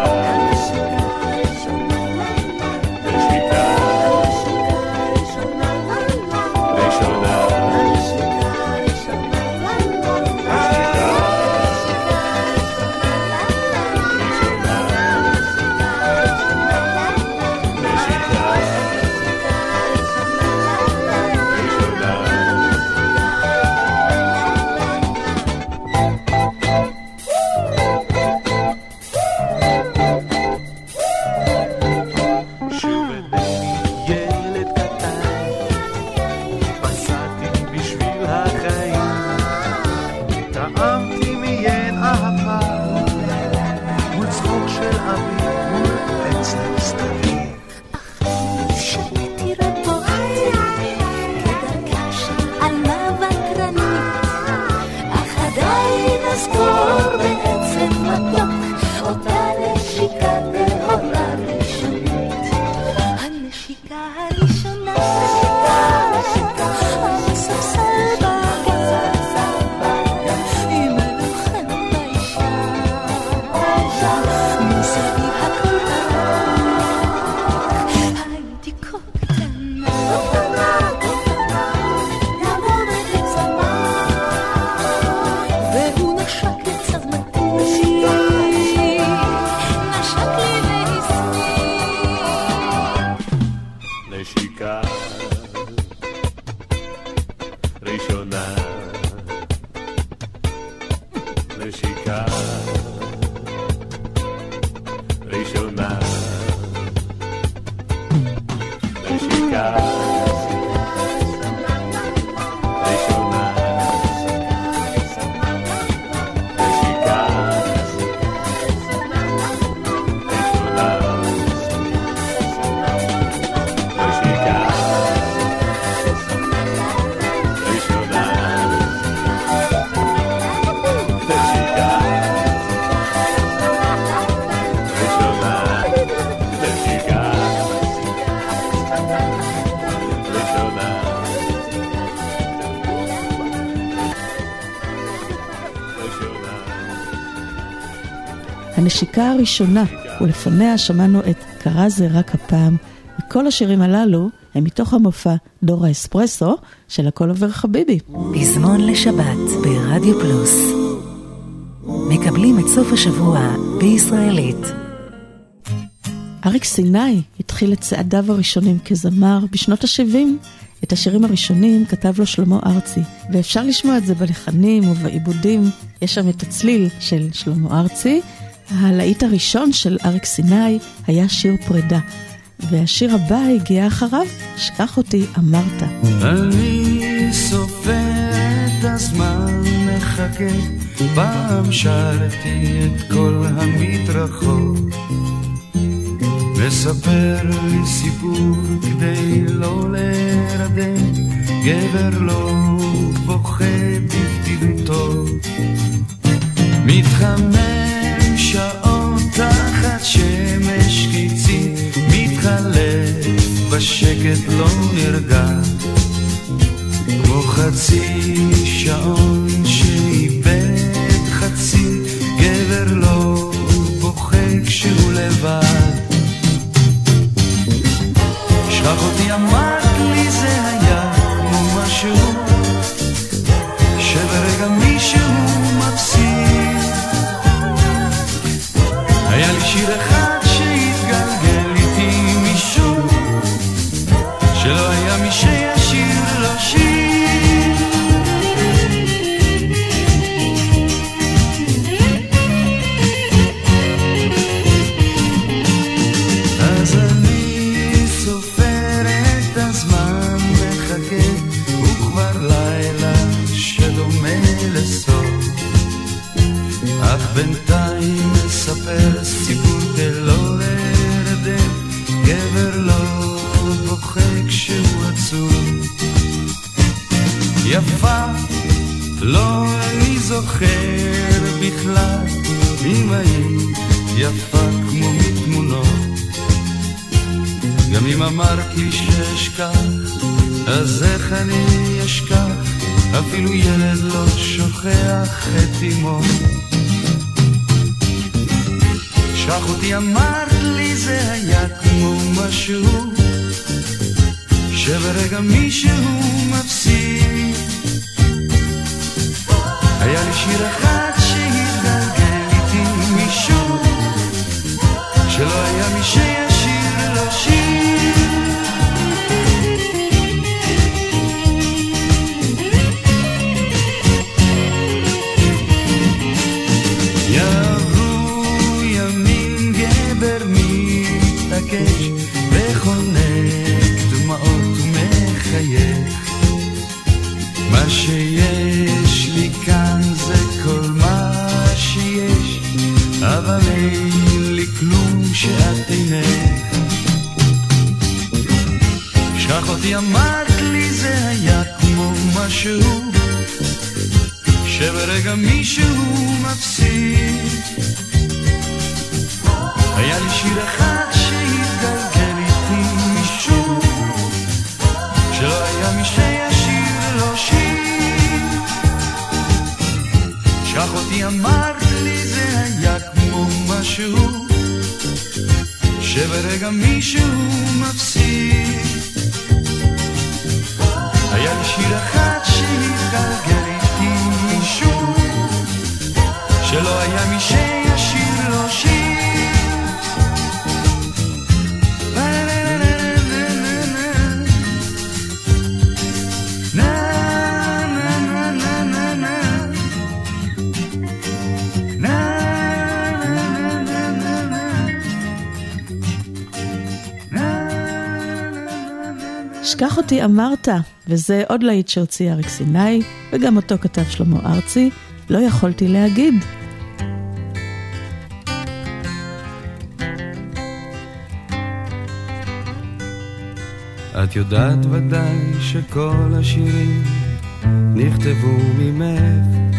הנשיקה הראשונה, ולפניה שמענו את קרה זה רק הפעם. וכל השירים הללו הם מתוך המופע דור האספרסו של הכל עובר חביבי. פזמון לשבת ברדיו פלוס. מקבלים את סוף השבוע בישראלית. אריק סיני התחיל את צעדיו הראשונים כזמר בשנות ה-שבעים. את השירים הראשונים כתב לו שלמה ארצי, ואפשר לשמוע את זה בלחנים ובעיבודים. יש שם את הצליל של שלמה ארצי. הלהיט הראשון של אריק סיני היה שיר פרידה, והשיר הבא הגיע אחריו, שכח אותי אמרת. אני סופר את הזמן מחכה, פעם שרתי את כל המדרכות, מספר לי סיפור כדי לא לרדם, גבר לא בוכה בבדידותו, מתחמם שעות תחת שמש קיצי, מתחלף בשקט לא נרגע, כמו חצי שעון שאיבד חצי, גבר לא בוכה כשהוא לבד. שכח אותי אמרת לי זה היה כמו משהו שברגע מישהו מפסיד. היה לי שיר אחד שהתגלגל איתי משום שלא היה מי שישיר לו שיר. אז אני סופר את הזמן מחכה, וכבר לילה שדומה לסוף, אך בינתיים מספר סיפור דלא לרדם, גבר לא בוכה כשהוא עצוב. יפה לא אני זוכר בכלל, אם היית יפה כמו מתמונות. גם אם אמרתי שאשכח, אז איך אני אשכח? אפילו ילד לא שוכח את אמו. שכח אותי אמרת לי זה היה כמו משהו שברגע מישהו מפסיד. היה לי שיר אחד שהתגלגל איתי מישהו שלא היה מי שישיר לו שיר. יעברו ימים גבר מתעקש וחונק דמעות ומחייך. מה שיש לי כאן זה כל מה שיש, אבל אין לי כלום שאת אינך. שכח אותי אמרת לי זה היה כמו משהו שברגע מישהו מפסיד. היה לי שיר אחד שהתגלגל איתי מישהו שלא היה מי שישיר לו שיר. שכח אותי אמרת לי זה היה כמו משהו שברגע מישהו מפסיד. היה לי שיר אחד שהתגלגל איתי מישהו שלא היה מי שישיר לו שיר. שכח אותי אמרת, וזה עוד להיט שהוציא אריק סיני, וגם אותו כתב שלמה ארצי, לא יכולתי להגיד. את יודעת ודאי שכל השירים נכתבו ממך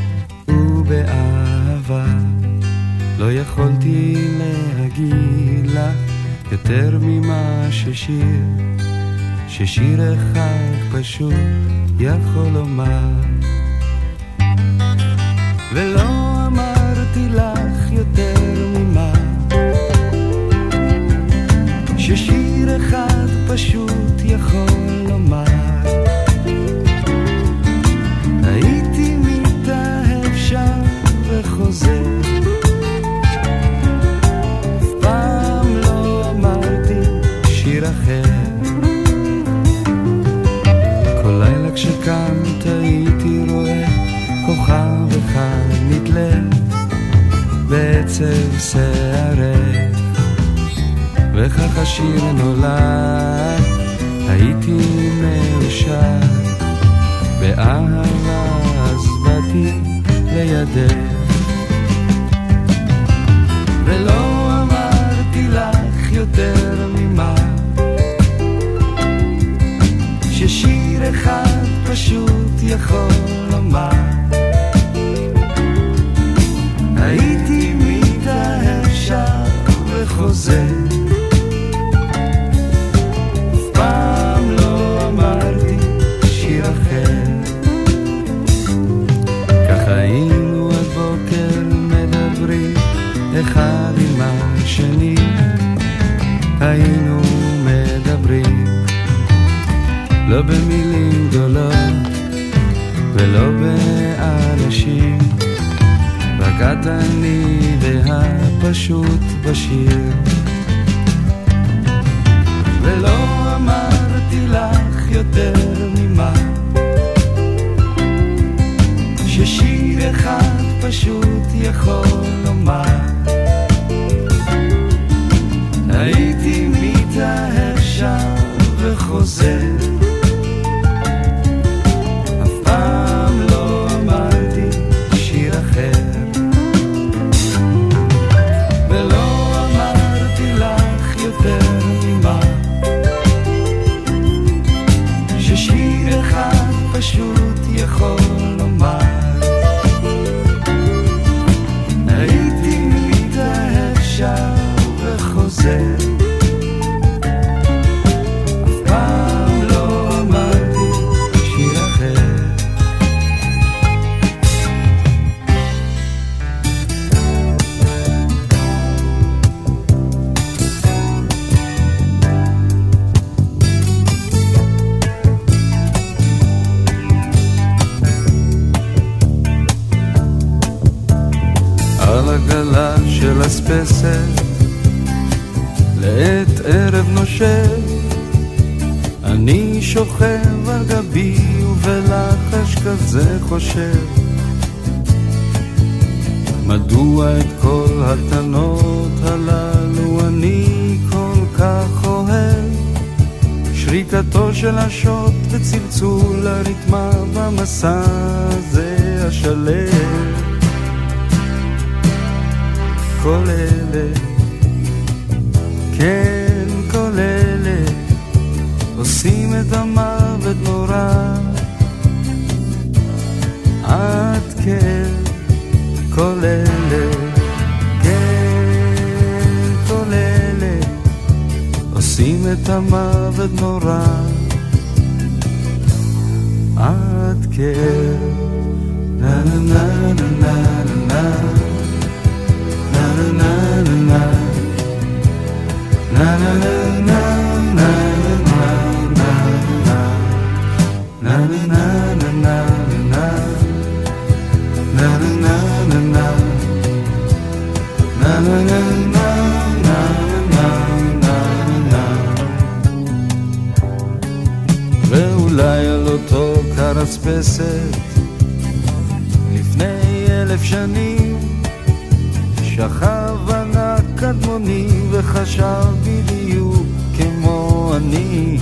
ובאהבה. לא יכולתי להגיד לך יותר ממה ששיר ששיר אחד פשוט יכול לומר. ולא אמרתי לך יותר ממה ששיר אחד פשוט יכול לומר. הייתי מתאהב שם וחוזר, אף פעם לא אמרתי שיר אחר. כשקמת הייתי רואה כוכב אחד נתלה בעצב שערך, וכך השיר נולד. הייתי מאושר באהבה אז באתי לידך, ולא אמרתי לך יותר ממה ששיר אחד פשוט יכול לומר. הייתי מתאהב שם וחוזר, אף פעם לא אמרתי שיר אחר. כך היינו עד בוקר מדברים אחד עם השני, היינו מדברים לא במילים גדולות ולא באנשים, רק את אני והפשוט בשיר. ולא אמרתי לך יותר ממה ששיר אחד פשוט יכול לומר. הייתי מתאהב שם וחוזר, פשוט יכול לומר. הייתי של אספסת לעת ערב נושב, אני שוכב על גבי ובלחש כזה חושב, מדוע את כל התנות הללו אני כל כך אוהב, שריקתו של השוט וצלצול הריתמה במסע הזה השלב, כל אלה, כן כל אלה עושים את המוות נורא, עד כן כל אלה, כן כל אלה עושים את המוות נורא, עד כן נה נה נה נה נה נה נה נה na na na na na na na na na ואולי על אותו קרספסת לפני אלף שנים שכב ענק קדמוני וחשב בדיוק כמו אני,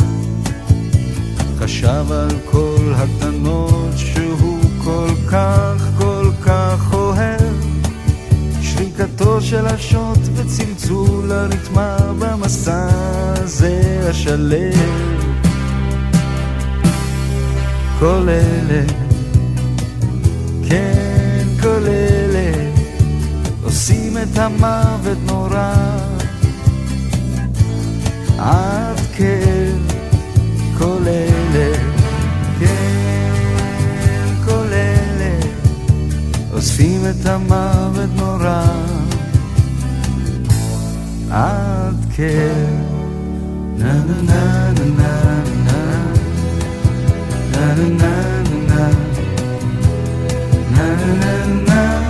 חשב על כל הקטנות שהוא כל כך כל כך אוהב, שריקתו של השוט וצלצול הריתמה במסע הזה השלב, כל אלה, כן כל אלה עושים את המוות נורא, עד כן כל אלה, כן כל אלה עושים את המוות נורא, עד כן נה נה נה נה נה נה נה נה נה נה נה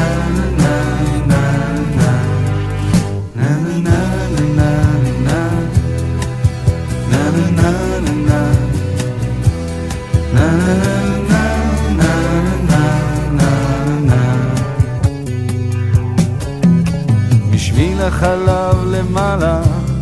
בשביל החלב למעלה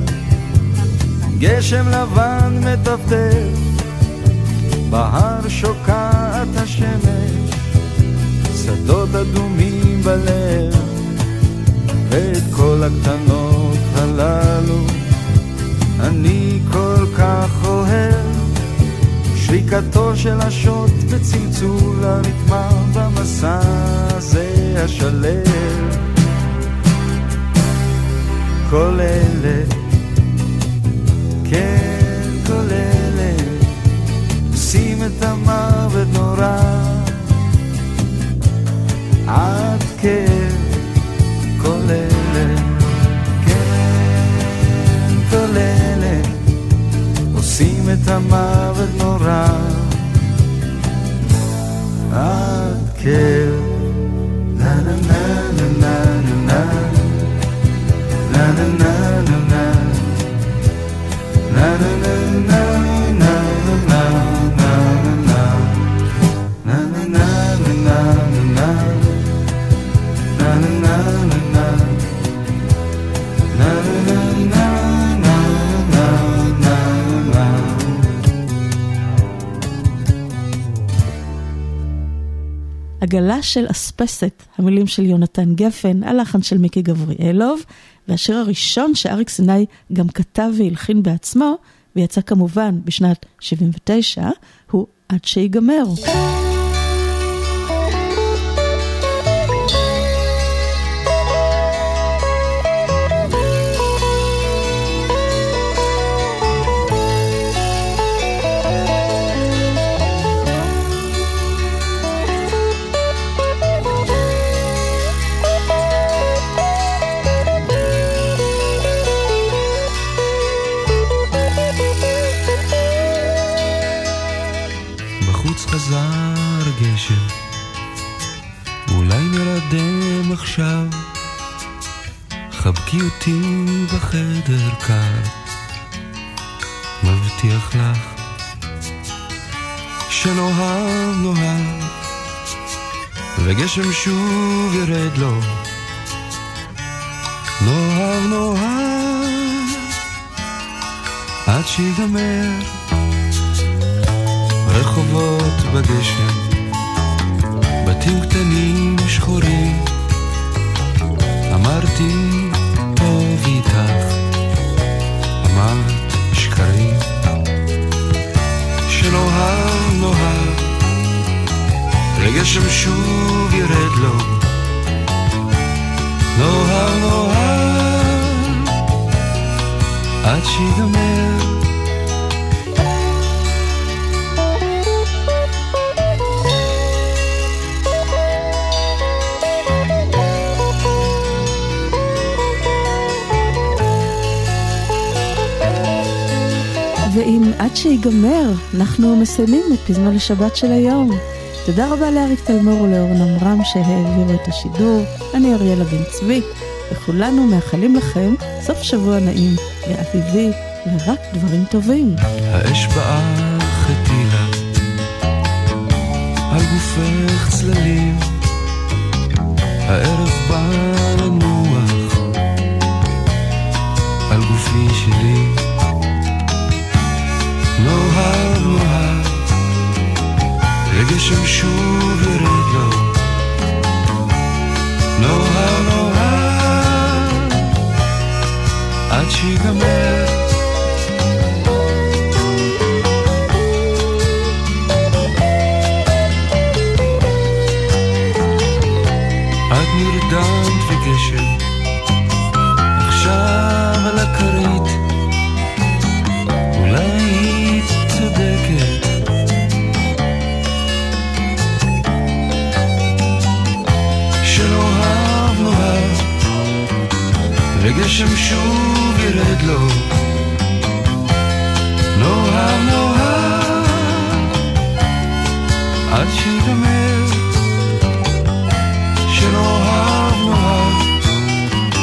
גשם לבן מטפטף, בהר שוקעת השמש, שדות אדומים בלב, ואת כל הקטנות הללו אני כל כך אוהב, שריקתו של השוט וצלצול הריתמה במסע הזה השלב, כל אלה, כן כל אלה עושים את המוות נורא, עד כן כל אלה, כן כל אלה עושים את המוות נורא, עד כן נה נה נה נה נה נה נה נה נה נה נה עגלה של אספסת, המילים של יונתן גפן, הלחן של מיקי גבריאלוב, והשיר הראשון שאריק סיני גם כתב והלחין בעצמו, ויצא כמובן בשנת שבעים ותשע, הוא עד שיגמר. חזר גשם, אולי נרדם עכשיו, חבקי אותי בחדר קר, מבטיח לך שנוהב נוהב, וגשם שוב ירד לו, נוהב נוהב, עד שיגמר. רחובות בגשם, בתים קטנים שחורים, אמרתי טוב איתך, אמרת שקרים, שנוהב נוהב, רגשם שוב ירד לו, נוהב נוהב, עד שיגמר. ועם עד שיגמר, אנחנו מסיימים את פזמון לשבת של היום. תודה רבה לאריק תלמור ולאורן עמרם שהעבירו את השידור. אני אריאלה בן צבי, וכולנו מאחלים לכם סוף שבוע נעים ואביבי ורק דברים טובים. האש באח הטילה על גופך צללים, הערב בא לנוח על גופי שלי, נוהב נוהב, רגשם שוב ירד לו, נוהב נוהב, עד שיגמר. את נרדמת וגשם, עכשיו על הכרית, אולי היא צודקת, שנוהב נוהב, רגשם שוב ירד לו, נוהב נוהב, עד שיגמר. שנוהב נוהב,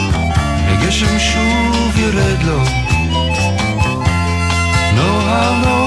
רגשם שוב ירד לו, נוהב נוהב,